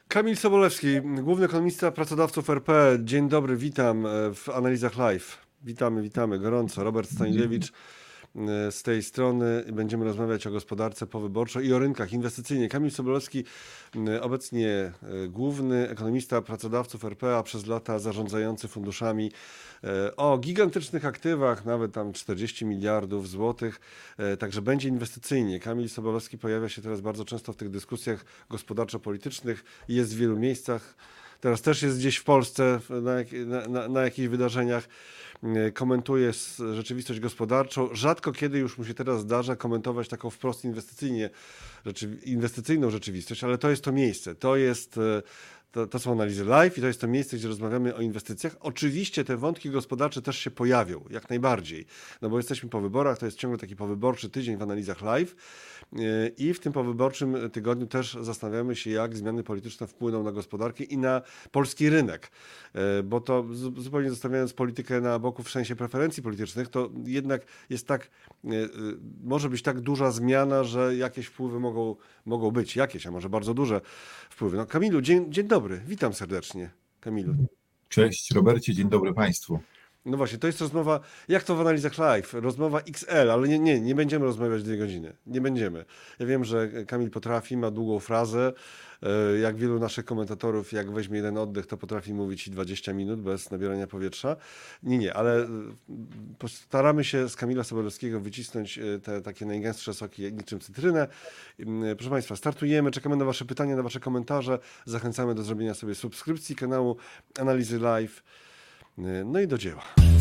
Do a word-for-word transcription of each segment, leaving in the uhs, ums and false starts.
Kamil Sobolewski, główny ekonomista pracodawców R P. Dzień dobry, witam w Analizach Live. Witamy, witamy gorąco. Robert Stanilewicz z tej strony. Będziemy rozmawiać o gospodarce powyborczej i o rynkach inwestycyjnych. Kamil Sobolewski, obecnie główny ekonomista pracodawców R P, a przez lata zarządzający funduszami o gigantycznych aktywach, nawet tam czterdzieści miliardów złotych, także będzie inwestycyjnie. Kamil Sobolewski pojawia się teraz bardzo często w tych dyskusjach gospodarczo-politycznych, jest w wielu miejscach. Teraz też jest gdzieś w Polsce na, na, na jakichś wydarzeniach. Komentuje rzeczywistość gospodarczą. Rzadko kiedy już mu się teraz zdarza komentować taką wprost inwestycyjnie, inwestycyjną rzeczywistość, ale to jest to miejsce. To jest... To, to są analizy live i to jest to miejsce, gdzie rozmawiamy o inwestycjach. Oczywiście te wątki gospodarcze też się pojawią, jak najbardziej, no bo jesteśmy po wyborach, to jest ciągle taki powyborczy tydzień w analizach live i w tym powyborczym tygodniu też zastanawiamy się, jak zmiany polityczne wpłyną na gospodarkę i na polski rynek, bo to zupełnie zostawiając politykę na boku w sensie preferencji politycznych, to jednak jest tak, może być tak duża zmiana, że jakieś wpływy mogą, mogą być, jakieś, a może bardzo duże wpływy. No Kamilu, dzień, dzień dobry, witam serdecznie. Kamilu. Cześć Robercie, dzień dobry Państwu. No właśnie, to jest rozmowa, jak to w analizach live, rozmowa X L, ale nie, nie, nie będziemy rozmawiać dwie godziny, nie będziemy. Ja wiem, że Kamil potrafi, ma długą frazę, jak wielu naszych komentatorów, jak weźmie jeden oddech, to potrafi mówić dwadzieścia minut bez nabierania powietrza. Nie, nie, ale postaramy się z Kamila Sobolewskiego wycisnąć te takie najgęstsze soki niczym cytrynę. Proszę Państwa, startujemy, czekamy na Wasze pytania, na Wasze komentarze, zachęcamy do zrobienia sobie subskrypcji kanału Analizy Live. No i do dzieła.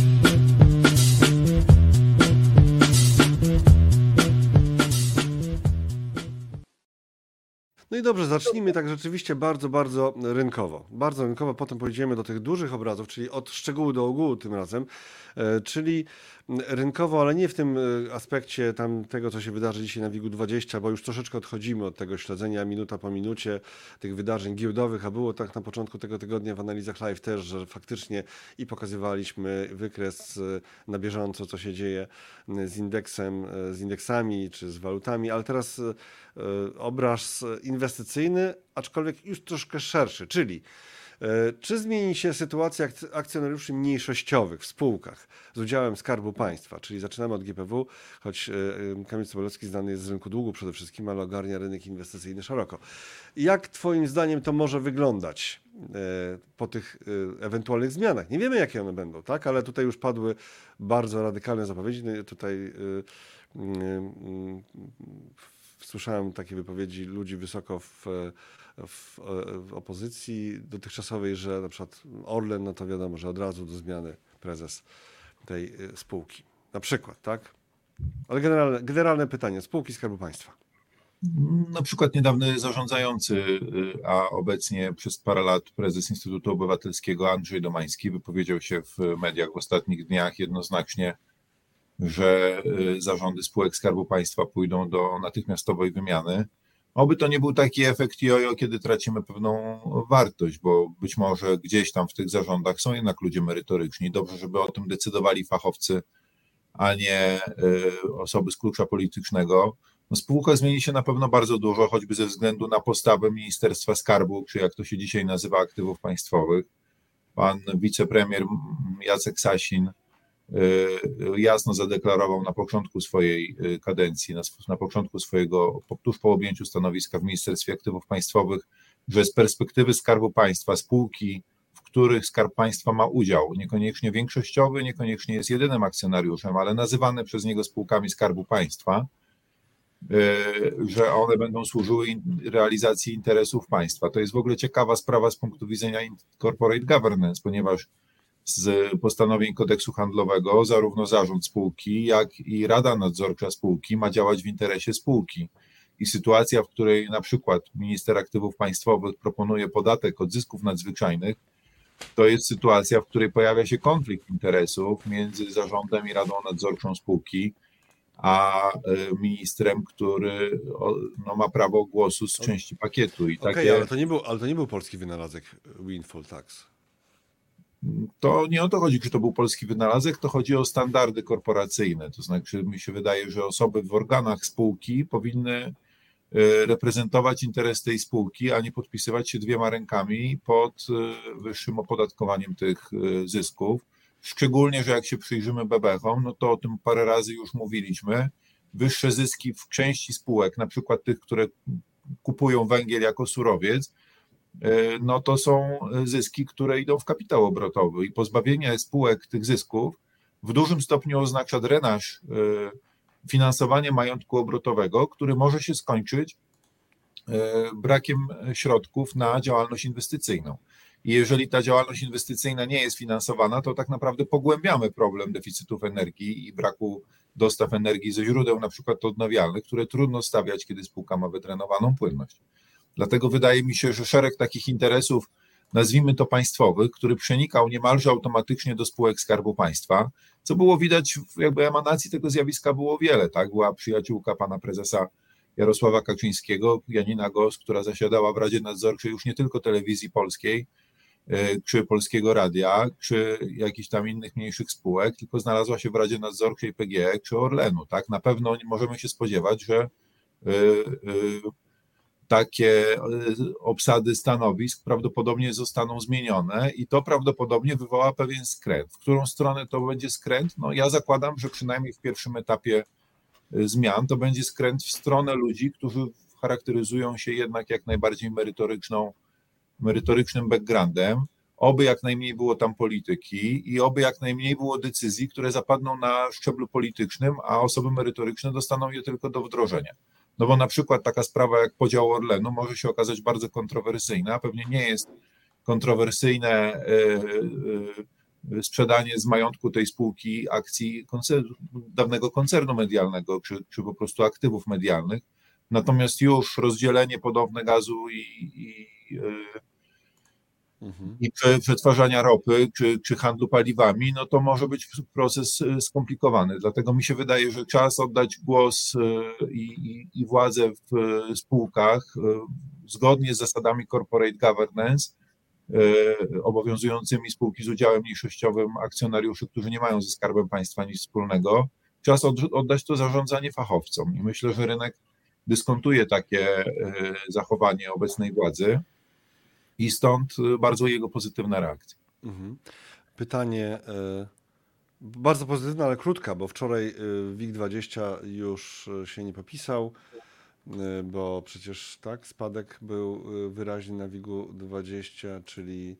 No i dobrze, zacznijmy tak rzeczywiście bardzo, bardzo rynkowo. Bardzo rynkowo, potem pójdziemy do tych dużych obrazów, czyli od szczegółu do ogółu tym razem, czyli rynkowo, ale nie w tym aspekcie tam tego, co się wydarzy dzisiaj na WIG dwadzieścia, bo już troszeczkę odchodzimy od tego śledzenia minuta po minucie tych wydarzeń giełdowych, a było tak na początku tego tygodnia w analizach live też, że faktycznie i pokazywaliśmy wykres na bieżąco, co się dzieje z indeksem, z indeksami czy z walutami, ale teraz obraz inwestycyjny, aczkolwiek już troszkę szerszy, czyli czy zmieni się sytuacja akcjonariuszy mniejszościowych w spółkach z udziałem Skarbu Państwa, czyli zaczynamy od G P W, choć Kamil Sobolewski znany jest z rynku długu przede wszystkim, ale ogarnia rynek inwestycyjny szeroko. Jak Twoim zdaniem to może wyglądać po tych ewentualnych zmianach? Nie wiemy, jakie one będą, tak? Ale tutaj już padły bardzo radykalne zapowiedzi. No tutaj słyszałem takie wypowiedzi ludzi wysoko w, w, w opozycji dotychczasowej, że na przykład Orlen, no to wiadomo, że od razu do zmiany prezes tej spółki. Na przykład, tak? Ale generalne, generalne pytanie, spółki Skarbu Państwa. Na przykład niedawny zarządzający, a obecnie przez parę lat prezes Instytutu Obywatelskiego Andrzej Domański wypowiedział się w mediach w ostatnich dniach jednoznacznie, że zarządy spółek Skarbu Państwa pójdą do natychmiastowej wymiany. Oby to nie był taki efekt jojo, kiedy tracimy pewną wartość, bo być może gdzieś tam w tych zarządach są jednak ludzie merytoryczni. Dobrze, żeby o tym decydowali fachowcy, a nie osoby z klucza politycznego. No, spółka zmieni się na pewno bardzo dużo, choćby ze względu na postawę Ministerstwa Skarbu, czy jak to się dzisiaj nazywa, aktywów państwowych. Pan wicepremier Jacek Sasin jasno zadeklarował na początku swojej kadencji, na, na początku swojego, tuż po objęciu stanowiska w Ministerstwie Aktywów Państwowych, że z perspektywy Skarbu Państwa spółki, w których Skarb Państwa ma udział, niekoniecznie większościowy, niekoniecznie jest jedynym akcjonariuszem, ale nazywane przez niego spółkami Skarbu Państwa, że one będą służyły realizacji interesów państwa. To jest w ogóle ciekawa sprawa z punktu widzenia corporate governance, ponieważ z postanowień kodeksu handlowego zarówno zarząd spółki, jak i Rada Nadzorcza spółki ma działać w interesie spółki. I sytuacja, w której na przykład minister aktywów państwowych proponuje podatek od zysków nadzwyczajnych, to jest sytuacja, w której pojawia się konflikt interesów między zarządem i Radą Nadzorczą spółki, a ministrem, który no, ma prawo głosu z części pakietu. I Okej, takie... ale to nie był, ale to nie był polski wynalazek windfall tax. To nie o to chodzi, czy to był polski wynalazek, to chodzi o standardy korporacyjne. To znaczy mi się wydaje, że osoby w organach spółki powinny reprezentować interes tej spółki, a nie podpisywać się dwiema rękami pod wyższym opodatkowaniem tych zysków. Szczególnie, że jak się przyjrzymy bebechom, no to o tym parę razy już mówiliśmy, wyższe zyski w części spółek, na przykład tych, które kupują węgiel jako surowiec, no to są zyski, które idą w kapitał obrotowy i pozbawienie spółek tych zysków w dużym stopniu oznacza drenaż, finansowanie majątku obrotowego, który może się skończyć brakiem środków na działalność inwestycyjną. I jeżeli ta działalność inwestycyjna nie jest finansowana, to tak naprawdę pogłębiamy problem deficytów energii i braku dostaw energii ze źródeł na przykład odnawialnych, które trudno stawiać, kiedy spółka ma wydrenowaną płynność. Dlatego wydaje mi się, że szereg takich interesów, nazwijmy to państwowych, który przenikał niemalże automatycznie do spółek Skarbu Państwa, co było widać, w jakby emanacji tego zjawiska było wiele, tak? Była przyjaciółka pana prezesa Jarosława Kaczyńskiego, Janina Gos, która zasiadała w Radzie Nadzorczej już nie tylko Telewizji Polskiej, czy Polskiego Radia, czy jakichś tam innych mniejszych spółek, tylko znalazła się w Radzie Nadzorczej P G E czy Orlenu, tak? Na pewno możemy się spodziewać, że takie obsady stanowisk prawdopodobnie zostaną zmienione i to prawdopodobnie wywoła pewien skręt. W którą stronę to będzie skręt? No ja zakładam, że przynajmniej w pierwszym etapie zmian to będzie skręt w stronę ludzi, którzy charakteryzują się jednak jak najbardziej merytoryczną, merytorycznym backgroundem, oby jak najmniej było tam polityki i oby jak najmniej było decyzji, które zapadną na szczeblu politycznym, a osoby merytoryczne dostaną je tylko do wdrożenia. No bo na przykład taka sprawa jak podział Orlenu może się okazać bardzo kontrowersyjna, a pewnie nie jest kontrowersyjne sprzedanie z majątku tej spółki akcji koncernu, dawnego koncernu medialnego, czy, czy po prostu aktywów medialnych. Natomiast już rozdzielenie podobne gazu i, i, mhm. i przetwarzania ropy, czy, czy handlu paliwami, no to może być proces skomplikowany. Dlatego mi się wydaje, że czas oddać głos i, i, i władzę w spółkach zgodnie z zasadami corporate governance, obowiązującymi spółki z udziałem mniejszościowym akcjonariuszy, którzy nie mają ze Skarbem Państwa nic wspólnego. Czas oddać to zarządzanie fachowcom i myślę, że rynek dyskontuje takie zachowanie obecnej władzy i stąd bardzo jego pozytywna reakcja. Pytanie bardzo pozytywne, ale krótka, bo wczoraj W I G dwadzieścia już się nie popisał, bo przecież tak, spadek był wyraźny na W I G-u dwadzieścia, czyli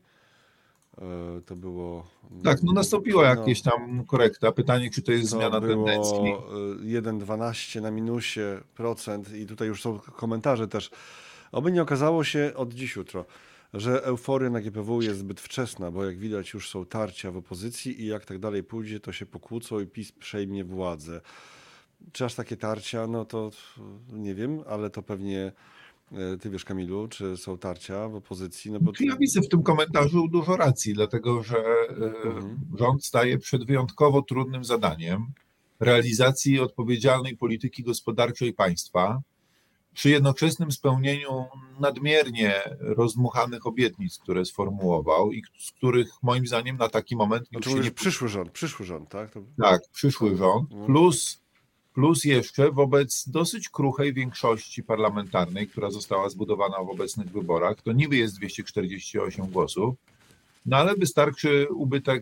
to było... Tak, no nastąpiła no, jakieś tam korekta. Pytanie, czy to jest to zmiana było tendencji. jeden przecinek dwanaście na minusie procent i tutaj już są komentarze też. Oby nie okazało się od dziś jutro, że euforia na G P W jest zbyt wczesna, bo jak widać już są tarcia w opozycji i jak tak dalej pójdzie, to się pokłócą i PiS przejmie władzę. Czy aż takie tarcia? No to nie wiem, ale to pewnie ty wiesz, Kamilu, czy są tarcia w opozycji? No bo to... Ja widzę w tym komentarzu dużo racji, dlatego że mhm. rząd staje przed wyjątkowo trudnym zadaniem realizacji odpowiedzialnej polityki gospodarczej państwa przy jednoczesnym spełnieniu nadmiernie rozdmuchanych obietnic, które sformułował i z których moim zdaniem na taki moment już się nie... Przyszły rząd, przyszły rząd, tak? To... Tak, przyszły rząd, plus, plus jeszcze wobec dosyć kruchej większości parlamentarnej, która została zbudowana w obecnych wyborach, to niby jest dwieście czterdzieści osiem głosów, no ale wystarczy ubytek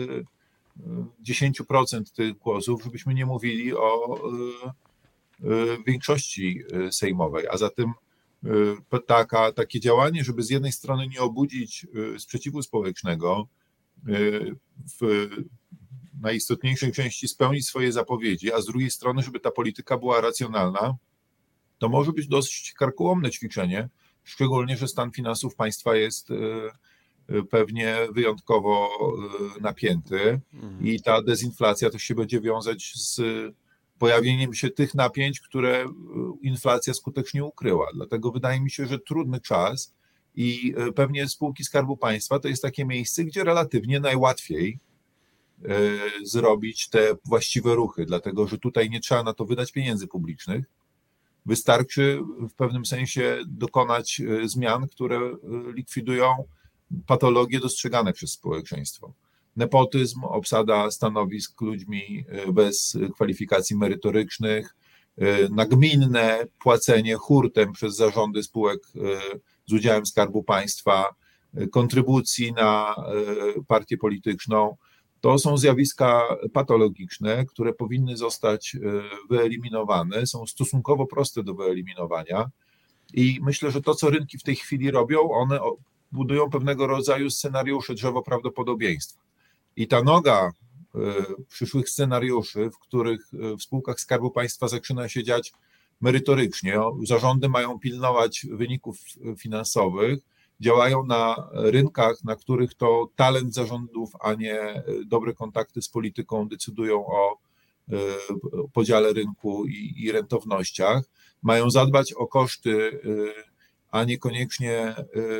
dziesięć procent tych głosów, żebyśmy nie mówili o większości sejmowej, a zatem taka, takie działanie, żeby z jednej strony nie obudzić sprzeciwu społecznego, w najistotniejszej części spełnić swoje zapowiedzi, a z drugiej strony, żeby ta polityka była racjonalna, to może być dosyć karkołomne ćwiczenie, szczególnie, że stan finansów państwa jest pewnie wyjątkowo napięty i ta dezinflacja też się będzie wiązać z pojawieniem się tych napięć, które inflacja skutecznie ukryła. Dlatego wydaje mi się, że trudny czas i pewnie spółki Skarbu Państwa to jest takie miejsce, gdzie relatywnie najłatwiej zrobić te właściwe ruchy, dlatego że tutaj nie trzeba na to wydać pieniędzy publicznych. Wystarczy w pewnym sensie dokonać zmian, które likwidują patologie dostrzegane przez społeczeństwo. Nepotyzm, obsada stanowisk ludźmi bez kwalifikacji merytorycznych, nagminne płacenie hurtem przez zarządy spółek z udziałem Skarbu Państwa kontrybucji na partię polityczną. To są zjawiska patologiczne, które powinny zostać wyeliminowane, są stosunkowo proste do wyeliminowania i myślę, że to, co rynki w tej chwili robią, one budują pewnego rodzaju scenariusze drzewo prawdopodobieństwa. I ta noga przyszłych scenariuszy, w których w spółkach Skarbu Państwa zaczyna się dziać merytorycznie, zarządy mają pilnować wyników finansowych, działają na rynkach, na których to talent zarządów, a nie dobre kontakty z polityką decydują o podziale rynku i, i rentownościach. Mają zadbać o koszty, a niekoniecznie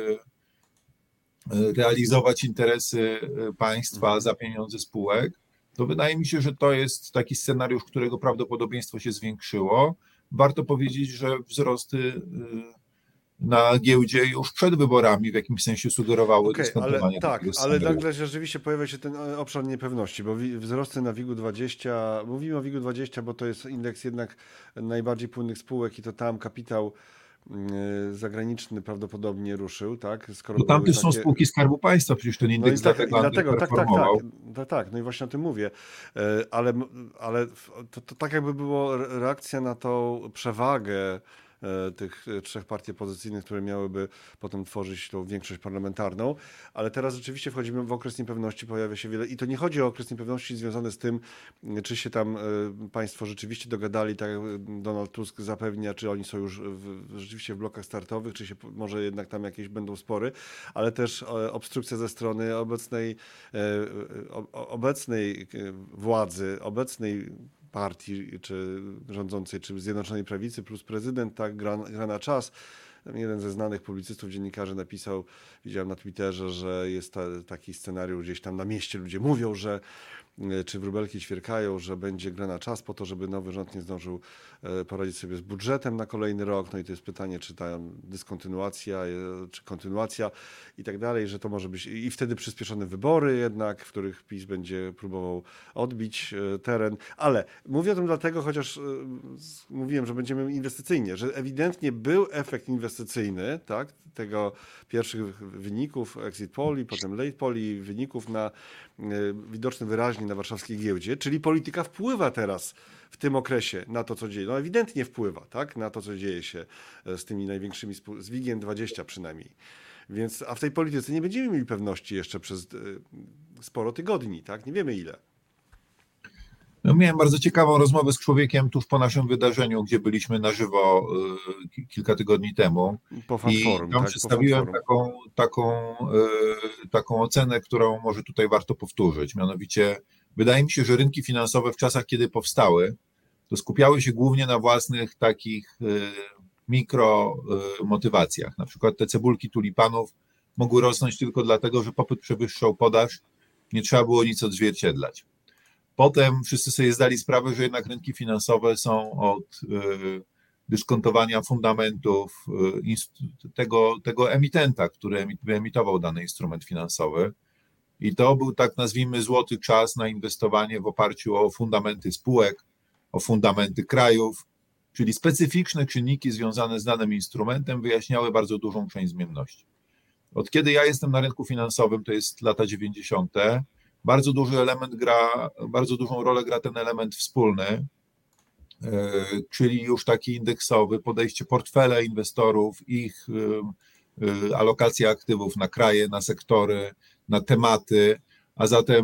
realizować interesy państwa za pieniądze spółek. To wydaje mi się, że to jest taki scenariusz, którego prawdopodobieństwo się zwiększyło. Warto powiedzieć, że wzrosty na giełdzie już przed wyborami w jakimś sensie sugerowały okay, występowanie tak, takiego ale scenariusza. nagle rzeczywiście pojawia się ten obszar niepewności, bo wzrosty na WIG-u dwadzieścia, mówimy o WIG-u dwadzieścia, bo to jest indeks jednak najbardziej płynnych spółek i to tam kapitał zagraniczny prawdopodobnie ruszył, tak? Skoro Bo tam też takie... są spółki Skarbu Państwa, przecież ten indeks no i tak, dlatego, i dlatego tak, tak, tak, tak, tak, no i właśnie o tym mówię, ale, ale to, to tak jakby było reakcja na tą przewagę tych trzech partii opozycyjnych, które miałyby potem tworzyć tą większość parlamentarną, ale teraz rzeczywiście wchodzimy w okres niepewności, pojawia się wiele i to nie chodzi o okres niepewności związany z tym, czy się tam państwo rzeczywiście dogadali, tak jak Donald Tusk zapewnia, czy oni są już w, rzeczywiście w blokach startowych, czy się może jednak tam jakieś będą spory, ale też obstrukcja ze strony obecnej, obecnej władzy, obecnej partii, czy rządzącej, czy Zjednoczonej Prawicy, plus prezydent, tak, gra, gra na czas. Jeden ze znanych publicystów, dziennikarzy napisał, widziałem na Twitterze, że jest ta, taki scenariusz gdzieś tam na mieście, ludzie mówią, że czy wróbelki ćwierkają, że będzie gra na czas po to, żeby nowy rząd nie zdążył poradzić sobie z budżetem na kolejny rok. No i to jest pytanie, czy ta dyskontynuacja, czy kontynuacja i tak dalej, że to może być i wtedy przyspieszone wybory jednak, w których PiS będzie próbował odbić teren. Ale mówię o tym dlatego, chociaż mówiłem, że będziemy inwestycyjnie, że ewidentnie był efekt inwestycyjny, tak, tego pierwszych wyników exit poli, potem late poli, wyników na widoczny wyraźnie na warszawskiej giełdzie, czyli polityka wpływa teraz w tym okresie na to, co dzieje. No ewidentnie wpływa, tak, na to, co dzieje się z tymi największymi, z WIG-iem dwadzieścia przynajmniej. Więc, a w tej polityce nie będziemy mieli pewności jeszcze przez sporo tygodni, tak, nie wiemy ile. No, miałem bardzo ciekawą rozmowę z człowiekiem tuż po naszym wydarzeniu, gdzie byliśmy na żywo y, kilka tygodni temu. Po I Forum, tam tak? przedstawiłem taką, taką, y, taką ocenę, którą może tutaj warto powtórzyć. Mianowicie wydaje mi się, że rynki finansowe w czasach, kiedy powstały, to skupiały się głównie na własnych takich y, mikromotywacjach. Na przykład te cebulki tulipanów mogły rosnąć tylko dlatego, że popyt przewyższał podaż, nie trzeba było nic odzwierciedlać. Potem wszyscy sobie zdali sprawę, że jednak rynki finansowe są od y, dyskontowania fundamentów y, tego, tego emitenta, który wyemitował dany instrument finansowy. I to był, tak nazwijmy, złoty czas na inwestowanie w oparciu o fundamenty spółek, o fundamenty krajów, czyli specyficzne czynniki związane z danym instrumentem wyjaśniały bardzo dużą część zmienności. Od kiedy ja jestem na rynku finansowym, to jest lata dziewięćdziesiąte, bardzo duży element gra, bardzo dużą rolę gra ten element wspólny, czyli już taki indeksowy, podejście portfele inwestorów, ich alokacja aktywów na kraje, na sektory, na tematy, a zatem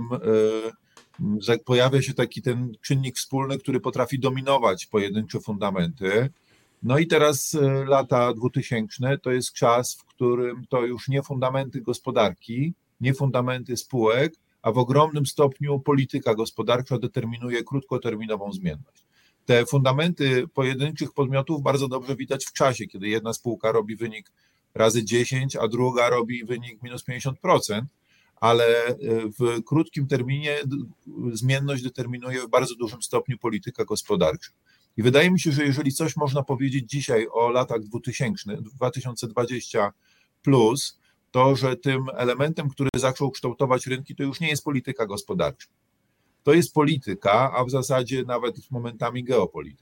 pojawia się taki ten czynnik wspólny, który potrafi dominować pojedyncze fundamenty. No i teraz lata dwutysięczne to jest czas, w którym to już nie fundamenty gospodarki, nie fundamenty spółek, a w ogromnym stopniu polityka gospodarcza determinuje krótkoterminową zmienność. Te fundamenty pojedynczych podmiotów bardzo dobrze widać w czasie, kiedy jedna spółka robi wynik razy dziesięć, a druga robi wynik minus pięćdziesiąt procent, ale w krótkim terminie zmienność determinuje w bardzo dużym stopniu polityka gospodarcza. I wydaje mi się, że jeżeli coś można powiedzieć dzisiaj o latach dwutysięcznych, dwa tysiące dwudziestym plus, to, że tym elementem, który zaczął kształtować rynki, to już nie jest polityka gospodarcza. To jest polityka, a w zasadzie nawet momentami geopolityka.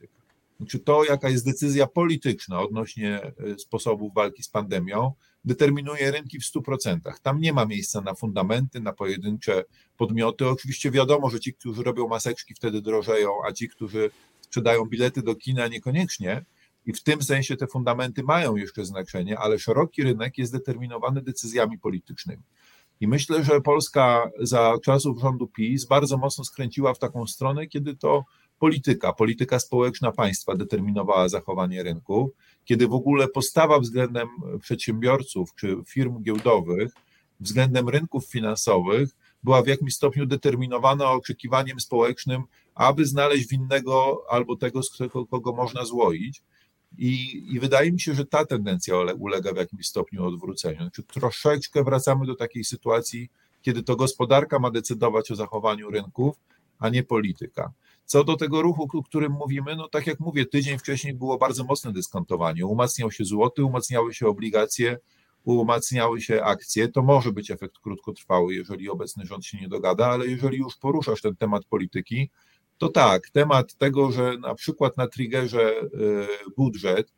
Znaczy to, jaka jest decyzja polityczna odnośnie sposobów walki z pandemią, determinuje rynki w stu procentach. Tam nie ma miejsca na fundamenty, na pojedyncze podmioty. Oczywiście wiadomo, że ci, którzy robią maseczki, wtedy drożeją, a ci, którzy sprzedają bilety do kina, niekoniecznie. I w tym sensie te fundamenty mają jeszcze znaczenie, ale szeroki rynek jest determinowany decyzjami politycznymi. I myślę, że Polska za czasów rządu PiS bardzo mocno skręciła w taką stronę, kiedy to polityka, polityka społeczna państwa determinowała zachowanie rynków, kiedy w ogóle postawa względem przedsiębiorców czy firm giełdowych, względem rynków finansowych była w jakimś stopniu determinowana oczekiwaniem społecznym, aby znaleźć winnego albo tego, z kogo można złoić. I, I wydaje mi się, że ta tendencja ulega w jakimś stopniu odwróceniu. Znaczy, troszeczkę wracamy do takiej sytuacji, kiedy to gospodarka ma decydować o zachowaniu rynków, a nie polityka. Co do tego ruchu, o którym mówimy, no tak jak mówię, tydzień wcześniej było bardzo mocne dyskontowanie. Umacniał się złoty, umacniały się obligacje, umacniały się akcje. To może być efekt krótkotrwały, jeżeli obecny rząd się nie dogada, ale jeżeli już poruszasz ten temat polityki, to tak, temat tego, że na przykład na triggerze budżet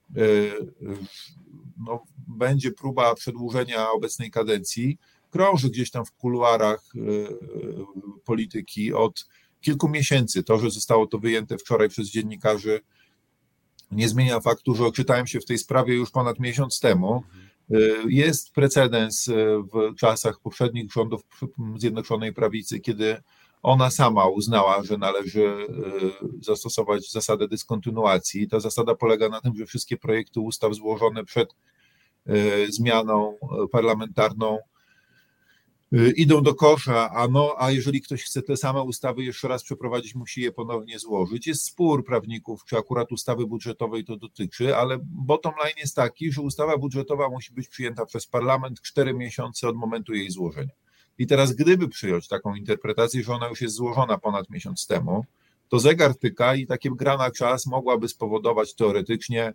no, będzie próba przedłużenia obecnej kadencji, krąży gdzieś tam w kuluarach polityki od kilku miesięcy. To, że zostało to wyjęte wczoraj przez dziennikarzy, nie zmienia faktu, że oczytałem się w tej sprawie już ponad miesiąc temu. Jest precedens w czasach poprzednich rządów Zjednoczonej Prawicy, kiedy ona sama uznała, że należy zastosować zasadę dyskontynuacji. Ta zasada polega na tym, że wszystkie projekty ustaw złożone przed zmianą parlamentarną idą do kosza, a, no, a jeżeli ktoś chce te same ustawy jeszcze raz przeprowadzić, musi je ponownie złożyć. Jest spór prawników, czy akurat ustawy budżetowej to dotyczy, ale bottom line jest taki, że ustawa budżetowa musi być przyjęta przez parlament cztery miesiące od momentu jej złożenia. I teraz gdyby przyjąć taką interpretację, że ona już jest złożona ponad miesiąc temu, to zegar tyka i takie gra na czas mogłaby spowodować teoretycznie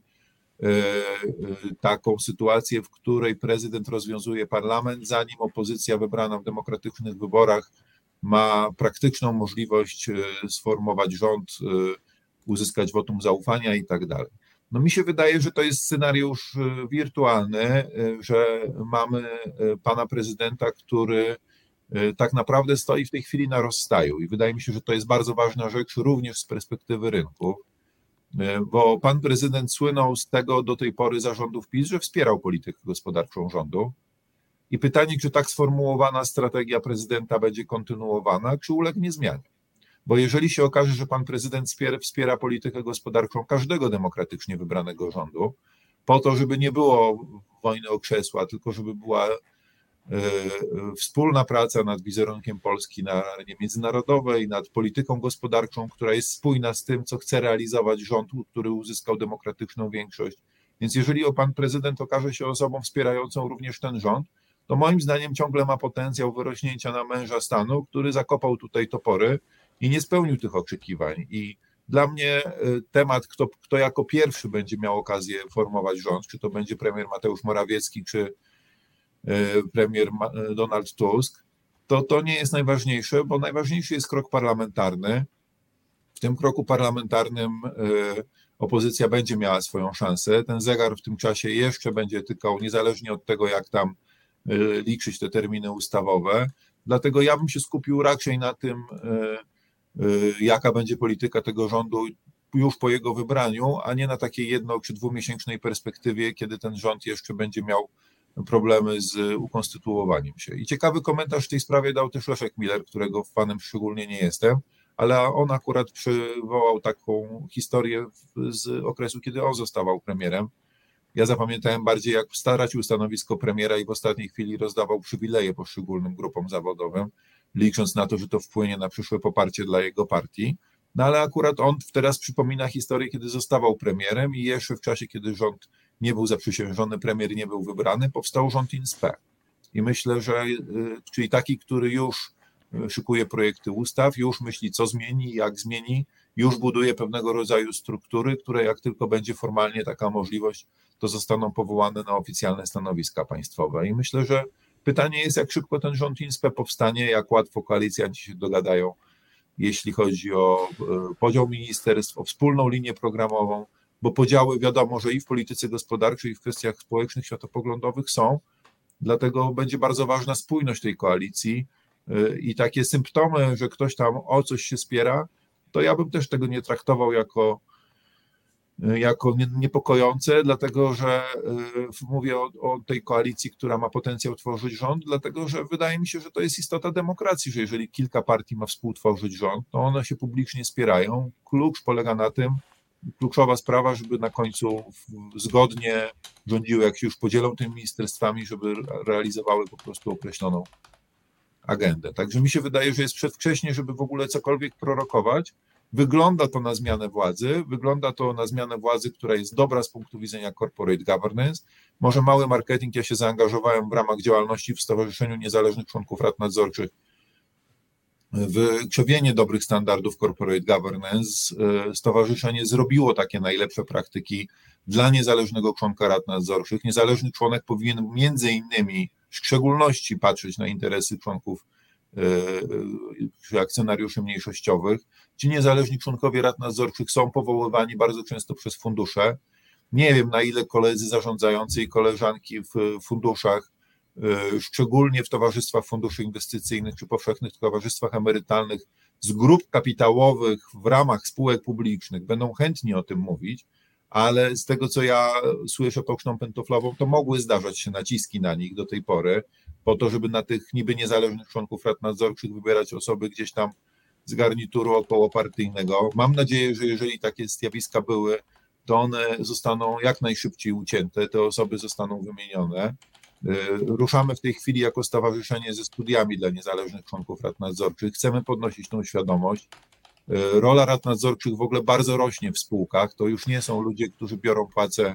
taką sytuację, w której prezydent rozwiązuje parlament, zanim opozycja wybrana w demokratycznych wyborach ma praktyczną możliwość sformować rząd, uzyskać wotum zaufania i tak dalej. No mi się wydaje, że to jest scenariusz wirtualny, że mamy pana prezydenta, który tak naprawdę stoi w tej chwili na rozstaju i wydaje mi się, że to jest bardzo ważna rzecz również z perspektywy rynku, bo pan prezydent słynął z tego do tej pory za rządów PiS, że wspierał politykę gospodarczą rządu i pytanie, czy tak sformułowana strategia prezydenta będzie kontynuowana, czy ulegnie zmianie. Bo jeżeli się okaże, że pan prezydent wspiera, wspiera politykę gospodarczą każdego demokratycznie wybranego rządu, po to, żeby nie było wojny o krzesła, tylko żeby była wspólna praca nad wizerunkiem Polski na arenie międzynarodowej, nad polityką gospodarczą, która jest spójna z tym, co chce realizować rząd, który uzyskał demokratyczną większość. Więc jeżeli pan prezydent okaże się osobą wspierającą również ten rząd, to moim zdaniem ciągle ma potencjał wyrośnięcia na męża stanu, który zakopał tutaj topory i nie spełnił tych oczekiwań. I dla mnie temat, kto, kto jako pierwszy będzie miał okazję formować rząd, czy to będzie premier Mateusz Morawiecki, czy premier Donald Tusk, to to nie jest najważniejsze, bo najważniejszy jest krok parlamentarny. W tym kroku parlamentarnym opozycja będzie miała swoją szansę. Ten zegar w tym czasie jeszcze będzie tykał, niezależnie od tego, jak tam liczyć te terminy ustawowe. Dlatego ja bym się skupił raczej na tym, jaka będzie polityka tego rządu już po jego wybraniu, a nie na takiej jedno- czy dwumiesięcznej perspektywie, kiedy ten rząd jeszcze będzie miał problemy z ukonstytuowaniem się. I ciekawy komentarz w tej sprawie dał też Leszek Miller, którego fanem szczególnie nie jestem, ale on akurat przywołał taką historię z okresu, kiedy on zostawał premierem. Ja zapamiętałem bardziej, jak stracił stanowisko premiera i w ostatniej chwili rozdawał przywileje poszczególnym grupom zawodowym, licząc na to, że to wpłynie na przyszłe poparcie dla jego partii. No ale akurat on teraz przypomina historię, kiedy zostawał premierem i jeszcze w czasie, kiedy rząd nie był zaprzysiężony, premier nie był wybrany, powstał rząd in spe. I myślę, że czyli taki, który już szykuje projekty ustaw, już myśli, co zmieni, jak zmieni, już buduje pewnego rodzaju struktury, które jak tylko będzie formalnie taka możliwość, to zostaną powołane na oficjalne stanowiska państwowe. I myślę, że pytanie jest, jak szybko ten rząd in spe powstanie, jak łatwo koalicjanci się dogadają jeśli chodzi o podział ministerstw, o wspólną linię programową, bo podziały wiadomo, że i w polityce gospodarczej, i w kwestiach społecznych, światopoglądowych są, dlatego będzie bardzo ważna spójność tej koalicji i takie symptomy, że ktoś tam o coś się spiera, to ja bym też tego nie traktował jako jako niepokojące, dlatego że mówię o, o tej koalicji, która ma potencjał tworzyć rząd, dlatego że wydaje mi się, że to jest istota demokracji, że jeżeli kilka partii ma współtworzyć rząd, to one się publicznie spierają. Klucz polega na tym, kluczowa sprawa, żeby na końcu zgodnie rządziły, jak się już podzielą tymi ministerstwami, żeby realizowały po prostu określoną agendę. Także mi się wydaje, że jest przedwcześnie, żeby w ogóle cokolwiek prorokować. Wygląda to na zmianę władzy, wygląda to na zmianę władzy, która jest dobra z punktu widzenia corporate governance. Może mały marketing, ja się zaangażowałem w ramach działalności w Stowarzyszeniu Niezależnych Członków Rad Nadzorczych w krzewienie dobrych standardów corporate governance. Stowarzyszenie zrobiło takie najlepsze praktyki dla niezależnego członka rad nadzorczych. Niezależny członek powinien między innymi w szczególności patrzeć na interesy członków czy akcjonariuszy mniejszościowych. Ci niezależni członkowie rad nadzorczych są powoływani bardzo często przez fundusze. Nie wiem, na ile koledzy zarządzający i koleżanki w funduszach, szczególnie w towarzystwach funduszy inwestycyjnych czy powszechnych towarzystwach emerytalnych z grup kapitałowych w ramach spółek publicznych będą chętni o tym mówić, ale z tego, co ja słyszę pocztą pantoflową, to mogły zdarzać się naciski na nich do tej pory, po to, żeby na tych niby niezależnych członków rad nadzorczych wybierać osoby gdzieś tam z garnituru okołopartyjnego. Mam nadzieję, że jeżeli takie zjawiska były, to one zostaną jak najszybciej ucięte, te osoby zostaną wymienione. Ruszamy w tej chwili jako stowarzyszenie ze studiami dla niezależnych członków rad nadzorczych. Chcemy podnosić tą świadomość. Rola rad nadzorczych w ogóle bardzo rośnie w spółkach. To już nie są ludzie, którzy biorą płacę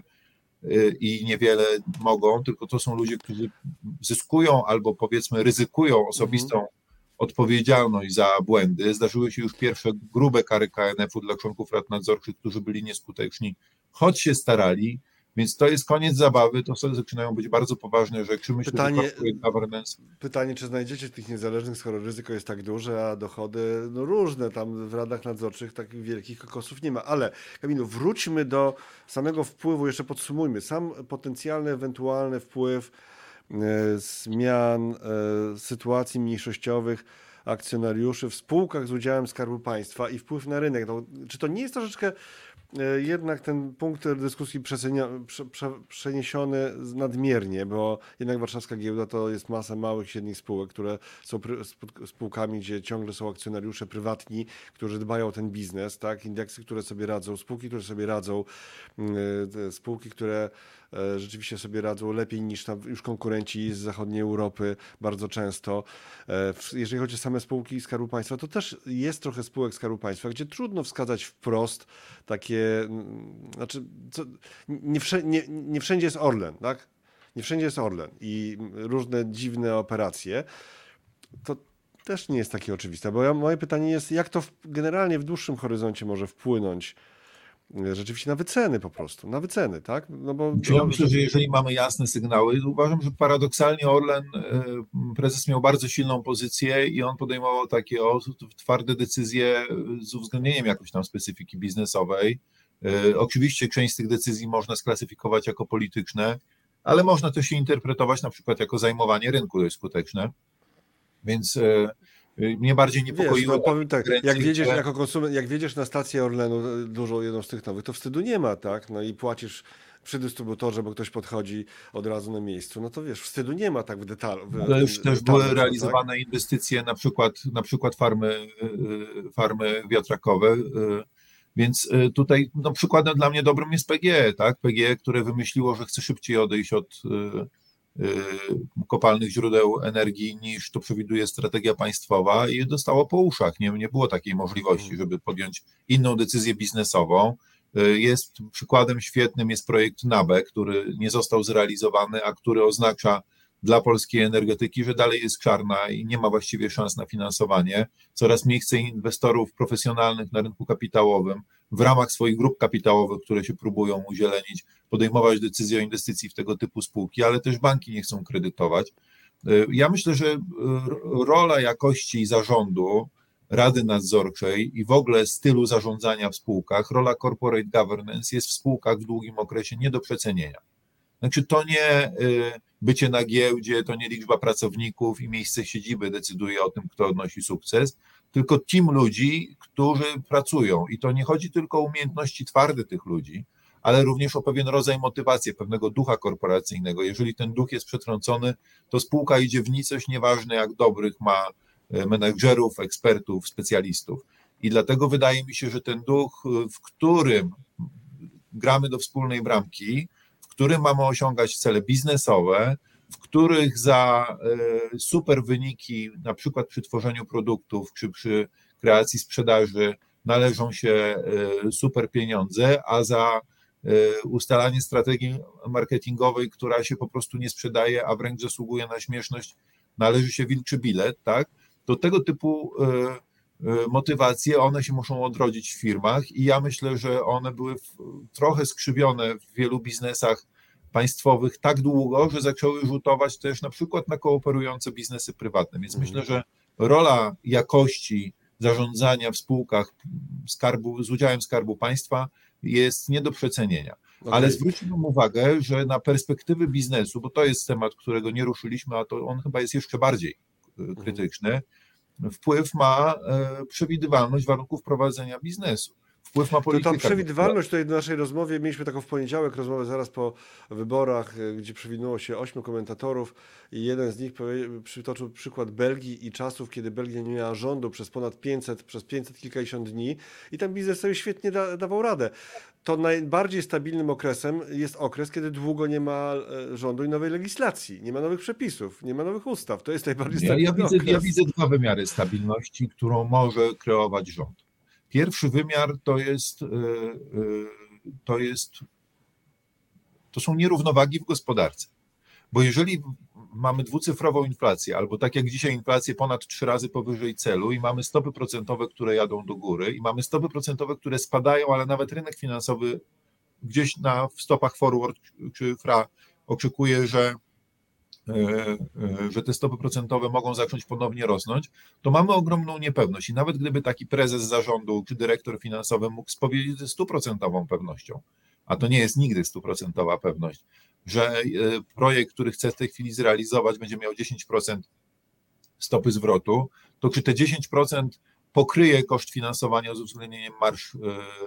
i niewiele mogą, tylko to są ludzie, którzy zyskują albo powiedzmy ryzykują osobistą mhm. odpowiedzialność za błędy. Zdarzyły się już pierwsze grube kary K N F-u dla członków rad nadzorczych, którzy byli nieskuteczni, choć się starali, więc to jest koniec zabawy, to sobie zaczynają być bardzo poważne rzeczy. Myślę, pytanie, że governance... pytanie, czy znajdziecie tych niezależnych, skoro ryzyko jest tak duże, a dochody no różne, tam w radach nadzorczych takich wielkich kokosów nie ma. Ale Kamilu, wróćmy do samego wpływu, jeszcze podsumujmy. Sam potencjalny, ewentualny wpływ e, zmian, e, sytuacji mniejszościowych akcjonariuszy w spółkach z udziałem Skarbu Państwa i wpływ na rynek. No, czy to nie jest troszeczkę jednak ten punkt dyskusji prze, prze, przeniesiony nadmiernie, bo jednak warszawska giełda to jest masa małych, średnich spółek, które są pry, spółkami, gdzie ciągle są akcjonariusze prywatni, którzy dbają o ten biznes, tak? Indeksy, które sobie radzą, spółki, które sobie radzą, spółki, które rzeczywiście sobie radzą lepiej niż tam już konkurenci z zachodniej Europy bardzo często. Jeżeli chodzi o same spółki Skarbu Państwa, to też jest trochę spółek Skarbu Państwa, gdzie trudno wskazać wprost takie, znaczy co, nie, wszędzie, nie, nie wszędzie jest Orlen, tak? Nie wszędzie jest Orlen i różne dziwne operacje. To też nie jest takie oczywiste, bo ja, moje pytanie jest, jak to w, generalnie w dłuższym horyzoncie może wpłynąć rzeczywiście na wyceny po prostu, na wyceny, tak? No bo, ja myślę, że jeżeli mamy jasne sygnały, uważam, że paradoksalnie Orlen, prezes miał bardzo silną pozycję i on podejmował takie o, twarde decyzje z uwzględnieniem jakoś tam specyfiki biznesowej. Oczywiście część z tych decyzji można sklasyfikować jako polityczne, ale można też się interpretować na przykład jako zajmowanie rynku dość skuteczne. Więc mnie bardziej niepokoiło. Wiesz, no powiem tak, jak wiedziesz, jako konsument, jak wiedziesz na stację Orlenu, dużą jedną z tych nowych, to wstydu nie ma, tak? No i płacisz przy dystrybutorze, bo ktoś podchodzi od razu na miejscu, no to wiesz, wstydu nie ma tak w detalu. Ale już też były realizowane tak? inwestycje, na przykład, na przykład farmy, farmy wiatrakowe, więc tutaj no, przykładem dla mnie dobrym jest P G E, tak? P G E, które wymyśliło, że chce szybciej odejść od kopalnych źródeł energii niż to przewiduje strategia państwowa i dostało po uszach. Nie, nie było takiej możliwości, żeby podjąć inną decyzję biznesową. Jest przykładem świetnym jest projekt NABE, który nie został zrealizowany, a który oznacza dla polskiej energetyki, że dalej jest czarna i nie ma właściwie szans na finansowanie. Coraz mniej chce inwestorów profesjonalnych na rynku kapitałowym w ramach swoich grup kapitałowych, które się próbują uzielenić, podejmować decyzje o inwestycji w tego typu spółki, ale też banki nie chcą kredytować. Ja myślę, że rola jakości zarządu rady nadzorczej i w ogóle stylu zarządzania w spółkach, rola corporate governance jest w spółkach w długim okresie nie do przecenienia. Znaczy to nie bycie na giełdzie, to nie liczba pracowników i miejsce siedziby decyduje o tym, kto odnosi sukces, tylko team ludzi, którzy pracują. I to nie chodzi tylko o umiejętności twarde tych ludzi, ale również o pewien rodzaj motywacji, pewnego ducha korporacyjnego. Jeżeli ten duch jest przetrącony, to spółka idzie w nicość, nieważne jak dobrych ma menedżerów, ekspertów, specjalistów. I dlatego wydaje mi się, że ten duch, w którym gramy do wspólnej bramki, w którym mamy osiągać cele biznesowe, w których za super wyniki, na przykład przy tworzeniu produktów czy przy kreacji sprzedaży, należą się super pieniądze, a za ustalanie strategii marketingowej, która się po prostu nie sprzedaje, a wręcz zasługuje na śmieszność, należy się wilczy bilet, tak? To tego typu motywacje, one się muszą odrodzić w firmach i ja myślę, że one były trochę skrzywione w wielu biznesach państwowych tak długo, że zaczęły rzutować też na przykład na kooperujące biznesy prywatne. Więc myślę, że rola jakości zarządzania w spółkach skarbu, z udziałem Skarbu Państwa jest nie do przecenienia. Okay. Ale zwróćmy uwagę, że na perspektywy biznesu, bo to jest temat, którego nie ruszyliśmy, a to on chyba jest jeszcze bardziej krytyczny, wpływ ma przewidywalność warunków prowadzenia biznesu. Wpływ ma polityka. To ta przewidywalność, tutaj w naszej rozmowie, mieliśmy taką w poniedziałek rozmowę zaraz po wyborach, gdzie przewinęło się ośmiu komentatorów i jeden z nich przytoczył przykład Belgii i czasów, kiedy Belgia nie miała rządu przez ponad pięćset, przez pięćset kilkadziesiąt dni i tam biznes sobie świetnie da, dawał radę. To najbardziej stabilnym okresem jest okres, kiedy długo nie ma rządu i nowej legislacji, nie ma nowych przepisów, nie ma nowych ustaw. To jest najbardziej stabilny ja, ja widzę, okres. Ja widzę dwa wymiary stabilności, którą może kreować rząd. Pierwszy wymiar to jest, to jest, to są nierównowagi w gospodarce, bo jeżeli mamy dwucyfrową inflację, albo tak jak dzisiaj inflację ponad trzy razy powyżej celu i mamy stopy procentowe, które jadą do góry i mamy stopy procentowe, które spadają, ale nawet rynek finansowy gdzieś na w stopach forward czy fra oczekuje, że że te stopy procentowe mogą zacząć ponownie rosnąć, to mamy ogromną niepewność i nawet gdyby taki prezes zarządu czy dyrektor finansowy mógł spowiedzieć ze stuprocentową pewnością, a to nie jest nigdy stuprocentowa pewność, że projekt, który chce w tej chwili zrealizować, będzie miał dziesięć procent stopy zwrotu, to czy te dziesięć procent pokryje koszt finansowania z uwzględnieniem marż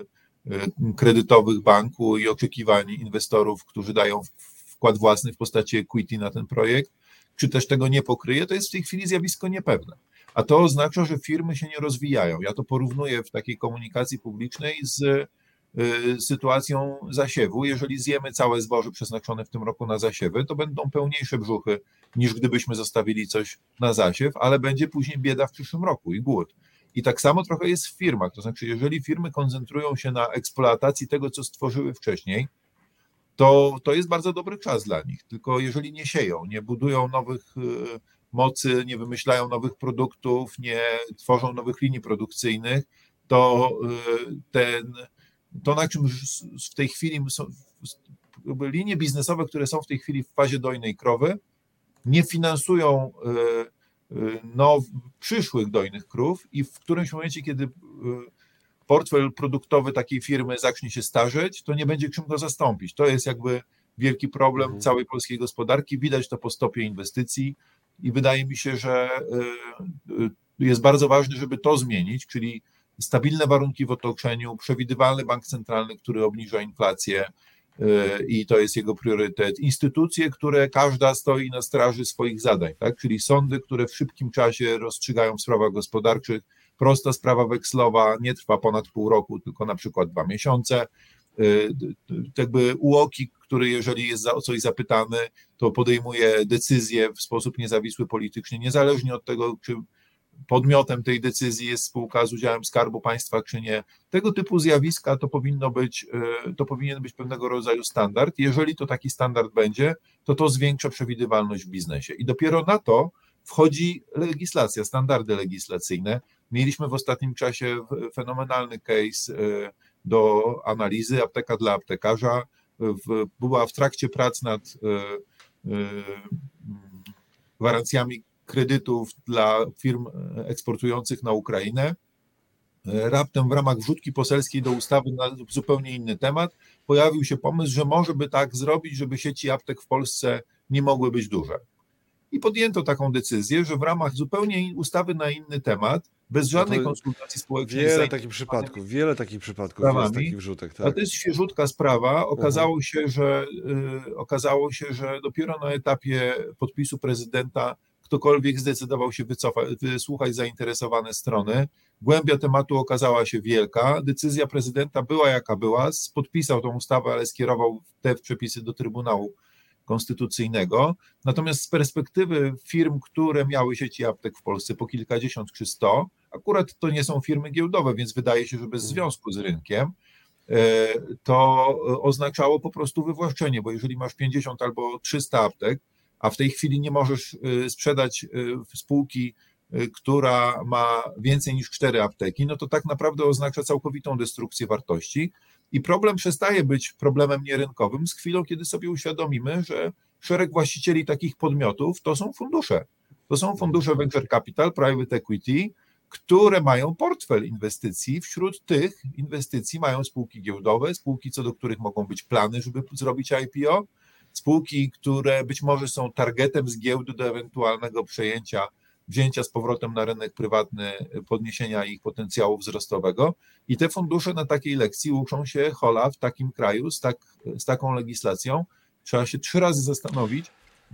kredytowych banku i oczekiwań inwestorów, którzy dają wkład własny w postaci equity na ten projekt, czy też tego nie pokryje, to jest w tej chwili zjawisko niepewne. A to oznacza, że firmy się nie rozwijają. Ja to porównuję w takiej komunikacji publicznej z y, sytuacją zasiewu. Jeżeli zjemy całe zboże przeznaczone w tym roku na zasiewy, to będą pełniejsze brzuchy, niż gdybyśmy zostawili coś na zasiew, ale będzie później bieda w przyszłym roku i głód. I tak samo trochę jest w firmach. To znaczy, jeżeli firmy koncentrują się na eksploatacji tego, co stworzyły wcześniej, to, to jest bardzo dobry czas dla nich. Tylko jeżeli nie sieją, nie budują nowych mocy, nie wymyślają nowych produktów, nie tworzą nowych linii produkcyjnych, to ten, to na czym w tej chwili są linie biznesowe, które są w tej chwili w fazie dojnej krowy, nie finansują no, przyszłych dojnych krów i w którymś momencie, kiedy portfel produktowy takiej firmy zacznie się starzeć, to nie będzie czym go zastąpić. To jest jakby wielki problem mhm. całej polskiej gospodarki. Widać to po stopie inwestycji i wydaje mi się, że jest bardzo ważne, żeby to zmienić, czyli stabilne warunki w otoczeniu, przewidywalny bank centralny, który obniża inflację i to jest jego priorytet. Instytucje, które każda stoi na straży swoich zadań, tak? Czyli sądy, które w szybkim czasie rozstrzygają w sprawach gospodarczych. Prosta sprawa wekslowa nie trwa ponad pół roku, tylko na przykład dwa miesiące. Jakby U O K I, który jeżeli jest o coś zapytany, to podejmuje decyzję w sposób niezawisły politycznie, niezależnie od tego, czy podmiotem tej decyzji jest spółka z udziałem Skarbu Państwa, czy nie. Tego typu zjawiska to powinno być, to powinien być pewnego rodzaju standard. Jeżeli to taki standard będzie, to to zwiększa przewidywalność w biznesie. I dopiero na to wchodzi legislacja, standardy legislacyjne. Mieliśmy w ostatnim czasie fenomenalny case do analizy, apteka dla aptekarza. Była w trakcie prac nad gwarancjami kredytów dla firm eksportujących na Ukrainę. Raptem w ramach wrzutki poselskiej do ustawy na zupełnie inny temat pojawił się pomysł, że może by tak zrobić, żeby sieci aptek w Polsce nie mogły być duże. I podjęto taką decyzję, że w ramach zupełnie ustawy na inny temat, bez żadnej No to konsultacji społecznej, wiele takich przypadków, wiele takich przypadków jest, sprawami, takich wrzutek, ale tak. to jest świeżutka sprawa. Okazało się, że y, okazało się, że dopiero na etapie podpisu prezydenta ktokolwiek zdecydował się wycofać, wysłuchać zainteresowane strony. Głębia tematu okazała się wielka. Decyzja prezydenta była jaka była. Podpisał tą ustawę, ale skierował te przepisy do Trybunału Konstytucyjnego. Natomiast z perspektywy firm, które miały sieci aptek w Polsce po kilkadziesiąt czy sto, akurat to nie są firmy giełdowe, więc wydaje się, że bez związku z rynkiem, to oznaczało po prostu wywłaszczenie, bo jeżeli masz pięćdziesiąt albo trzysta aptek, a w tej chwili nie możesz sprzedać spółki, która ma więcej niż cztery apteki, no to tak naprawdę oznacza całkowitą destrukcję wartości i problem przestaje być problemem nierynkowym z chwilą, kiedy sobie uświadomimy, że szereg właścicieli takich podmiotów to są fundusze. To są fundusze venture capital, private equity, które mają portfel inwestycji. Wśród tych inwestycji mają spółki giełdowe, spółki, co do których mogą być plany, żeby zrobić I P O, spółki, które być może są targetem z giełdy do ewentualnego przejęcia, wzięcia z powrotem na rynek prywatny, podniesienia ich potencjału wzrostowego i te fundusze na takiej lekcji uczą się hola w takim kraju z, tak, z taką legislacją. Trzeba się trzy razy zastanowić.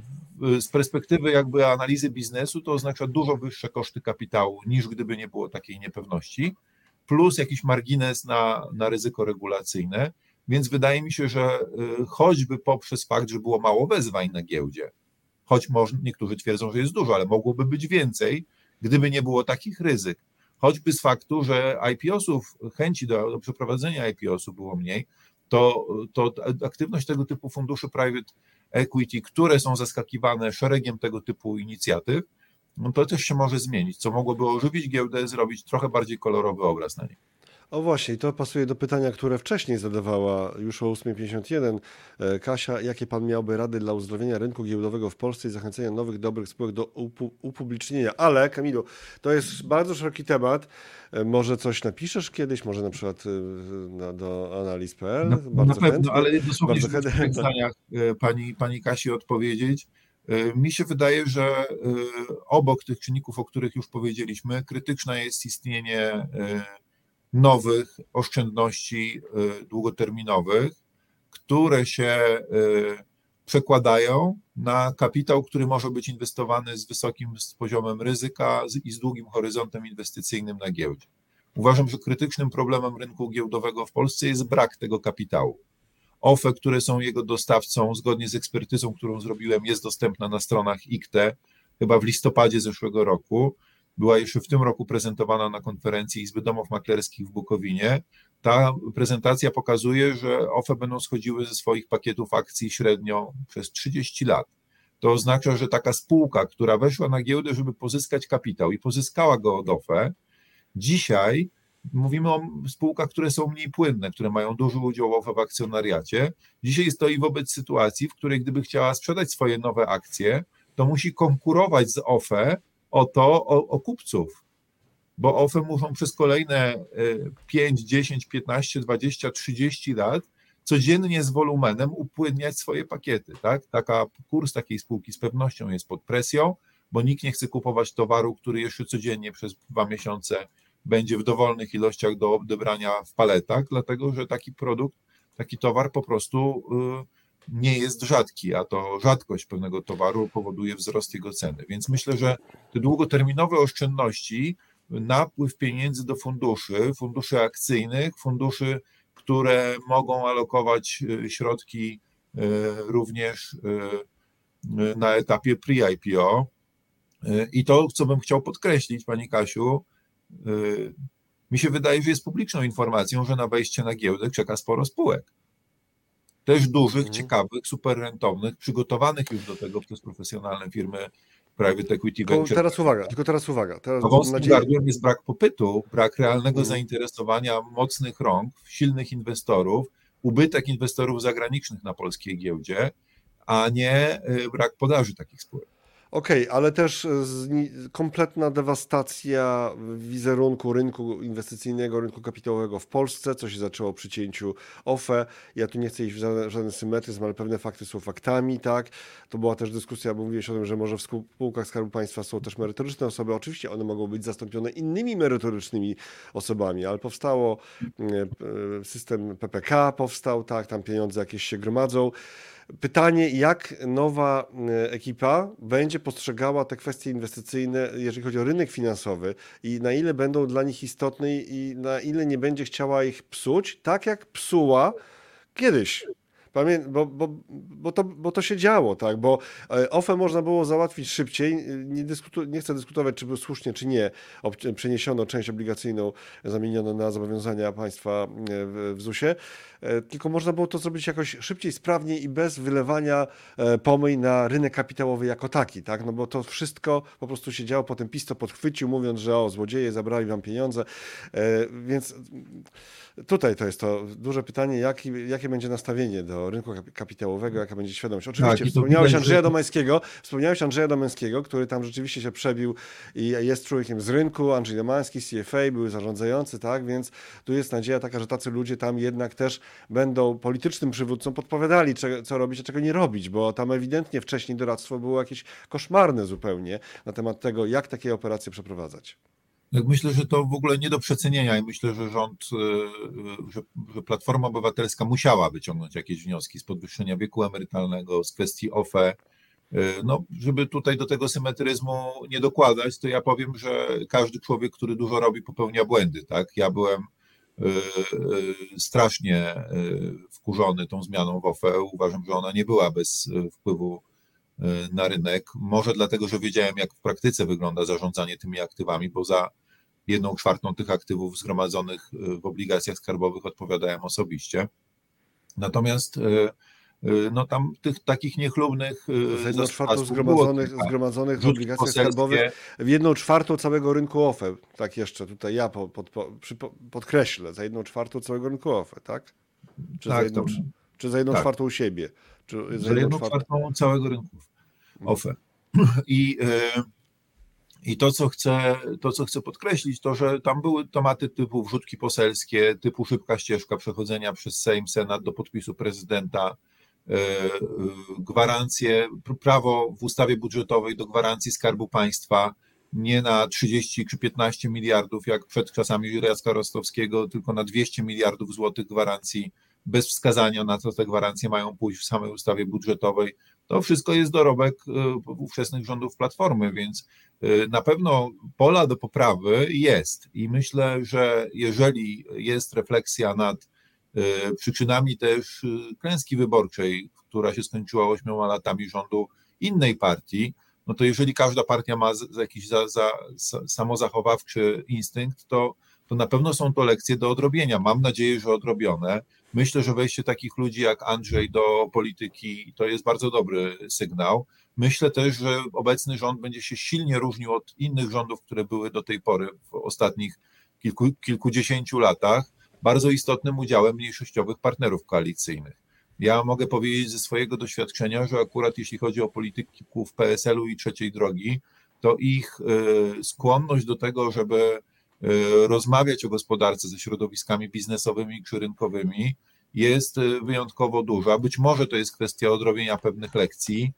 Z perspektywy jakby analizy biznesu to oznacza dużo wyższe koszty kapitału niż gdyby nie było takiej niepewności, plus jakiś margines na, na ryzyko regulacyjne, więc wydaje mi się, że choćby poprzez fakt, że było mało wezwań na giełdzie, choć może, niektórzy twierdzą, że jest dużo, ale mogłoby być więcej, gdyby nie było takich ryzyk. Choćby z faktu, że I P O-sów, chęci do, do przeprowadzenia I P O-su było mniej, to, to aktywność tego typu funduszy private equity, które są zaskakiwane szeregiem tego typu inicjatyw, no to też się może zmienić, co mogłoby ożywić giełdę, zrobić trochę bardziej kolorowy obraz na niej. O właśnie, i to pasuje do pytania, które wcześniej zadawała już o ósma pięćdziesiąt jeden Kasia. Jakie pan miałby rady dla uzdrowienia rynku giełdowego w Polsce i zachęcenia nowych, dobrych spółek do upu- upublicznienia? Ale Kamilu, to jest bardzo szeroki temat. Może coś napiszesz kiedyś, może na przykład na, do analiz kropka p l? Na, bardzo na pewno, chętnie. ale dosłownie Bardzo w czterech chętnie. zdaniach pani, pani Kasi odpowiedzieć. Mi się wydaje, że obok tych czynników, o których już powiedzieliśmy, krytyczne jest istnienie nowych oszczędności długoterminowych, które się przekładają na kapitał, który może być inwestowany z wysokim poziomem ryzyka i z długim horyzontem inwestycyjnym na giełdzie. Uważam, że krytycznym problemem rynku giełdowego w Polsce jest brak tego kapitału. O F E, które są jego dostawcą, zgodnie z ekspertyzą, którą zrobiłem, jest dostępna na stronach I K T E, chyba w listopadzie zeszłego roku. Była jeszcze w tym roku prezentowana na konferencji Izby Domów Maklerskich w Bukowinie. Ta prezentacja pokazuje, że O F E będą schodziły ze swoich pakietów akcji średnio przez trzydzieści lat. To oznacza, że taka spółka, która weszła na giełdę, żeby pozyskać kapitał i pozyskała go od O F E, dzisiaj mówimy o spółkach, które są mniej płynne, które mają duży udział O F E w akcjonariacie. Dzisiaj stoi wobec sytuacji, w której gdyby chciała sprzedać swoje nowe akcje, to musi konkurować z O F E o to, o, o kupców, bo O F E muszą przez kolejne pięć, dziesięć, piętnaście, dwadzieścia, trzydzieści lat codziennie z wolumenem upłynniać swoje pakiety. Tak? Taka, kurs takiej spółki z pewnością jest pod presją, bo nikt nie chce kupować towaru, który jeszcze codziennie przez dwa miesiące będzie w dowolnych ilościach do odebrania w paletach, dlatego że taki produkt, taki towar po prostu nie jest rzadki, a to rzadkość pewnego towaru powoduje wzrost jego ceny. Więc myślę, że te długoterminowe oszczędności, napływ pieniędzy do funduszy, funduszy akcyjnych, funduszy, które mogą alokować środki również na etapie pre-I P O. I to, co bym chciał podkreślić, pani Kasiu, mi się wydaje, że jest publiczną informacją, że na wejście na giełdę czeka sporo spółek. Też dużych, mhm. ciekawych, super rentownych, przygotowanych już do tego przez profesjonalne firmy private equity. Tylko teraz uwaga, tylko teraz uwaga. Teraz A wąskim nadzieję... gardłem jest brak popytu, brak realnego mhm. zainteresowania mocnych rąk, silnych inwestorów, ubytek inwestorów zagranicznych na polskiej giełdzie, a nie brak podaży takich spółek. Okej, ale też e, zni- kompletna dewastacja wizerunku rynku inwestycyjnego, rynku kapitałowego w Polsce, co się zaczęło przy cięciu O F E. Ja tu nie chcę iść w żaden, żaden symetryzm, ale pewne fakty są faktami, tak? To była też dyskusja, bo mówiłeś o tym, że może w spółkach Skarbu Państwa są też merytoryczne osoby. Oczywiście one mogą być zastąpione innymi merytorycznymi osobami, ale powstało e, e, system P P K, powstał, tak? Tam pieniądze jakieś się gromadzą. Pytanie, jak nowa e, ekipa będzie postrzegała te kwestie inwestycyjne, jeżeli chodzi o rynek finansowy i na ile będą dla nich istotne i na ile nie będzie chciała ich psuć, tak jak psuła kiedyś. Pamię bo, bo, bo, to, bo to się działo, tak? Bo e, O F E można było załatwić szybciej. Nie, dyskutu nie chcę dyskutować, czy było słusznie, czy nie. Ob przeniesiono część obligacyjną, zamieniono na zobowiązania państwa e, w, w zusie. E, tylko można było to zrobić jakoś szybciej, sprawniej i bez wylewania e, pomyj na rynek kapitałowy jako taki, tak? No bo to wszystko po prostu się działo. Potem PiS to podchwycił, mówiąc, że o, złodzieje zabrali wam pieniądze. E, więc tutaj to jest to duże pytanie, jaki, jakie będzie nastawienie do rynku kapitałowego, jaka będzie świadomość. Oczywiście Tak, i to wspomniałeś widać, Andrzeja że Domańskiego, wspomniałeś Andrzeja Domańskiego, który tam rzeczywiście się przebił i jest człowiekiem z rynku. Andrzej Domański, C F A, były zarządzający, tak, więc tu jest nadzieja taka, że tacy ludzie tam jednak też będą politycznym przywódcom podpowiadali, co robić, a czego nie robić, bo tam ewidentnie wcześniej doradztwo było jakieś koszmarne zupełnie na temat tego, jak takie operacje przeprowadzać. tak myślę, że to w ogóle nie do przecenienia i myślę, że rząd, że, że Platforma Obywatelska musiała wyciągnąć jakieś wnioski z podwyższenia wieku emerytalnego, z kwestii O F E. No, żeby tutaj do tego symetryzmu nie dokładać, to ja powiem, że każdy człowiek, który dużo robi, popełnia błędy, tak? Ja byłem strasznie wkurzony tą zmianą w O F E. Uważam, że ona nie była bez wpływu na rynek. Może dlatego, że wiedziałem, jak w praktyce wygląda zarządzanie tymi aktywami, bo za jedną czwartą tych aktywów zgromadzonych w obligacjach skarbowych odpowiadałem osobiście. Natomiast no tam tych takich niechlubnych Za jedną czwartą zasadzków było zgromadzonych, kilka. zgromadzonych w Rzutki obligacjach skarbowych, poselskie. w jedną czwartą całego rynku O F E. Tak jeszcze tutaj ja pod, pod, pod, podkreślę, za jedną czwartą całego rynku O F E, tak? Czy za Tak, jedną, to, czy za jedną tak. czwartą u siebie? Czy za Za jedną jedną czwartą? czwartą całego rynku O F E. I, i to, co chcę, to, co chcę podkreślić, to, że tam były tematy typu wrzutki poselskie, typu szybka ścieżka przechodzenia przez Sejm, Senat do podpisu prezydenta, gwarancje, prawo w ustawie budżetowej do gwarancji Skarbu Państwa nie na trzydzieści czy piętnaście miliardów, jak przed czasami Jacka Rostowskiego, tylko na dwieście miliardów złotych gwarancji, bez wskazania, na co te gwarancje mają pójść w samej ustawie budżetowej. To wszystko jest dorobek ówczesnych rządów Platformy, więc na pewno pola do poprawy jest i myślę, że jeżeli jest refleksja nad przyczynami też klęski wyborczej, która się skończyła ośmioma latami rządu innej partii, no to jeżeli każda partia ma z, z jakiś za, za, za, samozachowawczy instynkt, to, to na pewno są to lekcje do odrobienia. Mam nadzieję, że odrobione. Myślę, że wejście takich ludzi jak Andrzej do polityki to jest bardzo dobry sygnał. Myślę też, że obecny rząd będzie się silnie różnił od innych rządów, które były do tej pory w ostatnich kilku, kilkudziesięciu latach, bardzo istotnym udziałem mniejszościowych partnerów koalicyjnych. Ja mogę powiedzieć ze swojego doświadczenia, że akurat jeśli chodzi o polityków P S L u i Trzeciej Drogi, to ich skłonność do tego, żeby rozmawiać o gospodarce ze środowiskami biznesowymi czy rynkowymi jest wyjątkowo duża. Być może to jest kwestia odrobienia pewnych lekcji,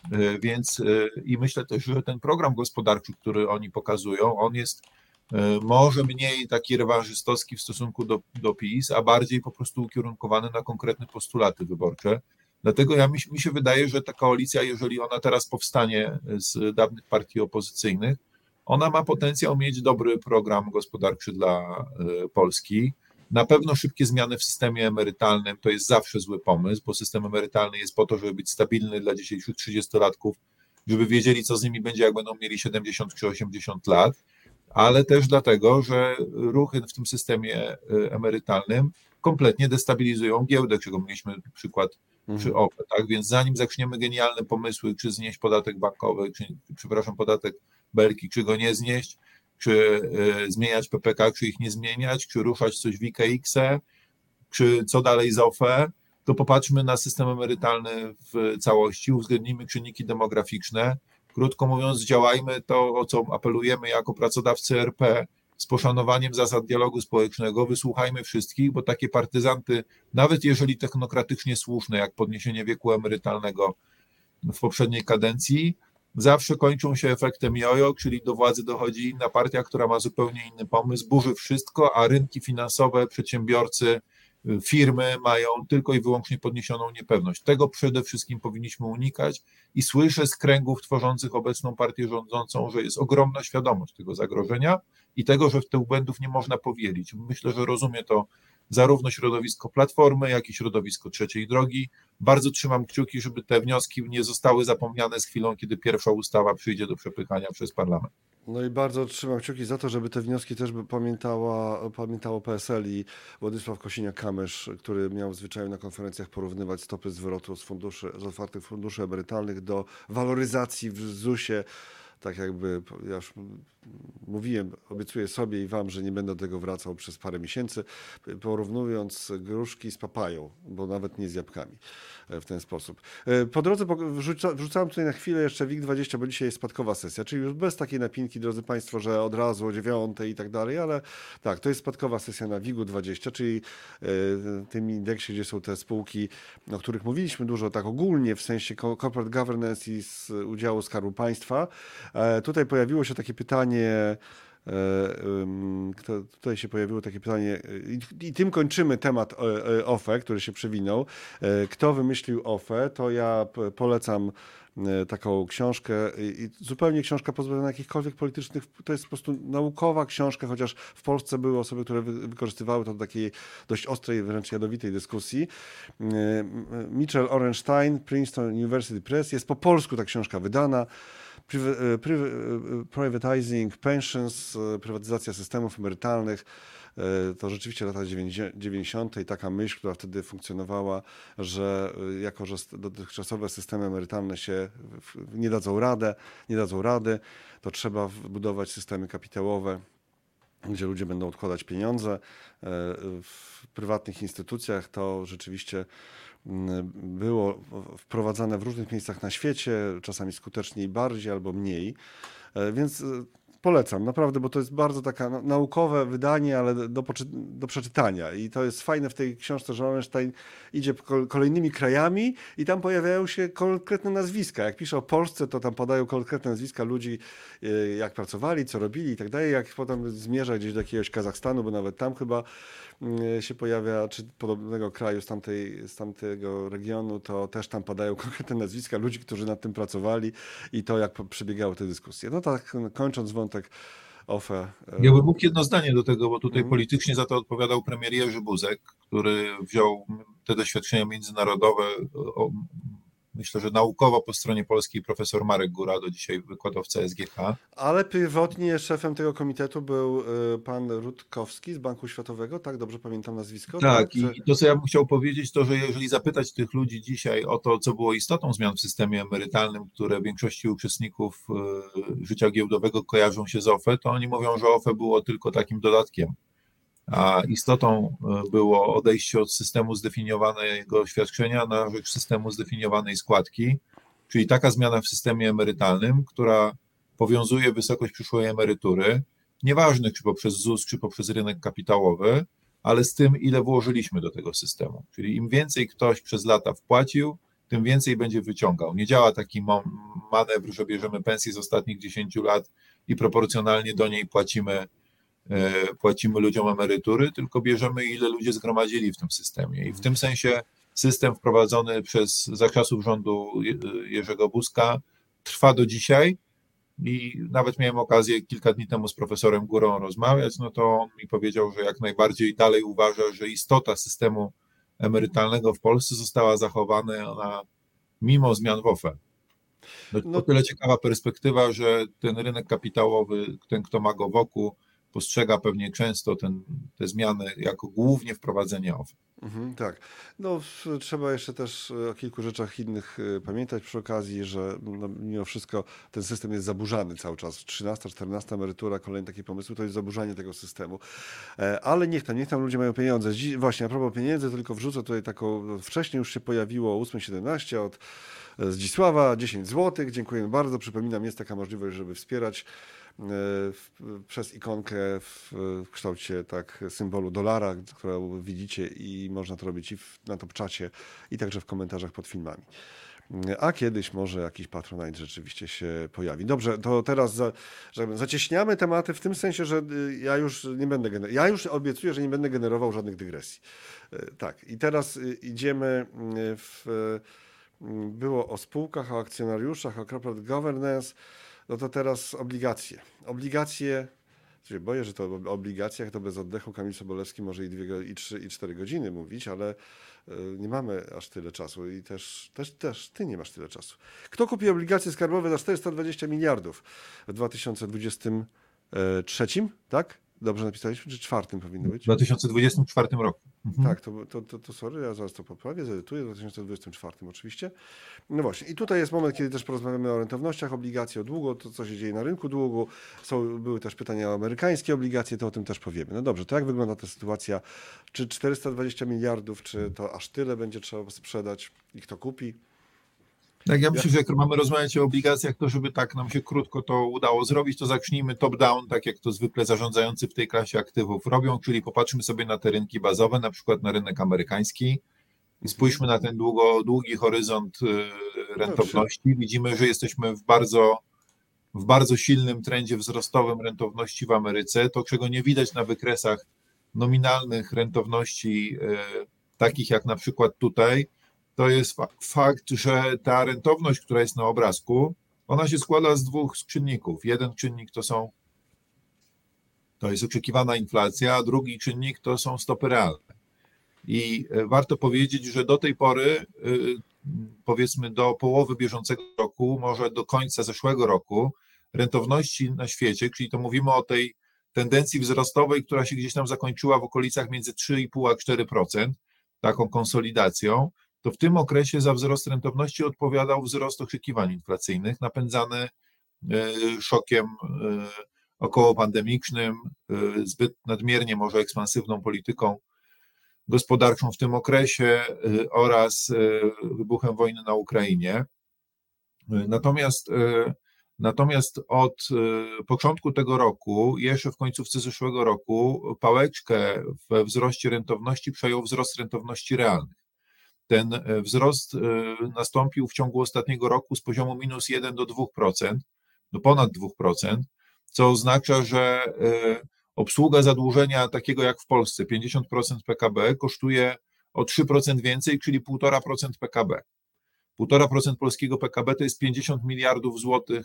więc i myślę też, że ten program gospodarczy, który oni pokazują, on jest może mniej taki rewanżystowski w stosunku do, do PiS, a bardziej po prostu ukierunkowany na konkretne postulaty wyborcze. Dlatego ja, mi, mi się wydaje, że ta koalicja, jeżeli ona teraz powstanie z dawnych partii opozycyjnych, ona ma potencjał mieć dobry program gospodarczy dla Polski. Na pewno szybkie zmiany w systemie emerytalnym to jest zawsze zły pomysł, bo system emerytalny jest po to, żeby być stabilny dla dzisiejszych trzydziestolatków, żeby wiedzieli, co z nimi będzie, jak będą mieli siedemdziesiąt czy osiemdziesiąt lat, ale też dlatego, że ruchy w tym systemie emerytalnym kompletnie destabilizują giełdę, czego mieliśmy przykład przy O P E, tak? Więc zanim zaczniemy genialne pomysły, czy znieść podatek bankowy, czy, przepraszam, podatek Belki, czy go nie znieść, czy y, zmieniać P P K, czy ich nie zmieniać, czy ruszać coś w I K X-e, czy co dalej z O F E, to popatrzmy na system emerytalny w całości, uwzględnijmy czynniki demograficzne, Krótko mówiąc, działajmy to, o co apelujemy jako pracodawcy R P, z poszanowaniem zasad dialogu społecznego, wysłuchajmy wszystkich, bo takie partyzanty, nawet jeżeli technokratycznie słuszne, jak podniesienie wieku emerytalnego w poprzedniej kadencji, zawsze kończą się efektem jojo, czyli do władzy dochodzi inna partia, która ma zupełnie inny pomysł, burzy wszystko, a rynki finansowe, przedsiębiorcy, firmy mają tylko i wyłącznie podniesioną niepewność. Tego przede wszystkim powinniśmy unikać i słyszę z kręgów tworzących obecną partię rządzącą, że jest ogromna świadomość tego zagrożenia i tego, że w tych błędów nie można powielić. Myślę, że rozumie to zarówno środowisko Platformy, jak i środowisko Trzeciej Drogi. Bardzo trzymam kciuki, żeby te wnioski nie zostały zapomniane z chwilą, kiedy pierwsza ustawa przyjdzie do przepychania przez parlament. No i bardzo trzymam kciuki za to, żeby te wnioski też by pamiętała, pamiętało P S L i Władysław Kosiniak-Kamysz, który miał w zwyczaju na konferencjach porównywać stopy zwrotu z funduszy, z otwartych funduszy emerytalnych do waloryzacji w zusie. Tak jakby, ja już mówiłem, obiecuję sobie i wam, że nie będę do tego wracał przez parę miesięcy, porównując gruszki z papają, bo nawet nie z jabłkami w ten sposób. Po drodze wrzuca, wrzucałem tutaj na chwilę jeszcze WIG dwadzieścia, bo dzisiaj jest spadkowa sesja, czyli już bez takiej napinki, drodzy Państwo, że od razu o dziewiątej i tak dalej, ale tak, to jest spadkowa sesja na WIG dwadzieścia, czyli w tym indeksie, gdzie są te spółki, o których mówiliśmy dużo tak ogólnie, w sensie corporate governance i z udziału Skarbu Państwa. Tutaj pojawiło się takie pytanie, tutaj się pojawiło takie pytanie i tym kończymy temat O F E, który się przewinął. Kto wymyślił O F E? To ja polecam taką książkę i zupełnie książka pozbawiona jakichkolwiek politycznych, to jest po prostu naukowa książka, chociaż w Polsce były osoby, które wykorzystywały to do takiej dość ostrej, wręcz jadowitej dyskusji. Mitchell Orenstein, Princeton University Press, jest po polsku ta książka wydana. Privatizing Pensions, prywatyzacja systemów emerytalnych, to rzeczywiście lata dziewięćdziesiąte i taka myśl, która wtedy funkcjonowała, że jako, że dotychczasowe systemy emerytalne się nie dadzą radę, nie dadzą rady, to trzeba budować systemy kapitałowe, gdzie ludzie będą odkładać pieniądze. W prywatnych instytucjach to rzeczywiście było wprowadzane w różnych miejscach na świecie, czasami skuteczniej bardziej albo mniej, więc polecam, naprawdę, bo to jest bardzo taka naukowe wydanie, ale do, do przeczytania i to jest fajne w tej książce, że Orenstein idzie kolejnymi krajami i tam pojawiają się konkretne nazwiska. Jak pisze o Polsce, to tam podają konkretne nazwiska ludzi, jak pracowali, co robili i tak dalej. Jak potem zmierza gdzieś do jakiegoś Kazachstanu, bo nawet tam chyba się pojawia, czy podobnego kraju z, tamtej, z tamtego regionu, to też tam padają konkretne nazwiska ludzi, którzy nad tym pracowali i to, jak przebiegały te dyskusje. No tak, kończąc wątek O F E. Ja bym mógł jedno zdanie do tego, bo tutaj Mhm. politycznie za to odpowiadał premier Jerzy Buzek, który wziął te doświadczenia międzynarodowe, o, myślę, że naukowo po stronie polskiej profesor Marek Góra, do dzisiaj wykładowca S G H. Ale pierwotnie szefem tego komitetu był pan Rutkowski z Banku Światowego, tak? Dobrze pamiętam nazwisko? Tak, tak? i to, co ja bym chciał powiedzieć, to, że jeżeli zapytać tych ludzi dzisiaj o to, co było istotą zmian w systemie emerytalnym, które większości uczestników życia giełdowego kojarzą się z O F E, to oni mówią, że O F E było tylko takim dodatkiem, a istotą było odejście od systemu zdefiniowanego świadczenia na rzecz systemu zdefiniowanej składki, czyli taka zmiana w systemie emerytalnym, która powiązuje wysokość przyszłej emerytury, nieważne czy poprzez Z U S, czy poprzez rynek kapitałowy, ale z tym, ile włożyliśmy do tego systemu. Czyli im więcej ktoś przez lata wpłacił, tym więcej będzie wyciągał. Nie działa taki manewr, że bierzemy pensję z ostatnich dziesięciu lat i proporcjonalnie do niej płacimy, płacimy ludziom emerytury, tylko bierzemy, ile ludzie zgromadzili w tym systemie. I w tym sensie system wprowadzony przez za czasów rządu Jerzego Buzka trwa do dzisiaj. I nawet miałem okazję kilka dni temu z profesorem Górą rozmawiać, no to on mi powiedział, że jak najbardziej dalej uważa, że istota systemu emerytalnego w Polsce została zachowana ona mimo zmian w O F E. No, No, o tyle ciekawa perspektywa, że ten rynek kapitałowy, ten kto ma go wokół, postrzega pewnie często ten, te zmiany jako głównie wprowadzenie O F E. Mhm, tak. No, w- trzeba jeszcze też o kilku rzeczach innych y, pamiętać przy okazji, że no, mimo wszystko ten system jest zaburzany cały czas. trzynasta, czternasta emerytura, kolejne takie pomysły, to jest zaburzanie tego systemu. E, Ale niech tam, niech tam ludzie mają pieniądze. Dzi- Właśnie, a propos pieniędzy, tylko wrzucę tutaj taką, wcześniej już się pojawiło ósme siedemnaście od Zdzisława, dziesięć złotych. Dziękujemy bardzo. Przypominam, jest taka możliwość, żeby wspierać przez ikonkę w kształcie tak symbolu dolara, którą widzicie, i można to robić i w, na top czacie, i także w komentarzach pod filmami. A kiedyś może jakiś Patronite rzeczywiście się pojawi. Dobrze, to teraz za, że zacieśniamy tematy w tym sensie, że ja już nie będę gener- ja już obiecuję, że nie będę generował żadnych dygresji. Tak, i teraz idziemy w... Było o spółkach, o akcjonariuszach, o corporate governance. No to teraz obligacje. Obligacje, się boję, że to o obligacjach to bez oddechu Kamil Sobolewski może i dwie, i trzy, i cztery godziny mówić, ale nie mamy aż tyle czasu i też, też, też ty nie masz tyle czasu. Kto kupi obligacje skarbowe za czterysta dwadzieścia miliardów w dwa tysiące dwudziestym trzecim, tak? Dobrze napisaliśmy, czy czwartym powinno być? W dwa tysiące dwudziestym czwartym roku. Mhm. Tak, to, to, to, to sorry, ja zaraz to poprawię, zedytuję, w dwa tysiące dwudziestym czwartym oczywiście. No właśnie, i tutaj jest moment, kiedy też porozmawiamy o rentownościach obligacji, o długu, to co się dzieje na rynku długu. Są, były też pytania o amerykańskie obligacje, to o tym też powiemy. No dobrze, to jak wygląda ta sytuacja? Czy czterysta dwadzieścia miliardów, czy to aż tyle będzie trzeba sprzedać i kto kupi? Tak, ja myślę, że jak mamy rozmawiać o obligacjach, to żeby tak nam się krótko to udało zrobić, to zacznijmy top-down, tak jak to zwykle zarządzający w tej klasie aktywów robią, czyli popatrzmy sobie na te rynki bazowe, na przykład na rynek amerykański i spójrzmy na ten długo, długi horyzont rentowności. Widzimy, że jesteśmy w bardzo, w bardzo silnym trendzie wzrostowym rentowności w Ameryce, to czego nie widać na wykresach nominalnych rentowności, takich jak na przykład tutaj, to jest fakt, że ta rentowność, która jest na obrazku, ona się składa z dwóch czynników. Jeden czynnik to są, to jest oczekiwana inflacja, a drugi czynnik to są stopy realne. I warto powiedzieć, że do tej pory, powiedzmy do połowy bieżącego roku, może do końca zeszłego roku, rentowności na świecie, czyli to mówimy o tej tendencji wzrostowej, która się gdzieś tam zakończyła w okolicach między trzy i pół a cztery procent, taką konsolidacją, to w tym okresie za wzrost rentowności odpowiadał wzrost oczekiwań inflacyjnych napędzany szokiem okołopandemicznym, zbyt nadmiernie może ekspansywną polityką gospodarczą w tym okresie oraz wybuchem wojny na Ukrainie. Natomiast, natomiast od początku tego roku, jeszcze w końcówce zeszłego roku, pałeczkę we wzroście rentowności przejął wzrost rentowności realnych. Ten wzrost nastąpił w ciągu ostatniego roku z poziomu minus jeden do dwóch procent, do ponad dwóch procent, co oznacza, że obsługa zadłużenia takiego jak w Polsce, pięćdziesiąt procent P K B, kosztuje o trzy procent więcej, czyli półtora procent P K B. półtora procent polskiego P K B to jest pięćdziesiąt miliardów złotych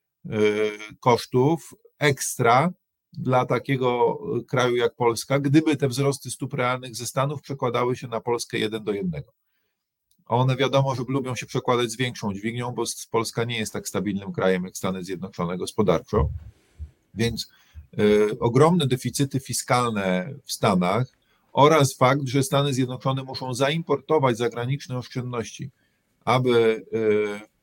kosztów ekstra dla takiego kraju jak Polska, gdyby te wzrosty stóp realnych ze Stanów przekładały się na Polskę jeden do jednego. One wiadomo, że lubią się przekładać z większą dźwignią, bo Polska nie jest tak stabilnym krajem jak Stany Zjednoczone gospodarczo, więc y, ogromne deficyty fiskalne w Stanach oraz fakt, że Stany Zjednoczone muszą zaimportować zagraniczne oszczędności, aby y,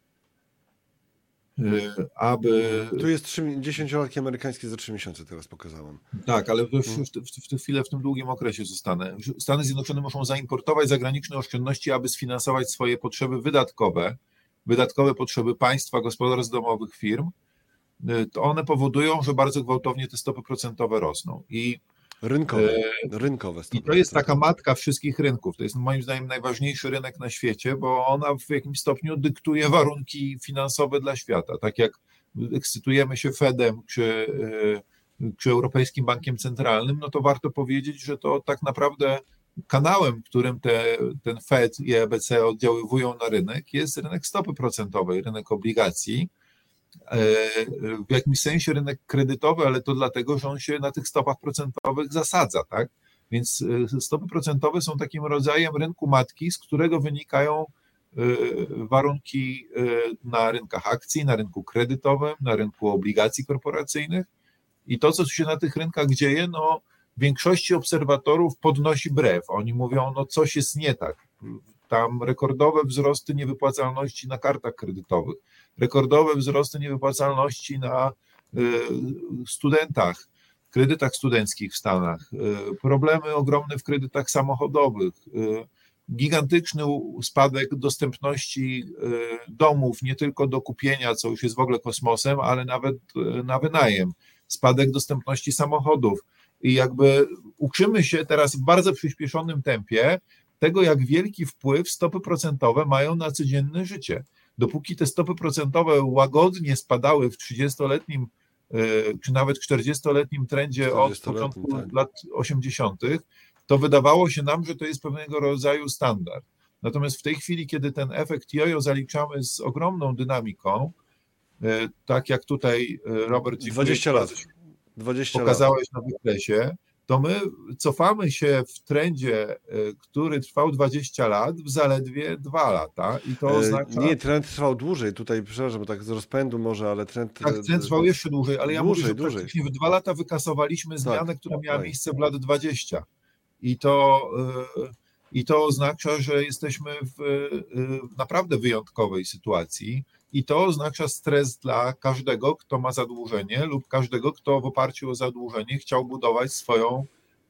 aby... Tu jest dziesięciolatki amerykańskie za trzy miesiące, teraz pokazałem. Tak, ale w, w, w, w chwilę w tym długim okresie zostanę. Stany Zjednoczone muszą zaimportować zagraniczne oszczędności, aby sfinansować swoje potrzeby wydatkowe, wydatkowe potrzeby państwa, gospodarstw domowych, firm. To one powodują, że bardzo gwałtownie te stopy procentowe rosną. I Rynkowe, rynkowe stopy. I to jest taka matka wszystkich rynków. To jest moim zdaniem najważniejszy rynek na świecie, bo ona w jakimś stopniu dyktuje warunki finansowe dla świata. Tak jak ekscytujemy się Fedem czy, czy Europejskim Bankiem Centralnym, no to warto powiedzieć, że to tak naprawdę kanałem, którym te, ten Fed i E B C oddziaływują na rynek, jest rynek stopy procentowej, rynek obligacji. W jakimś sensie rynek kredytowy, ale to dlatego, że on się na tych stopach procentowych zasadza, tak? Więc stopy procentowe są takim rodzajem rynku matki, z którego wynikają warunki na rynkach akcji, na rynku kredytowym, na rynku obligacji korporacyjnych i to, co się na tych rynkach dzieje, no w większości obserwatorów podnosi brew. Oni mówią, no coś jest nie tak. Tam rekordowe wzrosty niewypłacalności na kartach kredytowych, rekordowe wzrosty niewypłacalności na studentach, kredytach studenckich w Stanach, problemy ogromne w kredytach samochodowych, gigantyczny spadek dostępności domów, nie tylko do kupienia, co już jest w ogóle kosmosem, ale nawet na wynajem, spadek dostępności samochodów i jakby uczymy się teraz w bardzo przyspieszonym tempie tego, jak wielki wpływ stopy procentowe mają na codzienne życie. Dopóki te stopy procentowe łagodnie spadały w trzydziestoletnim czy nawet czterdziestoletnim trendzie od początku tak. lat osiemdziesiątych, to wydawało się nam, że to jest pewnego rodzaju standard. Natomiast w tej chwili, kiedy ten efekt jojo zaliczamy z ogromną dynamiką, tak jak tutaj Robert dwadzieścia lat. dwadzieścia pokazałeś lat. na wykresie, to my cofamy się w trendzie, który trwał dwadzieścia lat, w zaledwie dwa lata. I to oznacza... Nie, trend trwał dłużej. Tutaj, przepraszam, tak z rozpędu może, ale trend... Tak, trend trwał jeszcze dłużej, ale ja dłużej, mówię, że dłużej. praktycznie w dwa lata wykasowaliśmy zmianę, tak, która miała tak. miejsce w lat dwudziestych. I to, I to oznacza, że jesteśmy w naprawdę wyjątkowej sytuacji i to oznacza stres dla każdego, kto ma zadłużenie lub każdego, kto w oparciu o zadłużenie chciał budować swoją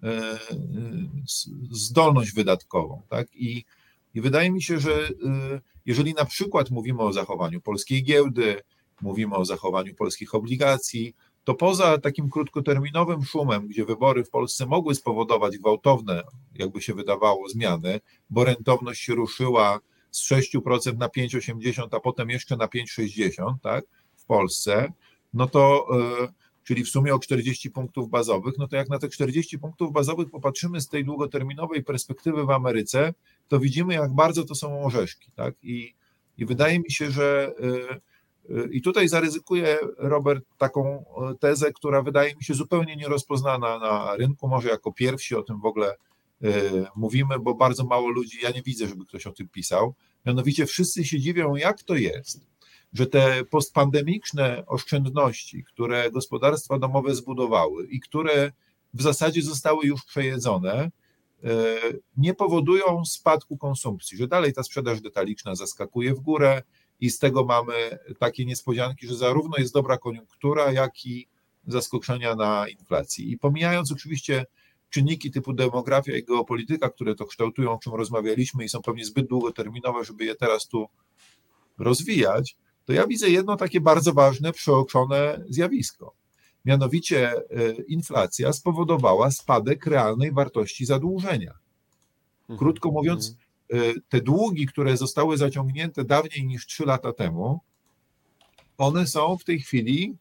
zdolność wydatkową. Tak? I, i wydaje mi się, że jeżeli na przykład mówimy o zachowaniu polskiej giełdy, mówimy o zachowaniu polskich obligacji, to poza takim krótkoterminowym szumem, gdzie wybory w Polsce mogły spowodować gwałtowne, jakby się wydawało, zmiany, bo rentowność się ruszyła z sześć procent na pięć przecinek osiemdziesiąt, a potem jeszcze na pięć przecinek sześćdziesiąt, tak, w Polsce, no to, yy, czyli w sumie o czterdzieści punktów bazowych, no to jak na te czterdzieści punktów bazowych popatrzymy z tej długoterminowej perspektywy w Ameryce, to widzimy, jak bardzo to są orzeszki, tak, i, i wydaje mi się, że yy, I tutaj zaryzykuję, Robert, taką tezę, która wydaje mi się zupełnie nierozpoznana na rynku, może jako pierwsi o tym w ogóle y, mówimy, bo bardzo mało ludzi, ja nie widzę, żeby ktoś o tym pisał, mianowicie wszyscy się dziwią, jak to jest, że te postpandemiczne oszczędności, które gospodarstwa domowe zbudowały i które w zasadzie zostały już przejedzone, y, nie powodują spadku konsumpcji, że dalej ta sprzedaż detaliczna zaskakuje w górę, i z tego mamy takie niespodzianki, że zarówno jest dobra koniunktura, jak i zaskoczenia na inflacji. I pomijając oczywiście czynniki typu demografia i geopolityka, które to kształtują, o czym rozmawialiśmy i są pewnie zbyt długoterminowe, żeby je teraz tu rozwijać, to ja widzę jedno takie bardzo ważne, przeoczone zjawisko. Mianowicie inflacja spowodowała spadek realnej wartości zadłużenia. Krótko mówiąc, te długi, które zostały zaciągnięte dawniej niż trzy lata temu, one są w tej chwili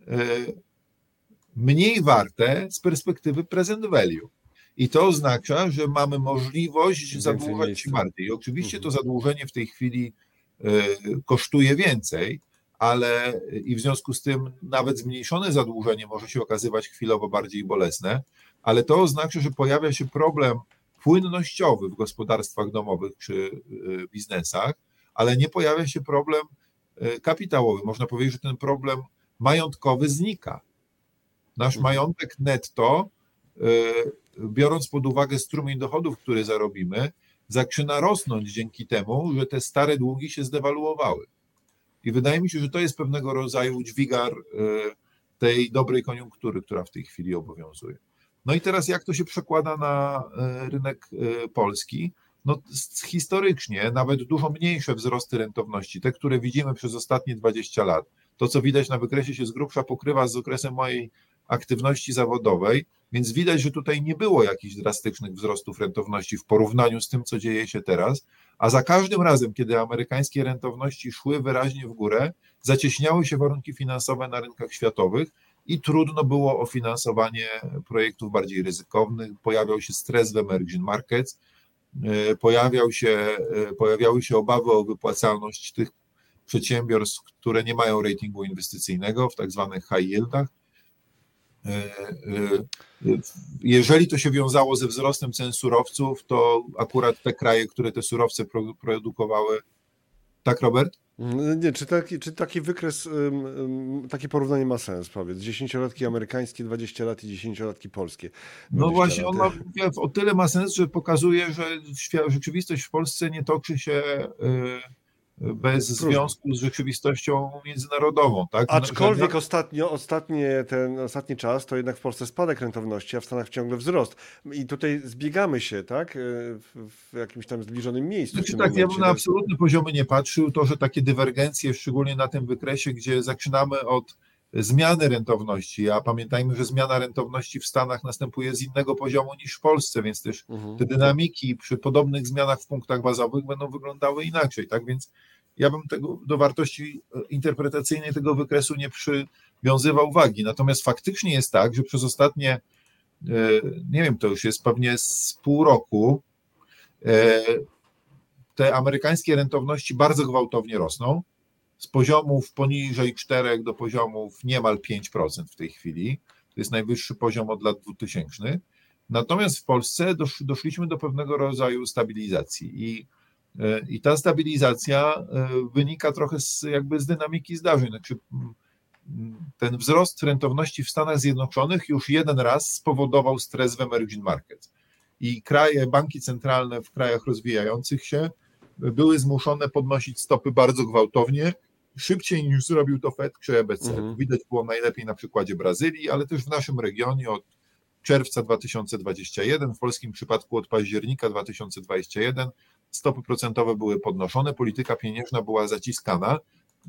mniej warte z perspektywy present value. I to oznacza, że mamy możliwość zadłużać się bardziej. I oczywiście to zadłużenie w tej chwili kosztuje więcej, ale i w związku z tym nawet zmniejszone zadłużenie może się okazywać chwilowo bardziej bolesne, ale to oznacza, że pojawia się problem płynnościowy w gospodarstwach domowych czy biznesach, ale nie pojawia się problem kapitałowy. Można powiedzieć, że ten problem majątkowy znika. Nasz majątek netto, biorąc pod uwagę strumień dochodów, który zarobimy, zaczyna rosnąć dzięki temu, że te stare długi się zdewaluowały. I wydaje mi się, że to jest pewnego rodzaju dźwigar tej dobrej koniunktury, która w tej chwili obowiązuje. No i teraz jak to się przekłada na rynek polski? No historycznie nawet dużo mniejsze wzrosty rentowności, te, które widzimy przez ostatnie dwadzieścia lat, to co widać na wykresie się z grubsza pokrywa z okresem mojej aktywności zawodowej, więc widać, że tutaj nie było jakichś drastycznych wzrostów rentowności w porównaniu z tym, co dzieje się teraz, a za każdym razem, kiedy amerykańskie rentowności szły wyraźnie w górę, zacieśniały się warunki finansowe na rynkach światowych i trudno było o finansowanie projektów bardziej ryzykownych, pojawiał się stres w emerging markets, pojawiał się, pojawiały się obawy o wypłacalność tych przedsiębiorstw, które nie mają ratingu inwestycyjnego w tak zwanych high yieldach. Jeżeli to się wiązało ze wzrostem cen surowców, to akurat te kraje, które te surowce produkowały. Tak, Robert? Nie, czy taki, czy taki wykres, takie porównanie ma sens, powiedz? dziesięciolatki amerykańskie, dwadzieścia lat i dziesięciolatki polskie. No właśnie, on ma, o tyle ma sens, że pokazuje, że rzeczywistość w Polsce nie toczy się bez związku z rzeczywistością międzynarodową. Tak? Aczkolwiek Że... ostatnio, ostatnie, ten ostatni czas to jednak w Polsce spadek rentowności, a w Stanach ciągle wzrost. I tutaj zbiegamy się, tak? W, w jakimś tam zbliżonym miejscu. Znaczy, w tym tak, momencie. ja bym na absolutne poziomy nie patrzył. To, że takie dywergencje, szczególnie na tym wykresie, gdzie zaczynamy od zmiany rentowności, a pamiętajmy, że zmiana rentowności w Stanach następuje z innego poziomu niż w Polsce, więc też Mhm. te dynamiki przy podobnych zmianach w punktach bazowych będą wyglądały inaczej, tak, więc ja bym tego do wartości interpretacyjnej tego wykresu nie przywiązywał wagi, natomiast faktycznie jest tak, że przez ostatnie, nie wiem, to już jest pewnie z pół roku, te amerykańskie rentowności bardzo gwałtownie rosną, z poziomów poniżej czterech do poziomów niemal pięć procent w tej chwili. To jest najwyższy poziom od lat dwutysięcznych. Natomiast w Polsce dosz, doszliśmy do pewnego rodzaju stabilizacji i, i ta stabilizacja wynika trochę z, jakby z dynamiki zdarzeń. Znaczy, ten wzrost rentowności w Stanach Zjednoczonych już jeden raz spowodował stres w emerging markets. I kraje, banki centralne w krajach rozwijających się były zmuszone podnosić stopy bardzo gwałtownie, szybciej niż zrobił to Fed czy E B C. Mhm. Widać było najlepiej na przykładzie Brazylii, ale też w naszym regionie od czerwca dwa tysiące dwudziestego pierwszego, w polskim przypadku od października dwa tysiące dwudziestego pierwszego, stopy procentowe były podnoszone, polityka pieniężna była zaciskana,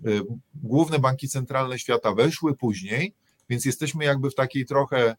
główne banki centralne świata weszły później, więc jesteśmy jakby w takiej trochę,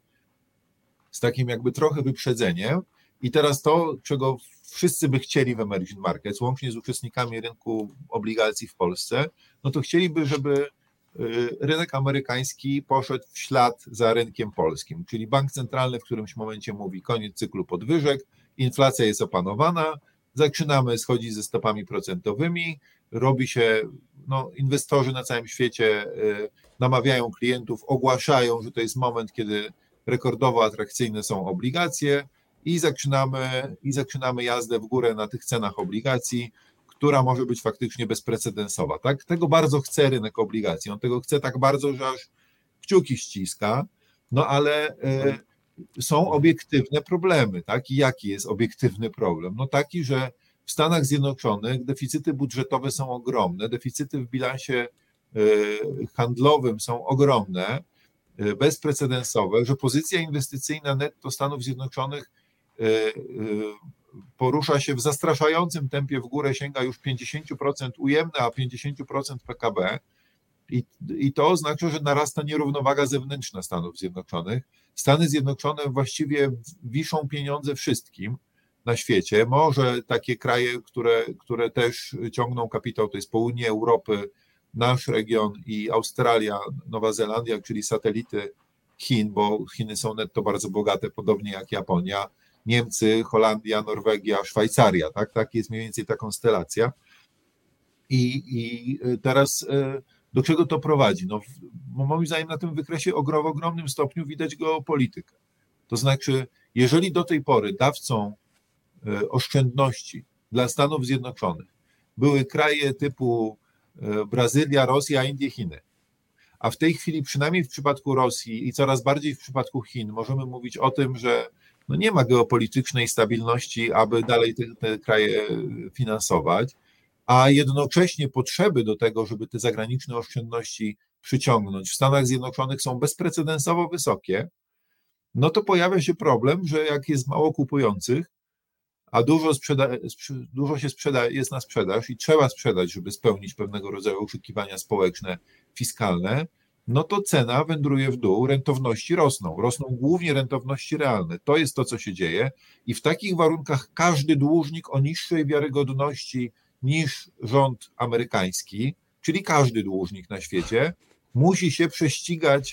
z takim jakby trochę wyprzedzeniem i teraz to, czego wszyscy by chcieli w emerging markets, łącznie z uczestnikami rynku obligacji w Polsce, no to chcieliby, żeby rynek amerykański poszedł w ślad za rynkiem polskim, czyli bank centralny w którymś momencie mówi koniec cyklu podwyżek, inflacja jest opanowana, zaczynamy schodzić ze stopami procentowymi, robi się, no inwestorzy na całym świecie namawiają klientów, ogłaszają, że to jest moment, kiedy rekordowo atrakcyjne są obligacje i zaczynamy, i zaczynamy jazdę w górę na tych cenach obligacji, która może być faktycznie bezprecedensowa. Tak? Tego bardzo chce rynek obligacji. On tego chce tak bardzo, że aż kciuki ściska, no ale y, są obiektywne problemy. Tak? I jaki jest obiektywny problem? No taki, że w Stanach Zjednoczonych deficyty budżetowe są ogromne, deficyty w bilansie y, handlowym są ogromne, y, bezprecedensowe, że pozycja inwestycyjna netto Stanów Zjednoczonych y, y, porusza się w zastraszającym tempie w górę, sięga już pięćdziesiąt procent ujemne, a pięćdziesiąt procent P K B. I, I to oznacza, że narasta nierównowaga zewnętrzna Stanów Zjednoczonych. Stany Zjednoczone właściwie wiszą pieniądze wszystkim na świecie. Może takie kraje, które, które też ciągną kapitał, to jest południe Europy, nasz region i Australia, Nowa Zelandia, czyli satelity Chin, bo Chiny są netto bardzo bogate, podobnie jak Japonia. Niemcy, Holandia, Norwegia, Szwajcaria, tak? Tak jest mniej więcej ta konstelacja. I, i teraz do czego to prowadzi? No, moim zdaniem na tym wykresie w ogromnym stopniu widać geopolitykę. To znaczy, jeżeli do tej pory dawcą oszczędności dla Stanów Zjednoczonych były kraje typu Brazylia, Rosja, Indie, Chiny, a w tej chwili przynajmniej w przypadku Rosji i coraz bardziej w przypadku Chin możemy mówić o tym, że no nie ma geopolitycznej stabilności, aby dalej te, te kraje finansować, a jednocześnie potrzeby do tego, żeby te zagraniczne oszczędności przyciągnąć w Stanach Zjednoczonych są bezprecedensowo wysokie, no to pojawia się problem, że jak jest mało kupujących, a dużo, sprzeda- dużo się sprzeda- jest na sprzedaż i trzeba sprzedać, żeby spełnić pewnego rodzaju oczekiwania społeczne, fiskalne, no to cena wędruje w dół, rentowności rosną. Rosną głównie rentowności realne. To jest to, co się dzieje i w takich warunkach każdy dłużnik o niższej wiarygodności niż rząd amerykański, czyli każdy dłużnik na świecie, musi się prześcigać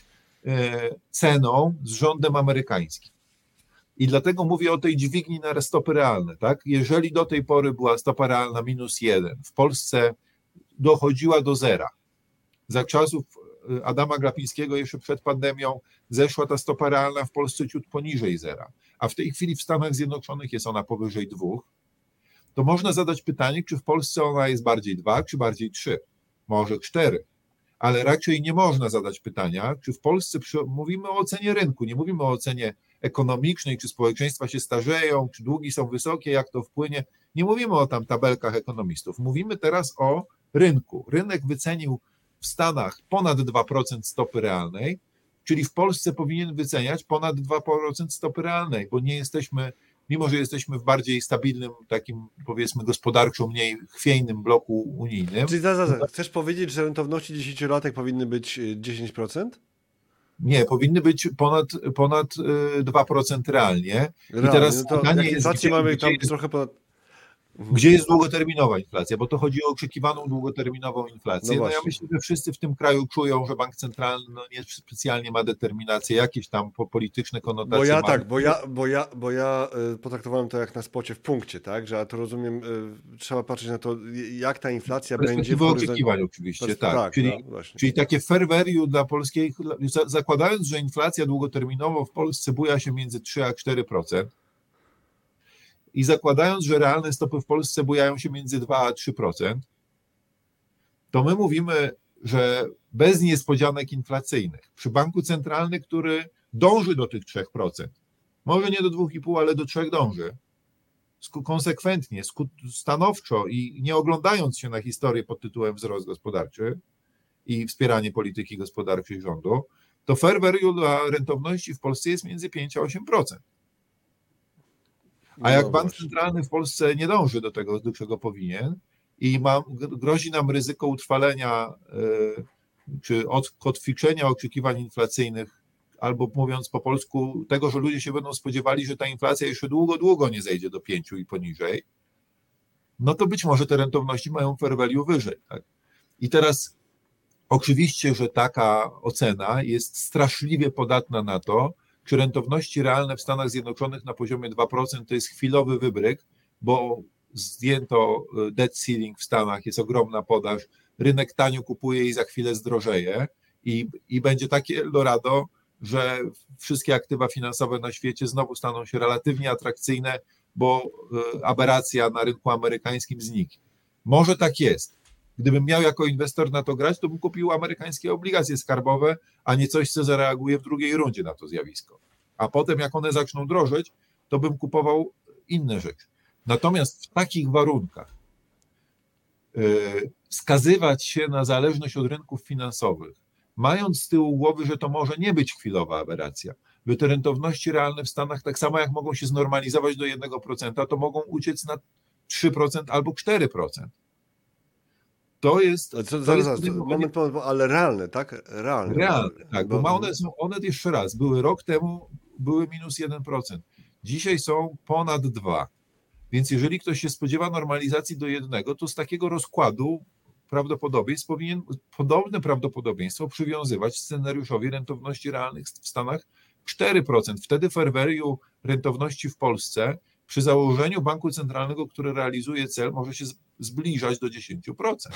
ceną z rządem amerykańskim. I dlatego mówię o tej dźwigni na stopy realne. Tak? Jeżeli do tej pory była stopa realna minus jeden, w Polsce dochodziła do zera. Za czasów Adama Glapińskiego jeszcze przed pandemią zeszła ta stopa realna w Polsce ciut poniżej zera, a w tej chwili w Stanach Zjednoczonych jest ona powyżej dwóch, to można zadać pytanie, czy w Polsce ona jest bardziej dwa, czy bardziej trzy, może cztery, ale raczej nie można zadać pytania, czy w Polsce, przy, mówimy o ocenie rynku, nie mówimy o ocenie ekonomicznej, czy społeczeństwa się starzeją, czy długi są wysokie, jak to wpłynie, nie mówimy o tam tabelkach ekonomistów, mówimy teraz o rynku. Rynek wycenił w Stanach ponad dwa procent stopy realnej, czyli w Polsce powinien wyceniać ponad dwa procent stopy realnej, bo nie jesteśmy, mimo że jesteśmy w bardziej stabilnym, takim powiedzmy gospodarczo mniej chwiejnym bloku unijnym. Czyli za, za, za. Chcesz powiedzieć, że rentowności dziesięciolatek powinny być dziesięć procent? Nie, powinny być ponad, ponad dwa procent realnie. Realnie. I teraz No to pytanie jak jest, inflację gdzie, mamy gdzie tam jest, trochę ponad... gdzie jest długoterminowa inflacja, bo to chodzi o oczekiwaną długoterminową inflację. No No, ja właśnie. myślę, że wszyscy w tym kraju czują, że bank centralny no, nie specjalnie ma determinację, jakieś tam po- polityczne konotacje Bo ja ma. tak, bo ja, bo ja, bo ja y, potraktowałem to jak na spocie w punkcie, tak? Że ja to rozumiem, y, trzeba patrzeć na to, jak ta inflacja będzie w Perspektywy horyzoncie. oczekiwań oczywiście, Perspe- tak. tak, Czyli, no, właśnie. czyli takie fair value dla polskiej, za- zakładając, że inflacja długoterminowo w Polsce buja się między trzy a cztery procent i zakładając, że realne stopy w Polsce bujają się między dwa a trzy procent, to my mówimy, że bez niespodzianek inflacyjnych, przy banku centralnym, który dąży do tych trzy procent, może nie do dwa i pół, ale do trzech dąży, sku- konsekwentnie, sku- stanowczo i nie oglądając się na historię pod tytułem wzrost gospodarczy i wspieranie polityki gospodarczej rządu, to fair value dla rentowności w Polsce jest między pięć a osiem procent. A jak No bank właśnie. centralny w Polsce nie dąży do tego, do czego powinien i ma, grozi nam ryzyko utrwalenia y, czy odkotwiczenia oczekiwań inflacyjnych, albo mówiąc po polsku, tego, że ludzie się będą spodziewali, że ta inflacja jeszcze długo, długo nie zejdzie do pięciu i poniżej, no to być może te rentowności mają fair value wyżej. Tak? I teraz oczywiście, że taka ocena jest straszliwie podatna na to, czy rentowności realne w Stanach Zjednoczonych na poziomie dwa procent to jest chwilowy wybryk, bo zdjęto debt ceiling w Stanach, jest ogromna podaż, rynek tanio kupuje i za chwilę zdrożeje i, i będzie takie Eldorado, że wszystkie aktywa finansowe na świecie znowu staną się relatywnie atrakcyjne, bo aberracja na rynku amerykańskim zniknie. Może tak jest. Gdybym miał jako inwestor na to grać, to bym kupił amerykańskie obligacje skarbowe, a nie coś, co zareaguje w drugiej rundzie na to zjawisko. A potem, jak one zaczną drożeć, to bym kupował inne rzeczy. Natomiast w takich warunkach yy, skazywać się na zależność od rynków finansowych, mając z tyłu głowy, że to może nie być chwilowa aberracja, by te rentowności realne w Stanach, tak samo jak mogą się znormalizować do jednego procenta, to mogą uciec na trzy procent albo cztery procent. To jest. Co, to zaraz, jest zaraz, moment, moment, ale realne, tak? Realne. Realne, tak, bo, Bo- ma one są, one jeszcze raz, były rok temu, były minus jeden procent. Dzisiaj są ponad dwa. Więc jeżeli ktoś się spodziewa normalizacji do jednego, to z takiego rozkładu prawdopodobieństw powinien podobne prawdopodobieństwo przywiązywać scenariuszowi rentowności realnych w Stanach cztery procent. Wtedy fair value rentowności w Polsce przy założeniu banku centralnego, który realizuje cel, może się zbliżać do dziesięć procent.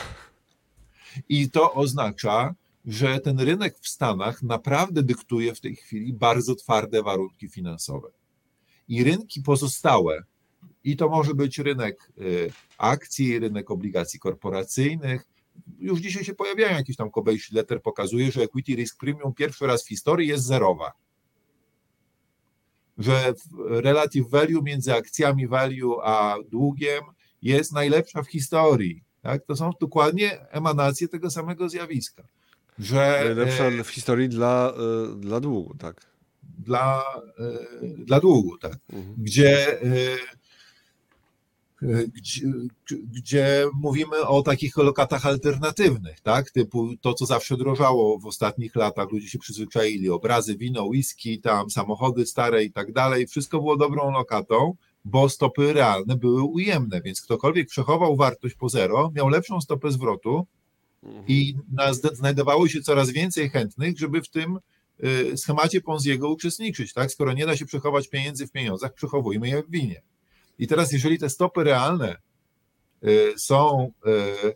I to oznacza, że ten rynek w Stanach naprawdę dyktuje w tej chwili bardzo twarde warunki finansowe. I rynki pozostałe, i to może być rynek akcji, rynek obligacji korporacyjnych, już dzisiaj się pojawiają jakieś tam Kobeishii letter, pokazuje, że equity risk premium pierwszy raz w historii jest zerowa. Że relative value między akcjami value a długiem jest najlepsza w historii. Tak? To są dokładnie emanacje tego samego zjawiska. Że Najlepsza w historii dla, y, dla długu, tak. Dla, y, dla długu, tak. Mhm. Gdzie, y, gdzie, gdzie mówimy o takich lokatach alternatywnych, tak? Typu to, co zawsze drożało w ostatnich latach, ludzie się przyzwyczaili, obrazy, wino, whisky, tam samochody stare i tak dalej, wszystko było dobrą lokatą, bo stopy realne były ujemne, więc ktokolwiek przechował wartość po zero, miał lepszą stopę zwrotu i na, znajdowało się coraz więcej chętnych, żeby w tym y, schemacie Ponziego uczestniczyć, tak? Skoro nie da się przechować pieniędzy w pieniądzach, przechowujmy je w winie. I teraz, jeżeli te stopy realne y, są y,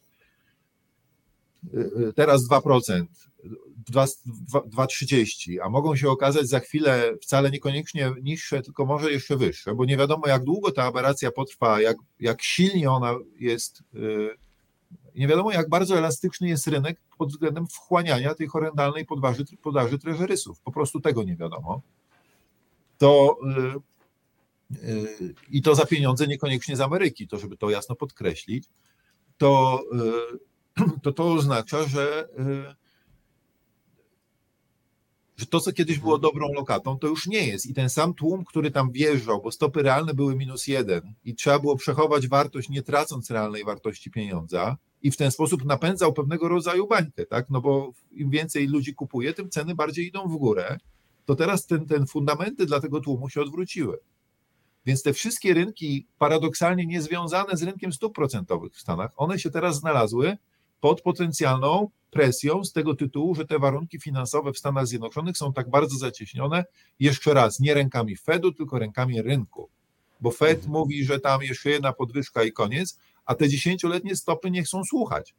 y, teraz dwa procent, dwa przecinek trzydzieści, a mogą się okazać za chwilę wcale niekoniecznie niższe, tylko może jeszcze wyższe, bo nie wiadomo, jak długo ta aberracja potrwa, jak, jak silnie ona jest, y, nie wiadomo, jak bardzo elastyczny jest rynek pod względem wchłaniania tej horrendalnej podaży, podaży treżerysów. Po prostu tego nie wiadomo. To y, i to za pieniądze niekoniecznie z Ameryki, to żeby to jasno podkreślić, to to to oznacza, że, że to, co kiedyś było dobrą lokatą, to już nie jest. I ten sam tłum, który tam wjeżdżał, bo stopy realne były minus jeden i trzeba było przechować wartość, nie tracąc realnej wartości pieniądza, i w ten sposób napędzał pewnego rodzaju bańkę, tak? No bo im więcej ludzi kupuje, tym ceny bardziej idą w górę. To teraz ten, ten fundamenty dla tego tłumu się odwróciły. Więc te wszystkie rynki paradoksalnie niezwiązane z rynkiem stóp procentowych w Stanach, one się teraz znalazły pod potencjalną presją z tego tytułu, że te warunki finansowe w Stanach Zjednoczonych są tak bardzo zacieśnione, jeszcze raz, nie rękami Fedu, tylko rękami rynku. Bo Fed mhm. mówi, że tam jeszcze jedna podwyżka i koniec, a te dziesięcioletnie stopy nie chcą słuchać.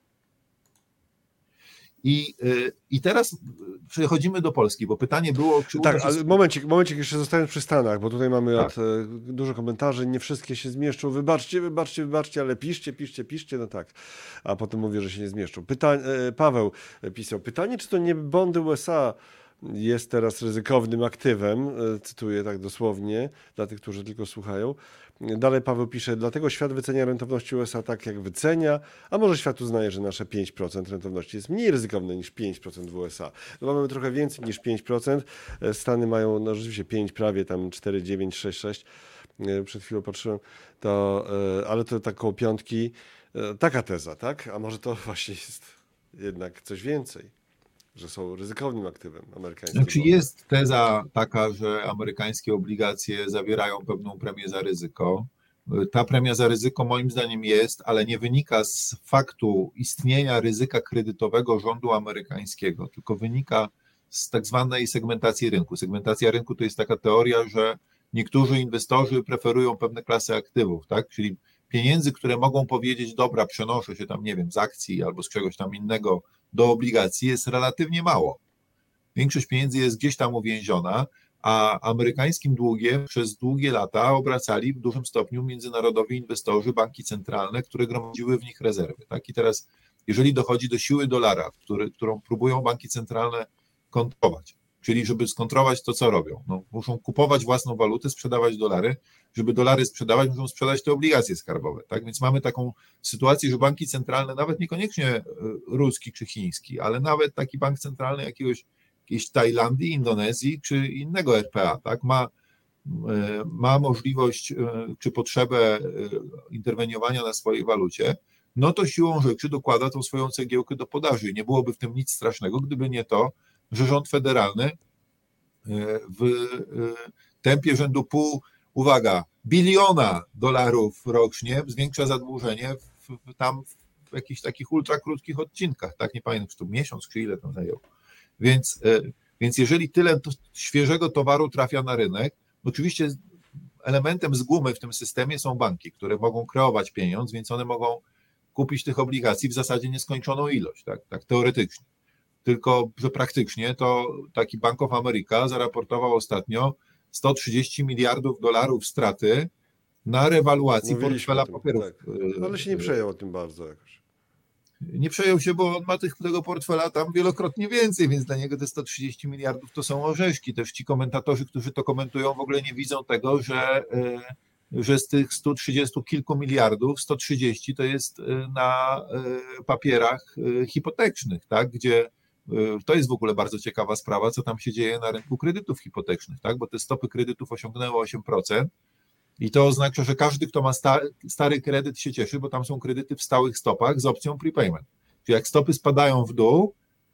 I, I teraz przechodzimy do Polski, bo pytanie było, czy tak, uda się... ale momencik, momencik jeszcze zostając przy Stanach, bo tutaj mamy tak. od, dużo komentarzy, nie wszystkie się zmieszczą, wybaczcie, wybaczcie, wybaczcie, ale piszcie, piszcie, piszcie, no tak, a potem mówię, że się nie zmieszczą. Pyta... Paweł pisał, pytanie, czy to nie bondy U S A jest teraz ryzykownym aktywem, cytuję tak dosłownie, dla tych, którzy tylko słuchają. Dalej Paweł pisze, dlatego świat wycenia rentowności U S A tak, jak wycenia, a może świat uznaje, że nasze pięć procent rentowności jest mniej ryzykowne niż pięć procent w U S A. No mamy trochę więcej niż pięć procent, Stany mają no rzeczywiście pięć, prawie tam cztery, dziewięć, sześć, sześć, przed chwilą patrzyłem, to, ale to tak koło piątki, taka teza, tak? A może to właśnie jest jednak coś więcej, że są ryzykownym aktywem amerykańskim. Znaczy jest teza taka, że amerykańskie obligacje zawierają pewną premię za ryzyko. Ta premia za ryzyko moim zdaniem jest, ale nie wynika z faktu istnienia ryzyka kredytowego rządu amerykańskiego, tylko wynika z tak zwanej segmentacji rynku. Segmentacja rynku to jest taka teoria, że niektórzy inwestorzy preferują pewne klasy aktywów, tak? Czyli pieniędzy, które mogą powiedzieć, dobra, przenoszę się tam, nie wiem, z akcji albo z czegoś tam innego do obligacji, jest relatywnie mało. Większość pieniędzy jest gdzieś tam uwięziona, a amerykańskim długiem przez długie lata obracali w dużym stopniu międzynarodowi inwestorzy, banki centralne, które gromadziły w nich rezerwy. Tak? I teraz, jeżeli dochodzi do siły dolara, który, którą próbują banki centralne kontrolować, czyli żeby skontrolować to, co robią, no, muszą kupować własną walutę, sprzedawać dolary, żeby dolary sprzedawać, muszą sprzedać te obligacje skarbowe. Tak? Więc mamy taką sytuację, że banki centralne, nawet niekoniecznie ruski czy chiński, ale nawet taki bank centralny jakiegoś, jakiejś Tajlandii, Indonezji czy innego R P A, tak? ma, ma możliwość czy potrzebę interweniowania na swojej walucie, no to siłą rzeczy dokłada tą swoją cegiełkę do podaży. Nie byłoby w tym nic strasznego, gdyby nie to, że rząd federalny w tempie rzędu pół, uwaga, biliona dolarów rocznie zwiększa zadłużenie w, w, tam w jakichś takich ultrakrótkich odcinkach, tak? Nie pamiętam, czy to miesiąc, czy ile tam zajęło. Więc, więc jeżeli tyle to świeżego towaru trafia na rynek, oczywiście elementem z gumy w tym systemie są banki, które mogą kreować pieniądz, więc one mogą kupić tych obligacji w zasadzie nieskończoną ilość, tak, tak teoretycznie. Tylko, że praktycznie to taki Bank of America zaraportował ostatnio sto trzydzieści miliardów dolarów straty na rewaluacji Mówiliśmy portfela tym, papierów. tak. Ale się nie przejął tym bardzo jakoś. Nie przejął się, bo on ma tych, tego portfela tam wielokrotnie więcej, więc dla niego te sto trzydzieści miliardów to są orzeszki. Też ci komentatorzy, którzy to komentują, w ogóle nie widzą tego, że, że z tych stu trzydziestu kilku miliardów, sto trzydzieści to jest na papierach hipotecznych, tak, gdzie to jest w ogóle bardzo ciekawa sprawa, co tam się dzieje na rynku kredytów hipotecznych, tak, bo te stopy kredytów osiągnęły osiem procent i to oznacza, że każdy, kto ma sta, stary kredyt, się cieszy, bo tam są kredyty w stałych stopach z opcją prepayment. Czyli jak stopy spadają w dół,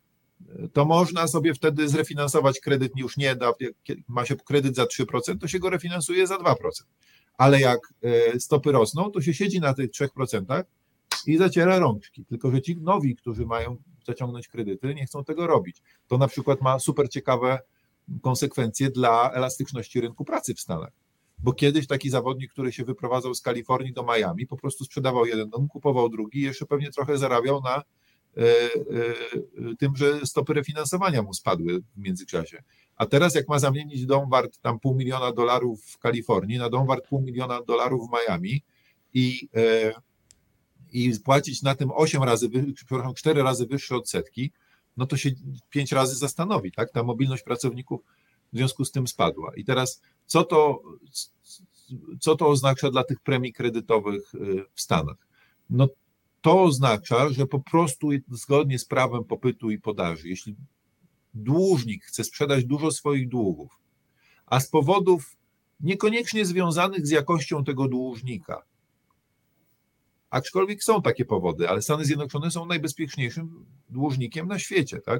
to można sobie wtedy zrefinansować kredyt, już nie da, jak ma się kredyt za trzy procent, to się go refinansuje za dwa procent. Ale jak stopy rosną, to się siedzi na tych trzech procentach i zaciera rączki. Tylko że ci nowi, którzy mają zaciągnąć kredyty, nie chcą tego robić. To na przykład ma super ciekawe konsekwencje dla elastyczności rynku pracy w Stanach. Bo kiedyś taki zawodnik, który się wyprowadzał z Kalifornii do Miami, po prostu sprzedawał jeden dom, kupował drugi i jeszcze pewnie trochę zarabiał na y, y, tym, że stopy refinansowania mu spadły w międzyczasie. A teraz jak ma zamienić dom wart tam pół miliona dolarów w Kalifornii na dom wart pół miliona dolarów w Miami i, y, i płacić na tym osiem razy, przepraszam, cztery razy wyższe odsetki, no to się pięć razy zastanowi, tak? Ta mobilność pracowników w związku z tym spadła. I teraz co to, co to oznacza dla tych premii kredytowych w Stanach? No to oznacza, że po prostu zgodnie z prawem popytu i podaży, jeśli dłużnik chce sprzedać dużo swoich długów, a z powodów niekoniecznie związanych z jakością tego dłużnika, aczkolwiek są takie powody, ale Stany Zjednoczone są najbezpieczniejszym dłużnikiem na świecie, tak?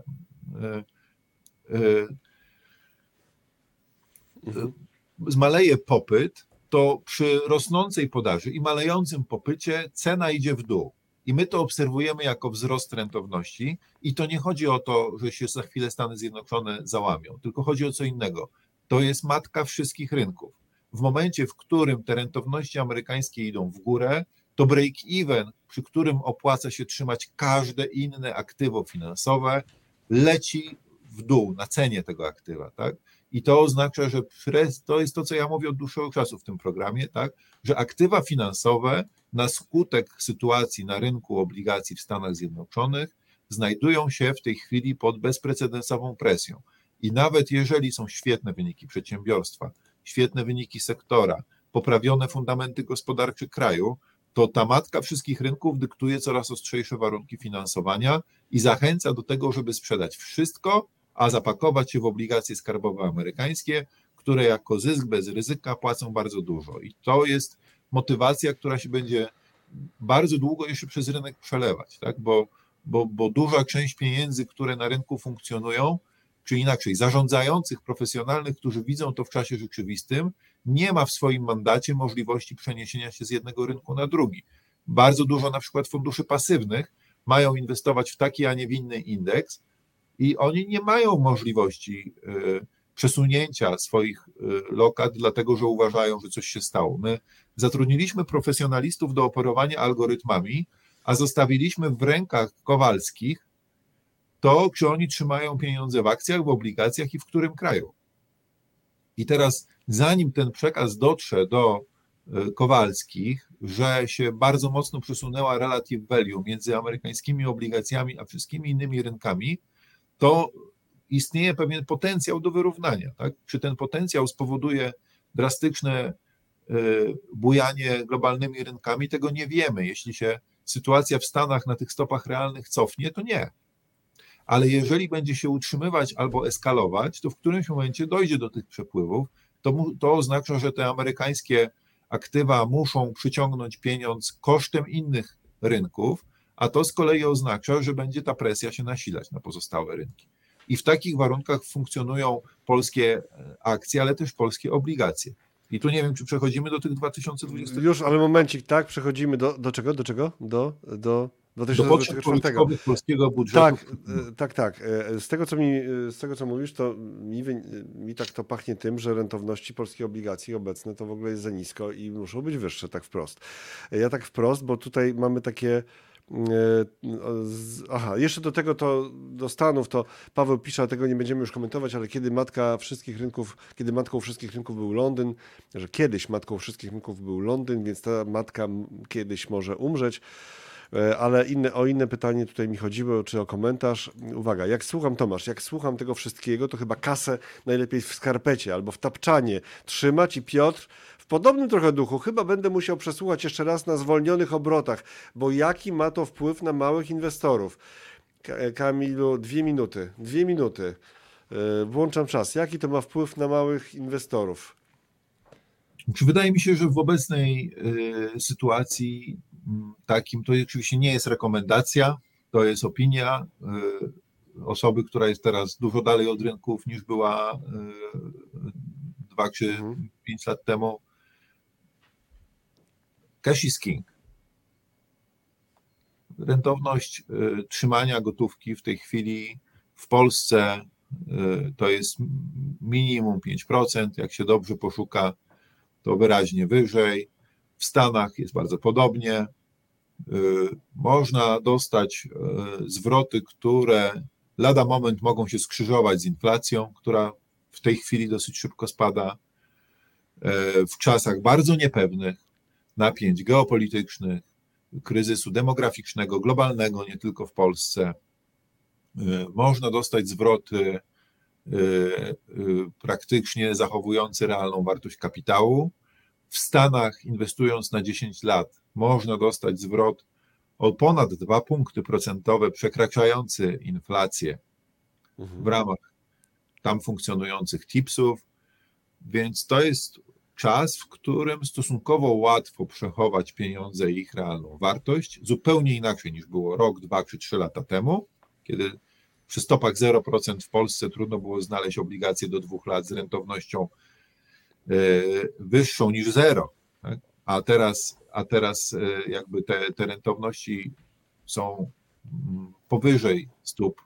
Zmaleje popyt, to przy rosnącej podaży i malejącym popycie cena idzie w dół. I my to obserwujemy jako wzrost rentowności i to nie chodzi o to, że się za chwilę Stany Zjednoczone załamią, tylko chodzi o co innego. To jest matka wszystkich rynków. W momencie, w którym te rentowności amerykańskie idą w górę, to break-even, przy którym opłaca się trzymać każde inne aktywo finansowe, leci w dół na cenie tego aktywa, tak? I to oznacza, że to jest to, co ja mówię od dłuższego czasu w tym programie, tak? Że aktywa finansowe na skutek sytuacji na rynku obligacji w Stanach Zjednoczonych znajdują się w tej chwili pod bezprecedensową presją. I nawet jeżeli są świetne wyniki przedsiębiorstwa, świetne wyniki sektora, poprawione fundamenty gospodarcze kraju, to ta matka wszystkich rynków dyktuje coraz ostrzejsze warunki finansowania i zachęca do tego, żeby sprzedać wszystko, a zapakować się w obligacje skarbowe amerykańskie, które jako zysk bez ryzyka płacą bardzo dużo. I to jest motywacja, która się będzie bardzo długo jeszcze przez rynek przelewać, tak? bo, bo, bo duża część pieniędzy, które na rynku funkcjonują, czy inaczej zarządzających profesjonalnych, którzy widzą to w czasie rzeczywistym, nie ma w swoim mandacie możliwości przeniesienia się z jednego rynku na drugi. Bardzo dużo na przykład funduszy pasywnych mają inwestować w taki, a nie w inny indeks i oni nie mają możliwości przesunięcia swoich lokat, dlatego że uważają, że coś się stało. My zatrudniliśmy profesjonalistów do operowania algorytmami, a zostawiliśmy w rękach Kowalskich to, czy oni trzymają pieniądze w akcjach, w obligacjach i w którym kraju. I teraz, zanim ten przekaz dotrze do Kowalskich, że się bardzo mocno przesunęła relative value między amerykańskimi obligacjami a wszystkimi innymi rynkami, to istnieje pewien potencjał do wyrównania. Tak? Czy ten potencjał spowoduje drastyczne bujanie globalnymi rynkami, tego nie wiemy. Jeśli się sytuacja w Stanach na tych stopach realnych cofnie, to nie. Ale jeżeli będzie się utrzymywać albo eskalować, to w którymś momencie dojdzie do tych przepływów. To, mu, to oznacza, że te amerykańskie aktywa muszą przyciągnąć pieniądz kosztem innych rynków, a to z kolei oznacza, że będzie ta presja się nasilać na pozostałe rynki. I w takich warunkach funkcjonują polskie akcje, ale też polskie obligacje. I tu nie wiem, czy przechodzimy do tych dwa tysiące dwudziestego. Już, ale momencik, tak, przechodzimy do, do czego? Do czego? Do, do, do do potrzeb polskiego, polskiego budżetu. Tak, tak, tak. Z tego, co mi, z tego, co mówisz, to mi, mi tak to pachnie tym, że rentowności polskich obligacji obecne to w ogóle jest za nisko i muszą być wyższe, tak wprost. Ja tak wprost, bo tutaj mamy takie... Aha, jeszcze do tego to do Stanów, to Paweł pisze, a tego nie będziemy już komentować, ale kiedy matka wszystkich rynków, kiedy matką wszystkich rynków był Londyn, że kiedyś matką wszystkich rynków był Londyn, więc ta matka kiedyś może umrzeć. Ale inne, o inne pytanie tutaj mi chodziło, czy o komentarz. Uwaga, jak słucham, Tomasz, jak słucham tego wszystkiego, to chyba kasę najlepiej w skarpecie albo w tapczanie trzymać i Piotr w podobnym trochę duchu chyba będę musiał przesłuchać jeszcze raz na zwolnionych obrotach, bo jaki ma to wpływ na małych inwestorów? Kamilu, dwie minuty, dwie minuty. Włączam czas. Jaki to ma wpływ na małych inwestorów? Wydaje mi się, że w obecnej y, sytuacji takim, to oczywiście nie jest rekomendacja, to jest opinia y, osoby, która jest teraz dużo dalej od rynków niż była y, dwa czy mhm. pięć lat temu. Cash is king. Rentowność y, trzymania gotówki w tej chwili w Polsce y, to jest minimum pięć procent, jak się dobrze poszuka, to wyraźnie wyżej. W Stanach jest bardzo podobnie. Można dostać zwroty, które lada moment mogą się skrzyżować z inflacją, która w tej chwili dosyć szybko spada. W czasach bardzo niepewnych, napięć geopolitycznych, kryzysu demograficznego, globalnego, nie tylko w Polsce, można dostać zwroty praktycznie zachowujące realną wartość kapitału. W Stanach, inwestując na dziesięć lat, można dostać zwrot o ponad dwa punkty procentowe przekraczający inflację Mhm. w ramach tam funkcjonujących tipsów, więc to jest czas, w którym stosunkowo łatwo przechować pieniądze i ich realną wartość, zupełnie inaczej niż było rok, dwa czy trzy lata temu, kiedy przy stopach zero procent w Polsce trudno było znaleźć obligacje do dwóch lat z rentownością wyższą niż zero, tak? A teraz, a teraz jakby te, te rentowności są powyżej stóp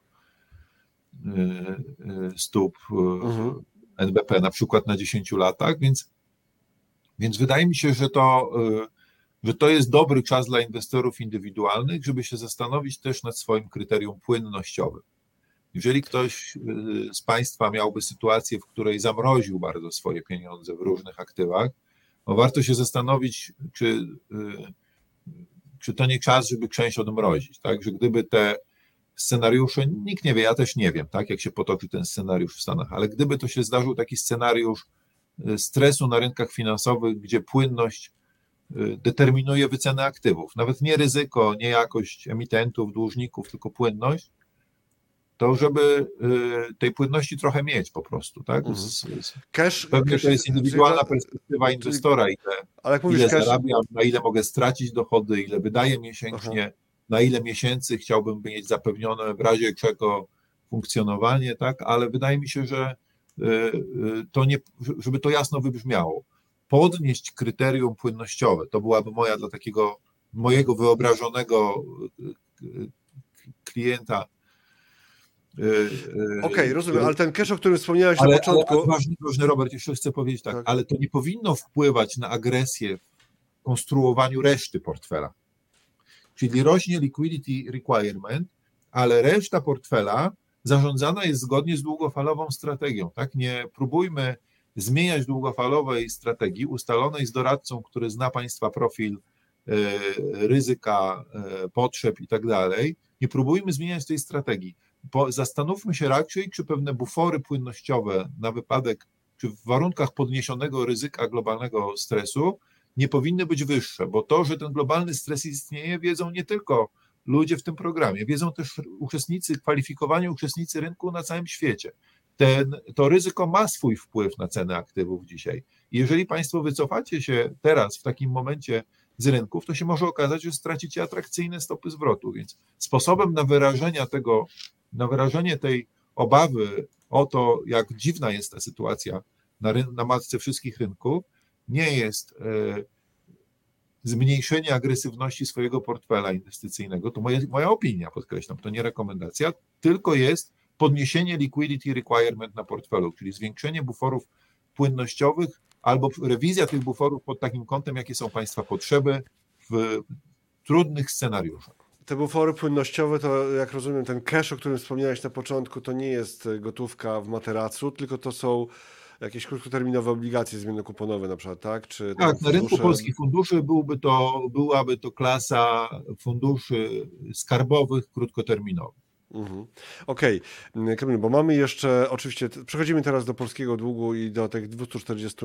stóp Mhm. N B P na przykład na dziesięciu latach, więc, więc wydaje mi się, że to, że to jest dobry czas dla inwestorów indywidualnych, żeby się zastanowić też nad swoim kryterium płynnościowym. Jeżeli ktoś z Państwa miałby sytuację, w której zamroził bardzo swoje pieniądze w różnych aktywach, no warto się zastanowić, czy, czy to nie czas, żeby część odmrozić, tak? Że gdyby te scenariusze, nikt nie wie, ja też nie wiem, tak, jak się potoczy ten scenariusz w Stanach, ale gdyby to się zdarzył taki scenariusz stresu na rynkach finansowych, gdzie płynność determinuje wycenę aktywów, nawet nie ryzyko, nie jakość emitentów, dłużników, tylko płynność, to żeby tej płynności trochę mieć po prostu, tak? Mhm. Z, z, Cash, pewnie cash, to jest indywidualna czyli, perspektywa inwestora, ile, ale jak mówisz ile cash, zarabiam, na ile mogę stracić dochody, ile wydaję miesięcznie, aha, na ile miesięcy chciałbym mieć zapewnione w razie czego funkcjonowanie, tak? Ale wydaje mi się, że to nie, żeby to jasno wybrzmiało, podnieść kryterium płynnościowe, to byłaby moja dla takiego mojego wyobrażonego klienta. okej, okay, rozumiem, ale ten cash, o którym wspomniałeś ale, na początku... Ale, ale ważny, ważny, Robert, jeszcze chcę powiedzieć tak, tak, ale to nie powinno wpływać na agresję w konstruowaniu reszty portfela. Czyli rośnie liquidity requirement, ale reszta portfela zarządzana jest zgodnie z długofalową strategią. Tak? Nie próbujmy zmieniać długofalowej strategii ustalonej z doradcą, który zna Państwa profil e, ryzyka, e, potrzeb i tak dalej. Nie próbujmy zmieniać tej strategii. Bo zastanówmy się raczej, czy pewne bufory płynnościowe na wypadek, czy w warunkach podniesionego ryzyka globalnego stresu nie powinny być wyższe, bo to, że ten globalny stres istnieje, wiedzą nie tylko ludzie w tym programie, wiedzą też uczestnicy, kwalifikowani uczestnicy rynku na całym świecie. Ten, to ryzyko ma swój wpływ na cenę aktywów dzisiaj. I jeżeli Państwo wycofacie się teraz w takim momencie z rynków, to się może okazać, że stracicie atrakcyjne stopy zwrotu, więc sposobem na wyrażenie tego, na wyrażenie tej obawy o to, jak dziwna jest ta sytuacja na, ryn- na matce wszystkich rynków, nie jest e, zmniejszenie agresywności swojego portfela inwestycyjnego, to moja, moja opinia, podkreślam, to nie rekomendacja, tylko jest podniesienie liquidity requirement na portfelu, czyli zwiększenie buforów płynnościowych albo rewizja tych buforów pod takim kątem, jakie są Państwa potrzeby w trudnych scenariuszach. Te bufory płynnościowe, to jak rozumiem, ten cash, o którym wspomniałeś na początku, to nie jest gotówka w materacu, tylko to są jakieś krótkoterminowe obligacje zmiennokuponowe na przykład, tak? Czy tak, na rynku fundusze... polskich funduszy byłby to, byłaby to klasa funduszy skarbowych krótkoterminowych. Mhm. Okej, okay. Kamil, bo mamy jeszcze, oczywiście, przechodzimy teraz do polskiego długu i do tych dwieście czterdzieści,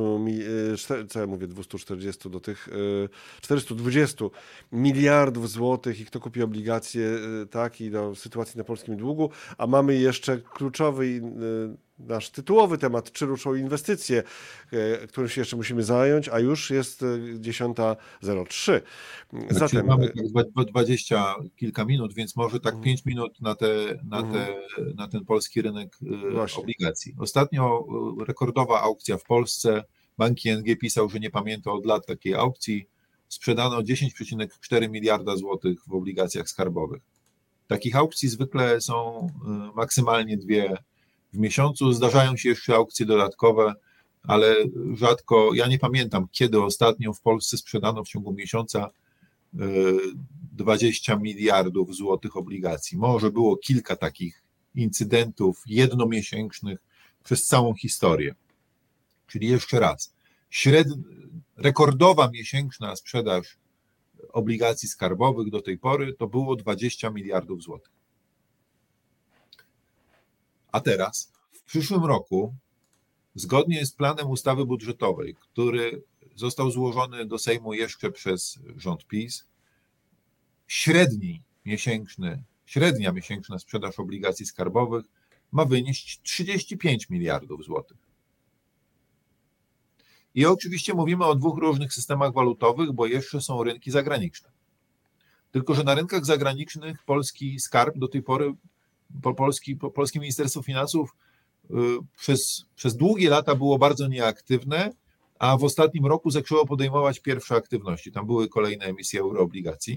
co ja mówię, dwieście czterdzieści, do tych czterysta dwadzieścia miliardów złotych i kto kupi obligacje, tak, i do sytuacji na polskim długu, a mamy jeszcze kluczowy nasz tytułowy temat, czy ruszą inwestycje, którym się jeszcze musimy zająć, a już jest dziesiąta zero trzy. Tak, Zatem mamy tak dwadzieścia kilka minut, więc może tak mhm. pięć minut na, te, na, te, na ten polski rynek Właśnie. obligacji. Ostatnio rekordowa aukcja w Polsce. Bank I N G pisał, że nie pamięta od lat takiej aukcji. Sprzedano dziesięć przecinek cztery miliarda złotych w obligacjach skarbowych. Takich aukcji zwykle są maksymalnie dwie w miesiącu. Zdarzają się jeszcze aukcje dodatkowe, ale rzadko, ja nie pamiętam, kiedy ostatnio w Polsce sprzedano w ciągu miesiąca dwadzieścia miliardów złotych obligacji. Może było kilka takich incydentów jednomiesięcznych przez całą historię. Czyli jeszcze raz, średnia, rekordowa miesięczna sprzedaż obligacji skarbowych do tej pory to było dwadzieścia miliardów złotych. A teraz, w przyszłym roku, zgodnie z planem ustawy budżetowej, który został złożony do Sejmu jeszcze przez rząd PiS, średni miesięczny, średnia miesięczna sprzedaż obligacji skarbowych ma wynieść trzydzieści pięć miliardów złotych. I oczywiście mówimy o dwóch różnych systemach walutowych, bo jeszcze są rynki zagraniczne. Tylko że na rynkach zagranicznych polski skarb do tej pory, polski, polskie Ministerstwo Finansów przez, przez długie lata było bardzo nieaktywne, a w ostatnim roku zaczęło podejmować pierwsze aktywności. Tam były kolejne emisje euroobligacji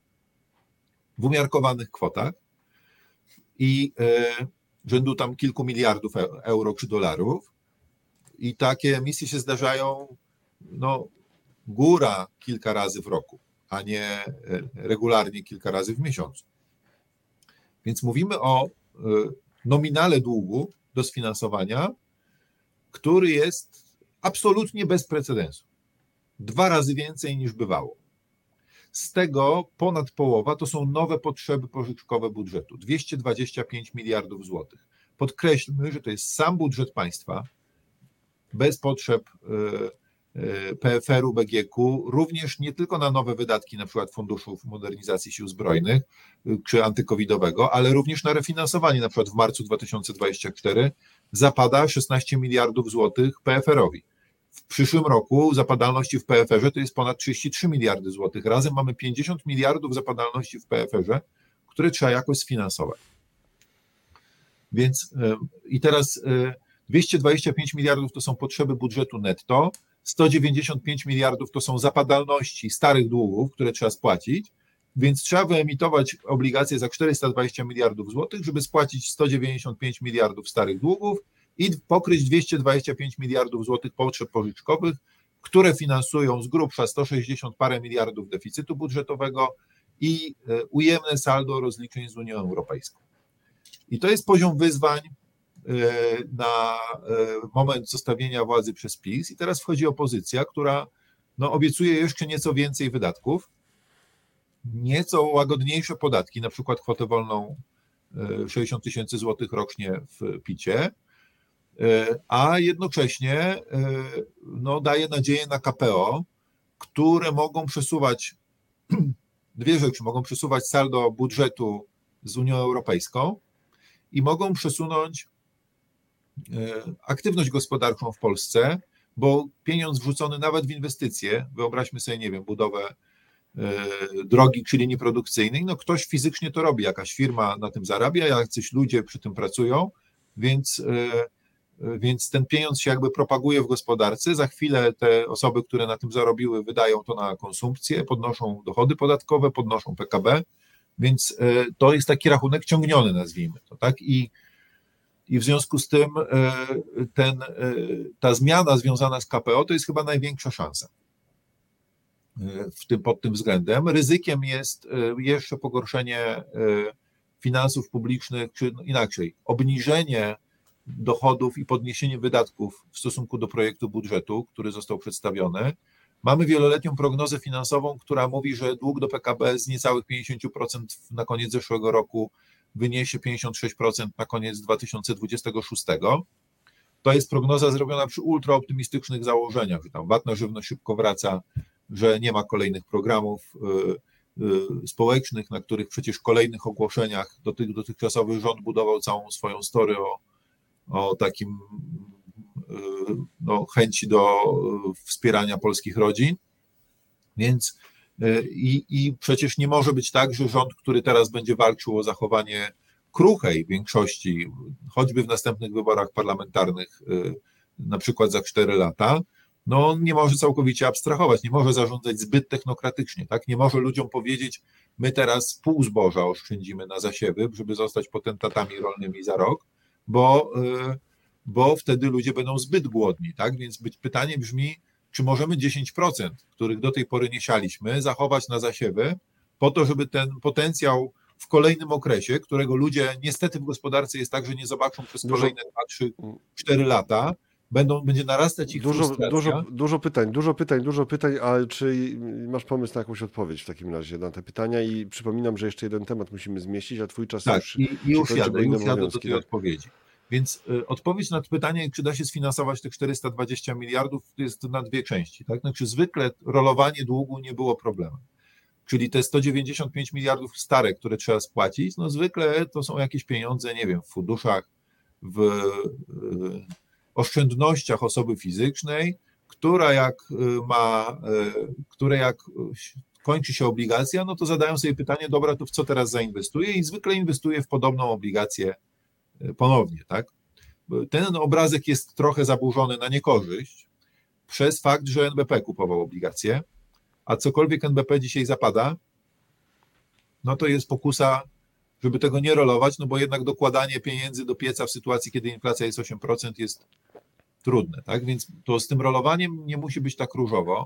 w umiarkowanych kwotach i e, rzędu tam kilku miliardów euro czy dolarów. I takie emisje się zdarzają, no, góra kilka razy w roku, a nie regularnie kilka razy w miesiącu. Więc mówimy o nominale długu do sfinansowania, który jest absolutnie bez precedensu. Dwa razy więcej niż bywało. Z tego ponad połowa to są nowe potrzeby pożyczkowe budżetu, dwieście dwadzieścia pięć miliardów złotych. Podkreślmy, że to jest sam budżet państwa, bez potrzeb P F R u, B G K u, również nie tylko na nowe wydatki, na przykład funduszów modernizacji sił zbrojnych czy antykowidowego, ale również na refinansowanie, na przykład w marcu dwa tysiące dwudziestym czwartym zapada szesnaście miliardów złotych P F R owi. W przyszłym roku zapadalności w P F R ze to jest ponad trzydzieści trzy miliardy złotych. Razem mamy pięćdziesiąt miliardów zapadalności w P F R ze, które trzeba jakoś sfinansować. Więc i teraz dwieście dwadzieścia pięć miliardów to są potrzeby budżetu netto, sto dziewięćdziesiąt pięć miliardów to są zapadalności starych długów, które trzeba spłacić, więc trzeba wyemitować obligacje za czterysta dwadzieścia miliardów złotych, żeby spłacić sto dziewięćdziesiąt pięć miliardów starych długów i pokryć dwieście dwadzieścia pięć miliardów złotych potrzeb pożyczkowych, które finansują z grubsza sto sześćdziesiąt parę miliardów deficytu budżetowego i ujemne saldo rozliczeń z Unią Europejską. I to jest poziom wyzwań na moment zostawienia władzy przez PiS i teraz wchodzi opozycja, która no, obiecuje jeszcze nieco więcej wydatków, nieco łagodniejsze podatki, na przykład kwotę wolną sześćdziesiąt tysięcy złotych rocznie w picie, a jednocześnie no, daje nadzieję na K P O, które mogą przesuwać dwie rzeczy, mogą przesuwać saldo budżetu z Unią Europejską i mogą przesunąć aktywność gospodarczą w Polsce, bo pieniądz wrzucony nawet w inwestycje, wyobraźmy sobie, nie wiem, budowę drogi czy linii produkcyjnej, no ktoś fizycznie to robi, jakaś firma na tym zarabia, jacyś ludzie przy tym pracują, więc, więc ten pieniądz się jakby propaguje w gospodarce, za chwilę te osoby, które na tym zarobiły, wydają to na konsumpcję, podnoszą dochody podatkowe, podnoszą P K B, więc to jest taki rachunek ciągniony, nazwijmy to, tak, i I w związku z tym ten, ta zmiana związana z K P O to jest chyba największa szansa w tym, pod tym względem. Ryzykiem jest jeszcze pogorszenie finansów publicznych, czy inaczej, obniżenie dochodów i podniesienie wydatków w stosunku do projektu budżetu, który został przedstawiony. Mamy wieloletnią prognozę finansową, która mówi, że dług do P K B z niecałych pięćdziesiąt procent na koniec zeszłego roku wyniesie pięćdziesiąt sześć procent na koniec dwa tysiące dwudziestego szóstego. To jest prognoza zrobiona przy ultraoptymistycznych założeniach, że tam V A T na żywność szybko wraca, że nie ma kolejnych programów y, y, społecznych, na których przecież kolejnych ogłoszeniach do tych dotychczasowych rząd budował całą swoją story o, o takim y, no, chęci do wspierania polskich rodzin. Więc I, I przecież nie może być tak, że rząd, który teraz będzie walczył o zachowanie kruchej większości, choćby w następnych wyborach parlamentarnych, na przykład za cztery lata, no on nie może całkowicie abstrahować, nie może zarządzać zbyt technokratycznie, tak? Nie może ludziom powiedzieć, my teraz pół zboża oszczędzimy na zasiewy, żeby zostać potentatami rolnymi za rok, bo, bo wtedy ludzie będą zbyt głodni, tak? Więc pytanie brzmi, czy możemy dziesięć procent, których do tej pory nie sialiśmy, zachować na zasiewy, po to, żeby ten potencjał w kolejnym okresie, którego ludzie niestety w gospodarce jest tak, że nie zobaczą przez Dużo, kolejne dwa, trzy, cztery lata, będą, będzie narastać ich dużo, frustracja. dużo, dużo pytań, dużo pytań, dużo pytań, ale czy masz pomysł na jakąś odpowiedź w takim razie na te pytania? I przypominam, że jeszcze jeden temat musimy zmieścić, a twój czas tak, już i, i już kończy, jadę, już jadę do tej tak. odpowiedzi. Więc y, odpowiedź na to pytanie, czy da się sfinansować te czterysta dwadzieścia miliardów, jest na dwie części. Tak? Znaczy zwykle rolowanie długu nie było problemem. Czyli te sto dziewięćdziesiąt pięć miliardów stare, które trzeba spłacić, no zwykle to są jakieś pieniądze, nie wiem, w funduszach, w y, oszczędnościach osoby fizycznej, która jak ma, y, które jak kończy się obligacja, no to zadają sobie pytanie, dobra, to w co teraz zainwestuję? I zwykle inwestuje w podobną obligację ponownie, tak? Ten obrazek jest trochę zaburzony na niekorzyść przez fakt, że N B P kupował obligacje, a cokolwiek N B P dzisiaj zapada, no to jest pokusa, żeby tego nie rolować, no bo jednak dokładanie pieniędzy do pieca w sytuacji, kiedy inflacja jest osiem procent, jest trudne, tak? Więc to z tym rolowaniem nie musi być tak różowo.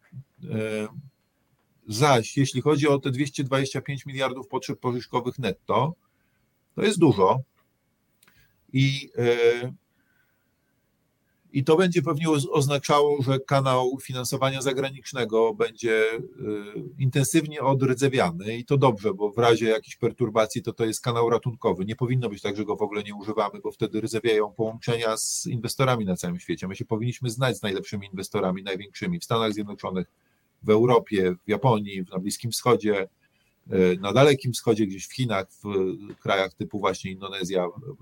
Zaś jeśli chodzi o te dwieście dwadzieścia pięć miliardów potrzeb pożyczkowych netto, to jest dużo i, i to będzie pewnie oznaczało, że kanał finansowania zagranicznego będzie intensywnie odrdzewiany i to dobrze, bo w razie jakichś perturbacji to to jest kanał ratunkowy. Nie powinno być tak, że go w ogóle nie używamy, bo wtedy rdzewiają połączenia z inwestorami na całym świecie. My się powinniśmy znać z najlepszymi inwestorami, największymi w Stanach Zjednoczonych, w Europie, w Japonii, na Bliskim Wschodzie, na Dalekim Wschodzie, gdzieś w Chinach, w krajach typu właśnie Indonezja.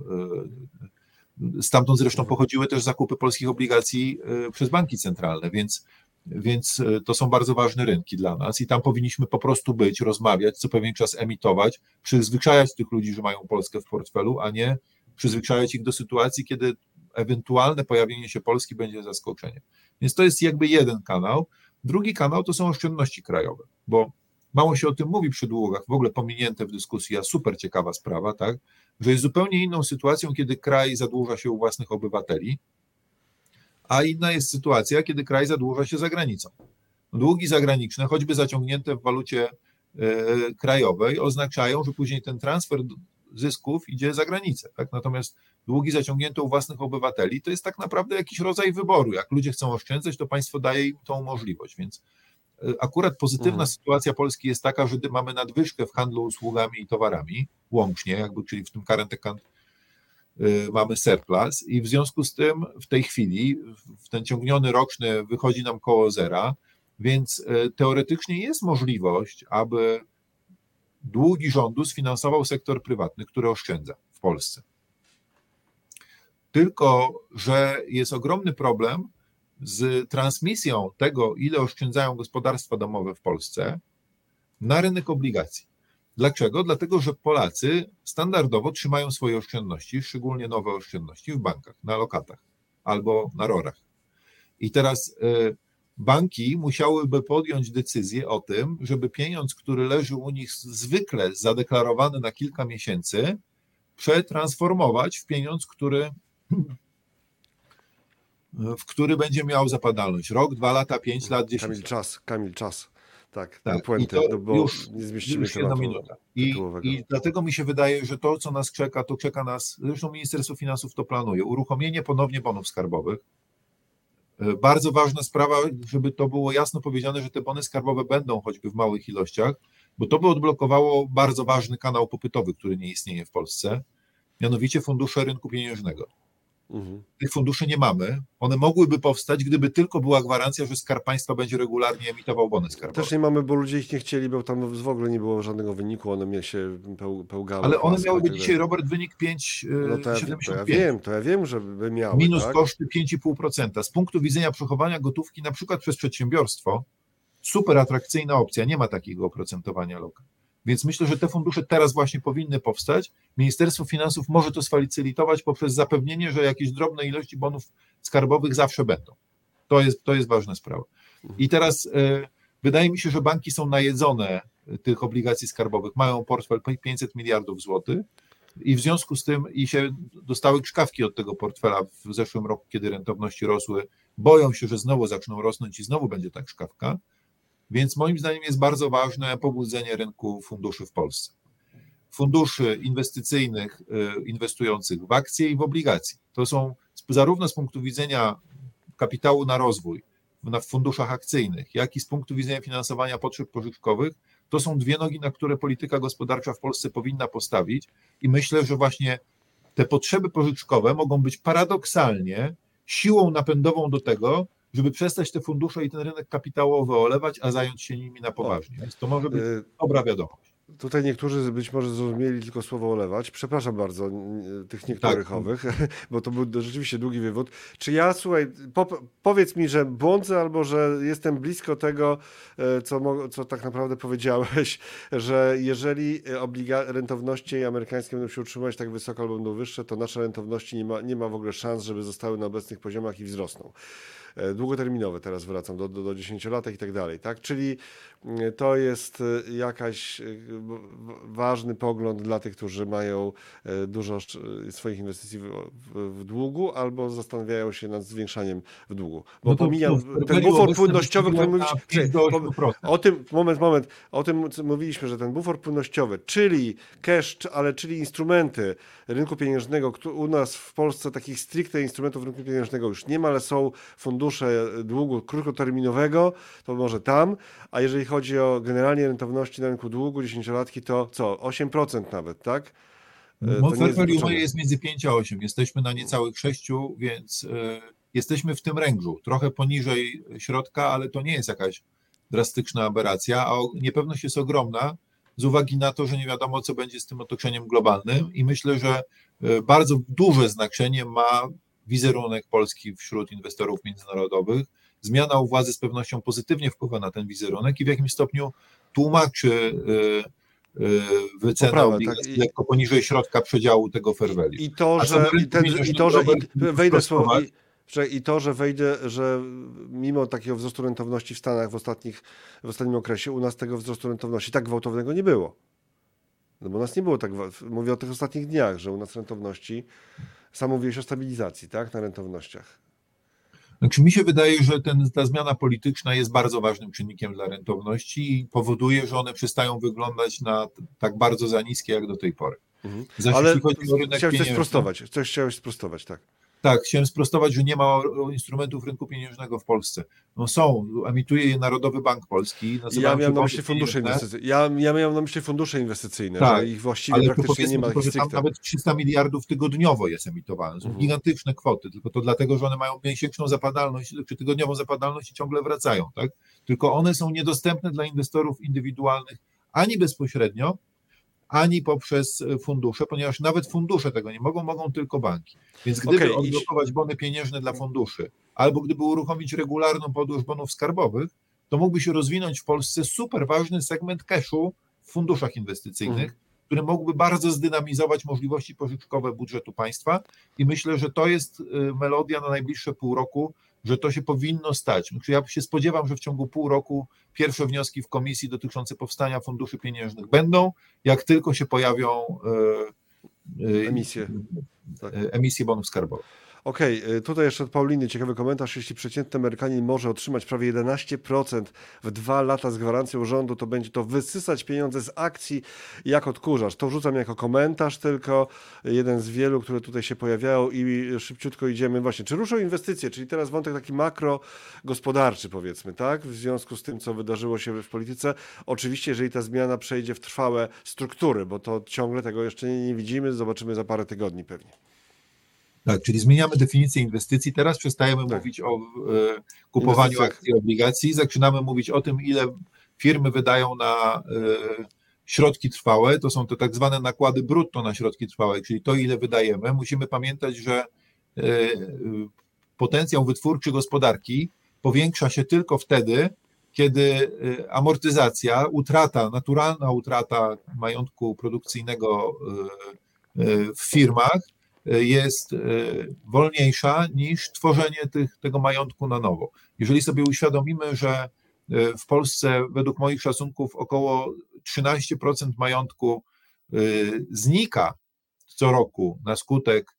Stamtąd zresztą pochodziły też zakupy polskich obligacji przez banki centralne, więc, więc to są bardzo ważne rynki dla nas i tam powinniśmy po prostu być, rozmawiać, co pewien czas emitować, przyzwyczajać tych ludzi, że mają Polskę w portfelu, a nie przyzwyczajać ich do sytuacji, kiedy ewentualne pojawienie się Polski będzie zaskoczeniem. Więc to jest jakby jeden kanał. Drugi kanał to są oszczędności krajowe, bo mało się o tym mówi przy długach, w ogóle pominięte w dyskusji, a super ciekawa sprawa, tak, że jest zupełnie inną sytuacją, kiedy kraj zadłuża się u własnych obywateli, a inna jest sytuacja, kiedy kraj zadłuża się za granicą. Długi zagraniczne, choćby zaciągnięte w walucie e, krajowej, oznaczają, że później ten transfer zysków idzie za granicę, tak? Natomiast długi zaciągnięte u własnych obywateli to jest tak naprawdę jakiś rodzaj wyboru. Jak ludzie chcą oszczędzać, to państwo daje im tą możliwość, więc akurat pozytywna mhm. sytuacja Polski jest taka, że mamy nadwyżkę w handlu usługami i towarami, łącznie, jakby, czyli w tym current account y, mamy surplus i w związku z tym w tej chwili w ten ciągniony roczny wychodzi nam koło zera, więc y, teoretycznie jest możliwość, aby długi rządu sfinansował sektor prywatny, który oszczędza w Polsce. Tylko że jest ogromny problem z transmisją tego, ile oszczędzają gospodarstwa domowe w Polsce, na rynek obligacji. Dlaczego? Dlatego, że Polacy standardowo trzymają swoje oszczędności, szczególnie nowe oszczędności w bankach, na lokatach albo na rorach. I teraz y, banki musiałyby podjąć decyzję o tym, żeby pieniądz, który leży u nich zwykle zadeklarowany na kilka miesięcy, przetransformować w pieniądz, który w który będzie miał zapadalność. Rok, dwa lata, pięć lat, dziesięć Kamil, lat. czas, Kamil, czas. Tak, tak. na puentę, I to no bo już, nie zmieścimy już jedna minuta. I, I dlatego mi się wydaje, że to, co nas czeka, to czeka nas, zresztą Ministerstwo Finansów to planuje, uruchomienie ponownie bonów skarbowych. Bardzo ważna sprawa, żeby to było jasno powiedziane, że te bony skarbowe będą choćby w małych ilościach, bo to by odblokowało bardzo ważny kanał popytowy, który nie istnieje w Polsce, mianowicie fundusze rynku pieniężnego. Mhm. Tych funduszy nie mamy. One mogłyby powstać, gdyby tylko była gwarancja, że Skarb Państwa będzie regularnie emitował bony skarbowe. Też nie mamy, bo ludzie ich nie chcieli, bo tam w ogóle nie było żadnego wyniku, one miały się pełgały. Ale one miałyby dzisiaj, Robert, wynik pięć przecinek siedemdziesiąt pięć. No to ja, to ja wiem, to ja wiem, że by miały. Minus tak? koszty pięć i pół procent. Z punktu widzenia przechowania gotówki, na przykład przez przedsiębiorstwo, super atrakcyjna opcja, nie ma takiego oprocentowania loka. Więc myślę, że te fundusze teraz właśnie powinny powstać. Ministerstwo Finansów może to sfacylitować poprzez zapewnienie, że jakieś drobne ilości bonów skarbowych zawsze będą. To jest, to jest ważna sprawa. I teraz y, wydaje mi się, że banki są najedzone tych obligacji skarbowych, mają portfel pięćset miliardów złotych i w związku z tym i się dostały krzkawki od tego portfela w zeszłym roku, kiedy rentowności rosły, boją się, że znowu zaczną rosnąć i znowu będzie ta krzkawka. Więc moim zdaniem jest bardzo ważne pobudzenie rynku funduszy w Polsce. Funduszy inwestycyjnych inwestujących w akcje i w obligacje. To są zarówno z punktu widzenia kapitału na rozwój w funduszach akcyjnych, jak i z punktu widzenia finansowania potrzeb pożyczkowych, to są dwie nogi, na które polityka gospodarcza w Polsce powinna postawić i myślę, że właśnie te potrzeby pożyczkowe mogą być paradoksalnie siłą napędową do tego, żeby przestać te fundusze i ten rynek kapitałowy olewać, a zająć się nimi na poważnie. Więc to może być dobra wiadomość. Tutaj niektórzy być może zrozumieli tylko słowo olewać. Przepraszam bardzo tych niektórych Tak. owych, bo to był rzeczywiście długi wywód. Czy ja, słuchaj, po, powiedz mi, że błądzę albo że jestem blisko tego, co, mo, co tak naprawdę powiedziałeś, że jeżeli obliga- rentowności amerykańskie będą się utrzymywać tak wysoko albo będą wyższe, to nasze rentowności nie ma, nie ma w ogóle szans, żeby zostały na obecnych poziomach i wzrosną. Długoterminowe teraz wracam, do, do, do dziesięciolatek i tak dalej, tak? Czyli to jest jakaś ważny pogląd dla tych, którzy mają dużo swoich inwestycji w, w, w długu albo zastanawiają się nad zwiększaniem w długu. Bo no to, pomijam to ten bufor płynnościowy, który mówiliśmy. O tym, moment, moment, o tym co mówiliśmy, że ten bufor płynnościowy, czyli cash, ale czyli instrumenty rynku pieniężnego, u nas w Polsce takich stricte instrumentów rynku pieniężnego już nie ma, ale są fundusze długu krótkoterminowego, to może tam, a jeżeli chodzi o generalnie rentowności na rynku długu, dziesięciolatki, to co? osiem procent nawet, tak? No, portfolio jest między pięć a osiem. Jesteśmy na niecałych sześciu, więc y, jesteśmy w tym rężu. Trochę poniżej środka, ale to nie jest jakaś drastyczna aberracja, a niepewność jest ogromna z uwagi na to, że nie wiadomo, co będzie z tym otoczeniem globalnym i myślę, że y, bardzo duże znaczenie ma wizerunek Polski wśród inwestorów międzynarodowych. Zmiana u władzy z pewnością pozytywnie wpływa na ten wizerunek i w jakimś stopniu tłumaczy y, wycenę Poprawę, obligacji tak? I, lekko poniżej środka przedziału tego fair value. I to, że i, ten, i to, że i, wejdę słowo, i, i to, że wejdę, że mimo takiego wzrostu rentowności w Stanach w ostatnich, w ostatnim okresie, u nas tego wzrostu rentowności tak gwałtownego nie było. No bo u nas nie było tak, mówię o tych ostatnich dniach, że u nas rentowności, sam mówiłeś o stabilizacji, tak, na rentownościach. Znaczy mi się wydaje, że ten, ta zmiana polityczna jest bardzo ważnym czynnikiem dla rentowności i powoduje, że one przestają wyglądać na tak bardzo za niskie jak do tej pory. Mhm. Zaś Ale jeśli chodzi o rynek chciałeś coś sprostować, coś chciałeś sprostować, tak. Tak, chciałem sprostować, że nie ma instrumentów rynku pieniężnego w Polsce. No są, emituje je Narodowy Bank Polski. Ja miałem na myśli fundusze inwestycyjne. Ja, ja miałem na myśli fundusze inwestycyjne, tak, że ich właściwie praktycznie nie ma. Tylko, że tam nawet trzysta miliardów tygodniowo jest emitowane. Są mhm. gigantyczne kwoty, tylko to dlatego, że one mają miesięczną zapadalność, czy tygodniową zapadalność i ciągle wracają. Tak? Tylko one są niedostępne dla inwestorów indywidualnych ani bezpośrednio, ani poprzez fundusze, ponieważ nawet fundusze tego nie mogą, mogą tylko banki. Więc gdyby okay, odblokować bony pieniężne dla funduszy, albo gdyby uruchomić regularną podróż bonów skarbowych, to mógłby się rozwinąć w Polsce super ważny segment cashu w funduszach inwestycyjnych, mm. który mógłby bardzo zdynamizować możliwości pożyczkowe budżetu państwa i myślę, że to jest melodia na najbliższe pół roku, że to się powinno stać. Ja się spodziewam, że w ciągu pół roku pierwsze wnioski w komisji dotyczące powstania funduszy pieniężnych będą, jak tylko się pojawią e, e, emisje, tak. emisje bonów skarbowych. Okej, okay, tutaj jeszcze od Pauliny ciekawy komentarz. Jeśli przeciętny Amerykanin może otrzymać prawie jedenaście procent w dwa lata z gwarancją rządu, to będzie to wysysać pieniądze z akcji jak odkurzacz. To wrzucam jako komentarz tylko, jeden z wielu, które tutaj się pojawiają i szybciutko idziemy właśnie. Czy ruszą inwestycje, czyli teraz wątek taki makrogospodarczy powiedzmy, tak? W związku z tym, co wydarzyło się w polityce. Oczywiście, jeżeli ta zmiana przejdzie w trwałe struktury, bo to ciągle tego jeszcze nie, nie widzimy, zobaczymy za parę tygodni pewnie. Tak, czyli zmieniamy definicję inwestycji. Teraz przestajemy tak. mówić o e, kupowaniu akcji i obligacji, zaczynamy mówić o tym, ile firmy wydają na e, środki trwałe. To są te tak zwane nakłady brutto na środki trwałe, czyli to, ile wydajemy. Musimy pamiętać, że e, potencjał wytwórczy gospodarki powiększa się tylko wtedy, kiedy amortyzacja, utrata, naturalna utrata majątku produkcyjnego w firmach jest wolniejsza niż tworzenie tych, tego majątku na nowo. Jeżeli sobie uświadomimy, że w Polsce według moich szacunków około trzynaście procent majątku znika co roku na skutek,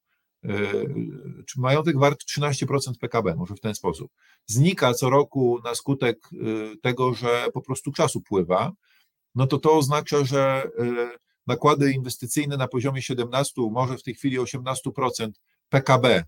czy majątek wart trzynaście procent P K B, może w ten sposób, znika co roku na skutek tego, że po prostu czas upływa, no to to oznacza, że nakłady inwestycyjne na poziomie siedemnaście, może w tej chwili osiemnaście procent P K B,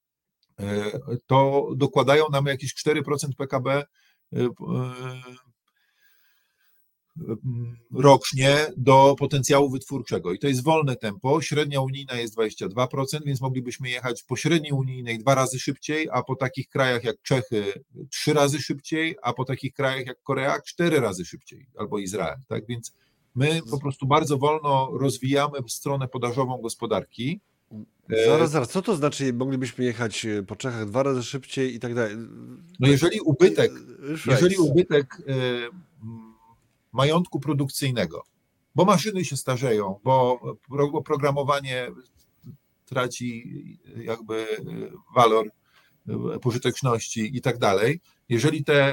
to dokładają nam jakieś cztery procent P K B rocznie do potencjału wytwórczego. I to jest wolne tempo. Średnia unijna jest dwadzieścia dwa procent, więc moglibyśmy jechać po średniej unijnej dwa razy szybciej, a po takich krajach jak Czechy trzy razy szybciej, a po takich krajach jak Korea cztery razy szybciej, albo Izrael. Tak więc my po prostu bardzo wolno rozwijamy stronę podażową gospodarki. Zaraz, zaraz, co to znaczy, moglibyśmy jechać po Czechach dwa razy szybciej i tak dalej? No jeżeli ubytek, jeżeli ubytek majątku produkcyjnego, bo maszyny się starzeją, bo oprogramowanie traci jakby walor pożyteczności i tak dalej, jeżeli te,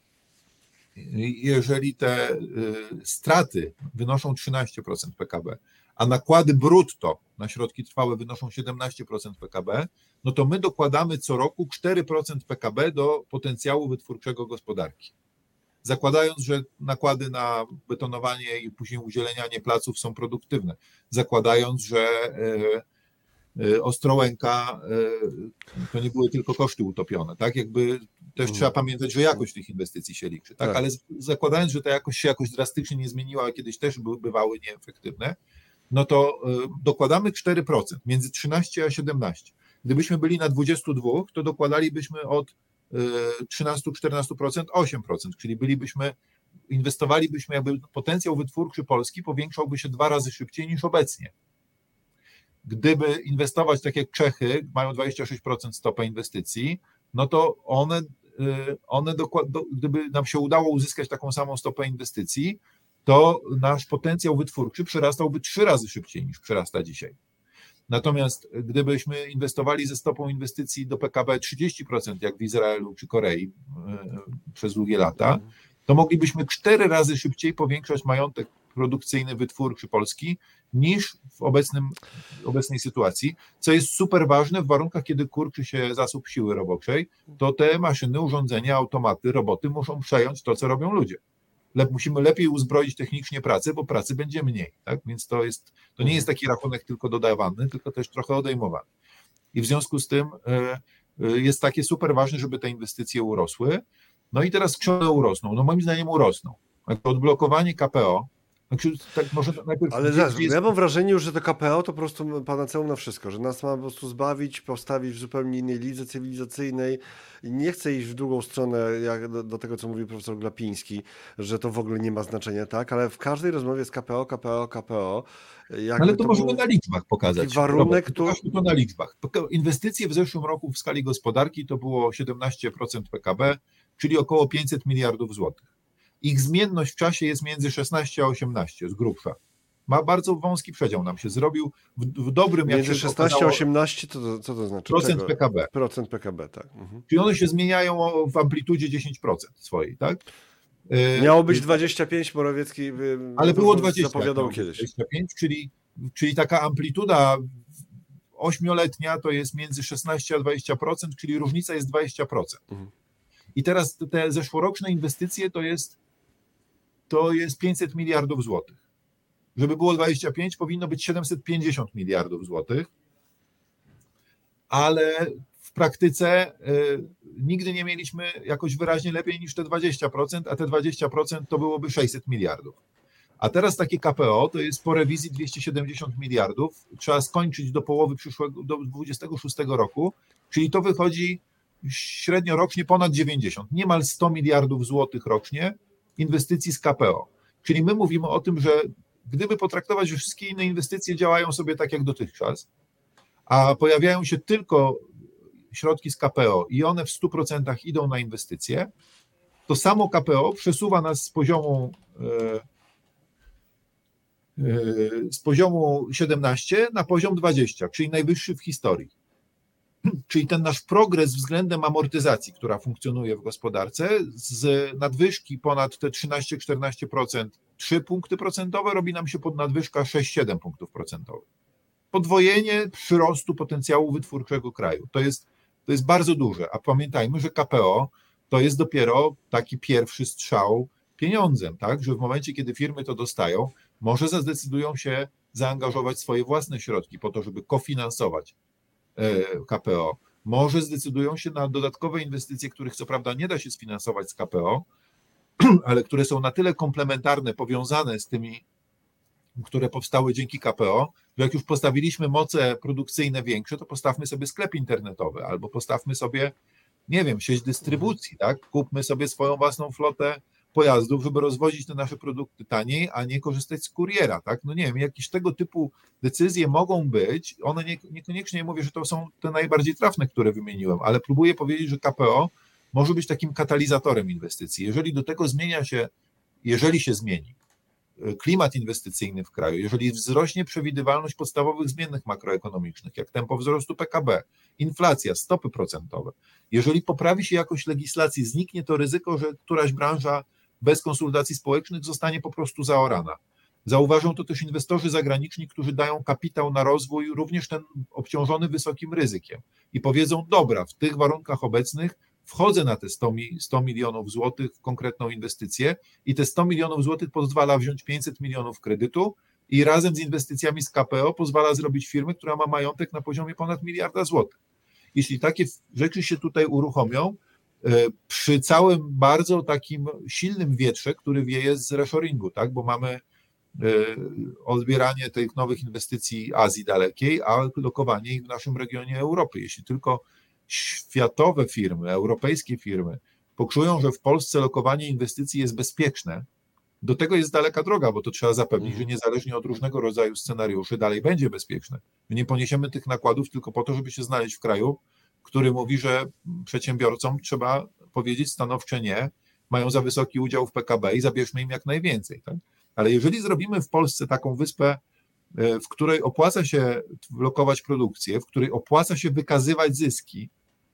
jeżeli te straty wynoszą trzynaście procent P K B, a nakłady brutto na środki trwałe wynoszą siedemnaście procent P K B, no to my dokładamy co roku cztery procent P K B do potencjału wytwórczego gospodarki. Zakładając, że nakłady na betonowanie i później uzielenianie placów są produktywne. Zakładając, że Ostrołęka to nie były tylko koszty utopione, tak? Jakby też trzeba pamiętać, że jakość tych inwestycji się liczy, tak? Ale zakładając, że ta jakość się jakoś drastycznie nie zmieniła, a kiedyś też bywały nieefektywne, no to dokładamy cztery procent, między trzynaście a siedemnaście. Gdybyśmy byli na dwudziestu dwóch, to dokładalibyśmy od trzynaście do czternastu procent osiem procent, czyli bylibyśmy, inwestowalibyśmy, jakby potencjał wytwórczy Polski powiększałby się dwa razy szybciej niż obecnie. Gdyby inwestować tak jak Czechy, mają dwadzieścia sześć procent stopę inwestycji, no to one, one dokład, gdyby nam się udało uzyskać taką samą stopę inwestycji, to nasz potencjał wytwórczy przyrastałby trzy razy szybciej niż przyrasta dzisiaj. Natomiast gdybyśmy inwestowali ze stopą inwestycji do P K B trzydzieści procent, jak w Izraelu czy Korei przez długie lata, to moglibyśmy cztery razy szybciej powiększać majątek produkcyjny, wytwórczy Polski niż w obecnym, obecnej sytuacji, co jest super ważne w warunkach, kiedy kurczy się zasób siły roboczej, to te maszyny, urządzenia, automaty, roboty muszą przejąć to, co robią ludzie. Le, musimy lepiej uzbroić technicznie pracę, bo pracy będzie mniej, tak? Więc to jest, to nie jest taki rachunek tylko dodawany, tylko też trochę odejmowany. I w związku z tym y, y, jest takie super ważne, żeby te inwestycje urosły. No i teraz czy one urosną? No moim zdaniem urosną. Odblokowanie K P O, znaczy, tak może najpierw... Ale gdzie, gdzie jest... ja mam wrażenie, że to K P O to po prostu panaceum na wszystko, że nas ma po prostu zbawić, postawić w zupełnie innej lidze cywilizacyjnej i nie chcę iść w drugą stronę jak do, do tego, co mówił profesor Glapiński, że to w ogóle nie ma znaczenia, tak? Ale w każdej rozmowie z K P O, K P O, K P O... Ale to, to możemy na liczbach pokazać. Warunek, który... to na liczbach. Inwestycje w zeszłym roku w skali gospodarki to było siedemnaście procent P K B, czyli około pięćset miliardów złotych. Ich zmienność w czasie jest między szesnaście a osiemnaście, z grubsza. Ma bardzo wąski przedział nam się zrobił. W, w dobrym... Między szesnaście a osiemnaście, to, to, co to znaczy? Procent Czego? P K B. Procent P K B, tak. Mhm. Czyli one się zmieniają w amplitudzie dziesięć procent swojej, tak? Miało być dwadzieścia pięć, Morawiecki ale było dwadzieścia, zapowiadał kiedyś. dwadzieścia pięć, czyli, czyli taka amplituda ośmioletnia to jest między szesnaście a dwadzieścia procent, czyli różnica jest dwadzieścia procent. Mhm. I teraz te zeszłoroczne inwestycje to jest to jest pięćset miliardów złotych. Żeby było dwadzieścia pięć, powinno być siedemset pięćdziesiąt miliardów złotych, ale w praktyce y, nigdy nie mieliśmy jakoś wyraźnie lepiej niż te dwadzieścia procent, a te dwadzieścia procent to byłoby sześćset miliardów. A teraz takie K P O to jest po rewizji dwieście siedemdziesiąt miliardów, trzeba skończyć do połowy przyszłego, do dwudziestego szóstego roku, czyli to wychodzi średnio rocznie ponad dziewięćdziesiąt, niemal sto miliardów złotych rocznie inwestycji z K P O. Czyli my mówimy o tym, że gdyby potraktować, że wszystkie inne inwestycje działają sobie tak jak dotychczas, a pojawiają się tylko środki z K P O i one w stu procentach idą na inwestycje, to samo K P O przesuwa nas z poziomu z poziomu siedemnaście na poziom dwadzieścia, czyli najwyższy w historii. Czyli ten nasz progres względem amortyzacji, która funkcjonuje w gospodarce, z nadwyżki ponad te trzynaście czternaście procent, trzy punkty procentowe, robi nam się pod nadwyżka sześć siedem punktów procentowych. Podwojenie przyrostu potencjału wytwórczego kraju. To jest, to jest bardzo duże, a pamiętajmy, że K P O to jest dopiero taki pierwszy strzał pieniądzem, tak? Że w momencie, kiedy firmy to dostają, może zdecydują się zaangażować swoje własne środki po to, żeby kofinansować K P O. Może zdecydują się na dodatkowe inwestycje, których co prawda nie da się sfinansować z K P O, ale które są na tyle komplementarne, powiązane z tymi, które powstały dzięki K P O, że jak już postawiliśmy moce produkcyjne większe, to postawmy sobie sklep internetowy albo postawmy sobie, nie wiem, sieć dystrybucji, tak? Kupmy sobie swoją własną flotę pojazdów, żeby rozwozić te nasze produkty taniej, a nie korzystać z kuriera, tak? No nie wiem, jakieś tego typu decyzje mogą być, one nie, niekoniecznie mówię, że to są te najbardziej trafne, które wymieniłem, ale próbuję powiedzieć, że K P O może być takim katalizatorem inwestycji. Jeżeli do tego zmienia się, jeżeli się zmieni klimat inwestycyjny w kraju, jeżeli wzrośnie przewidywalność podstawowych zmiennych makroekonomicznych, jak tempo wzrostu P K B, inflacja, stopy procentowe, jeżeli poprawi się jakość legislacji, zniknie to ryzyko, że któraś branża bez konsultacji społecznych zostanie po prostu zaorana. Zauważą to też inwestorzy zagraniczni, którzy dają kapitał na rozwój, również ten obciążony wysokim ryzykiem i powiedzą, dobra, w tych warunkach obecnych wchodzę na te sto milionów złotych w konkretną inwestycję i te sto milionów złotych pozwala wziąć pięćset milionów kredytu i razem z inwestycjami z K P O pozwala zrobić firmę, która ma majątek na poziomie ponad miliarda złotych. Jeśli takie rzeczy się tutaj uruchomią, przy całym bardzo takim silnym wietrze, który wieje z reshoringu, tak, bo mamy odbieranie tych nowych inwestycji Azji dalekiej, a lokowanie ich w naszym regionie Europy. Jeśli tylko światowe firmy, europejskie firmy poczują, że w Polsce lokowanie inwestycji jest bezpieczne, do tego jest daleka droga, bo to trzeba zapewnić, że niezależnie od różnego rodzaju scenariuszy dalej będzie bezpieczne. My nie poniesiemy tych nakładów tylko po to, żeby się znaleźć w kraju, który mówi, że przedsiębiorcom trzeba powiedzieć stanowcze nie, mają za wysoki udział w P K B i zabierzmy im jak najwięcej. Tak? Ale jeżeli zrobimy w Polsce taką wyspę, w której opłaca się lokować produkcję, w której opłaca się wykazywać zyski,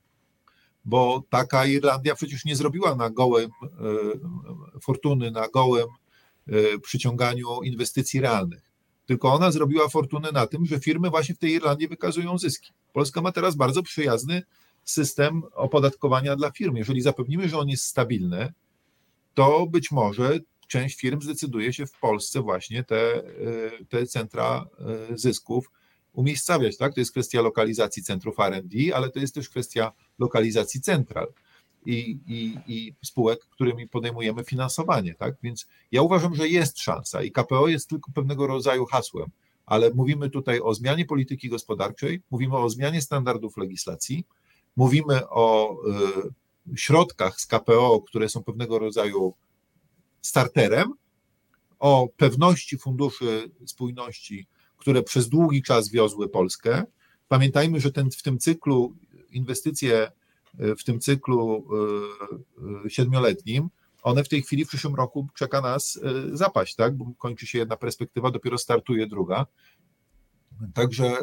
bo taka Irlandia przecież nie zrobiła na gołym fortuny, na gołym przyciąganiu inwestycji realnych, tylko ona zrobiła fortunę na tym, że firmy właśnie w tej Irlandii wykazują zyski. Polska ma teraz bardzo przyjazny system opodatkowania dla firm. Jeżeli zapewnimy, że on jest stabilny, to być może część firm zdecyduje się w Polsce właśnie te, te centra zysków umiejscawiać. Tak? To jest kwestia lokalizacji centrów R and D, ale to jest też kwestia lokalizacji central i, i, i spółek, którymi podejmujemy finansowanie. Tak? Więc ja uważam, że jest szansa i K P O jest tylko pewnego rodzaju hasłem, ale mówimy tutaj o zmianie polityki gospodarczej, mówimy o zmianie standardów legislacji, mówimy o y, środkach z K P O, które są pewnego rodzaju starterem, o pewności funduszy spójności, które przez długi czas wiozły Polskę. Pamiętajmy, że ten, w tym cyklu inwestycje, w tym cyklu siedmioletnim, one w tej chwili w przyszłym roku czeka nas zapaść, tak? Bo kończy się jedna perspektywa, dopiero startuje druga. Także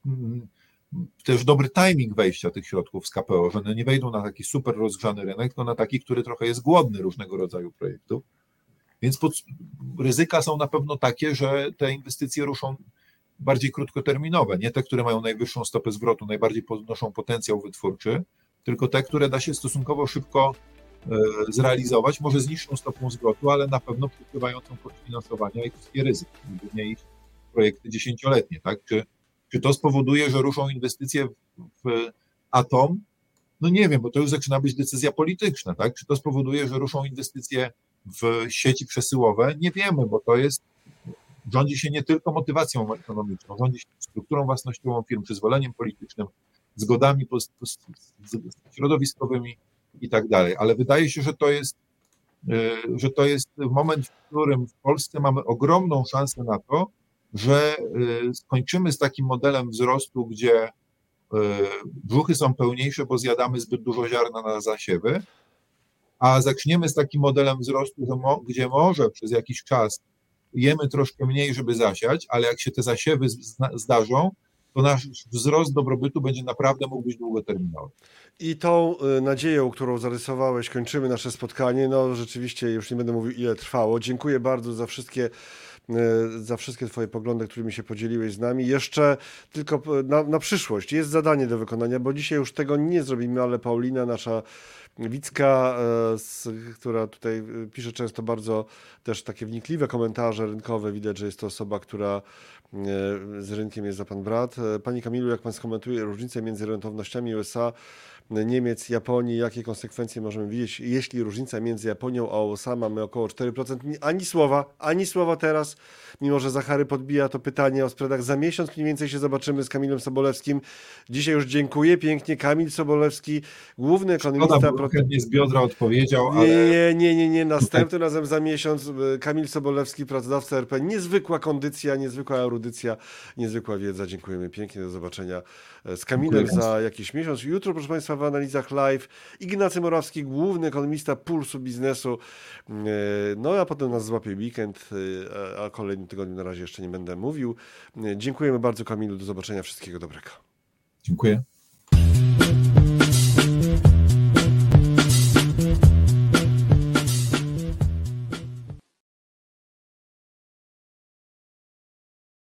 też dobry timing wejścia tych środków z K P O, że one nie wejdą na taki super rozgrzany rynek, tylko na taki, który trochę jest głodny różnego rodzaju projektów. Więc pod, ryzyka są na pewno takie, że te inwestycje ruszą bardziej krótkoterminowe, nie te, które mają najwyższą stopę zwrotu, najbardziej podnoszą potencjał wytwórczy, tylko te, które da się stosunkowo szybko e, zrealizować, może z niższą stopą zwrotu, ale na pewno pokrywającą koszt finansowania i kwestie ryzyk, głównie projekty dziesięcioletnie, tak? Czy, czy to spowoduje, że ruszą inwestycje w, w atom? No nie wiem, bo to już zaczyna być decyzja polityczna, tak? Czy to spowoduje, że ruszą inwestycje w sieci przesyłowe? Nie wiemy, bo to jest, rządzi się nie tylko motywacją ekonomiczną, rządzi się strukturą własnościową firm, przyzwoleniem politycznym, zgodami post, post, środowiskowymi i tak dalej. Ale wydaje się, że to jest, że to jest moment, w którym w Polsce mamy ogromną szansę na to, że skończymy z takim modelem wzrostu, gdzie brzuchy są pełniejsze, bo zjadamy zbyt dużo ziarna na zasiewy, a zaczniemy z takim modelem wzrostu, że mo, gdzie może przez jakiś czas jemy troszkę mniej, żeby zasiać, ale jak się te zasiewy zna, zdarzą, to nasz wzrost dobrobytu będzie naprawdę mógł być długoterminowy. I tą nadzieją, którą zarysowałeś, kończymy nasze spotkanie. No rzeczywiście, już nie będę mówił, ile trwało. Dziękuję bardzo za wszystkie za wszystkie twoje poglądy, którymi się podzieliłeś z nami. Jeszcze tylko na, na przyszłość jest zadanie do wykonania, bo dzisiaj już tego nie zrobimy, ale Paulina, nasza Wicka, z, która tutaj pisze często bardzo też takie wnikliwe komentarze rynkowe. Widać, że jest to osoba, która z rynkiem jest za pan brat. Pani Kamilu, jak pan skomentuje różnicę między rentownościami U S A Niemiec, Japonii, jakie konsekwencje możemy widzieć, jeśli różnica między Japonią a U S A mamy około cztery procent. Ani słowa, ani słowa teraz, mimo że Zachary podbija to pytanie o spreadach. Za miesiąc mniej więcej się zobaczymy z Kamilem Sobolewskim. Dzisiaj już dziękuję pięknie. Kamil Sobolewski, główny ekonomista... Szkoda, bo chętnie z biodra odpowiedział, ale... Nie, nie, nie, nie. Następnym razem za miesiąc Kamil Sobolewski, pracodawca R P. Niezwykła kondycja, niezwykła erudycja, niezwykła wiedza. Dziękujemy pięknie. Do zobaczenia z Kamilem Dziękuję za jakiś miesiąc. Jutro, proszę Państwa, w analizach live Ignacy Morawski, główny ekonomista Pulsu Biznesu. No a potem nas złapie weekend, a o kolejnym tygodniu na razie jeszcze nie będę mówił. Dziękujemy bardzo, Kamilu. Do zobaczenia. Wszystkiego dobrego. Dziękuję.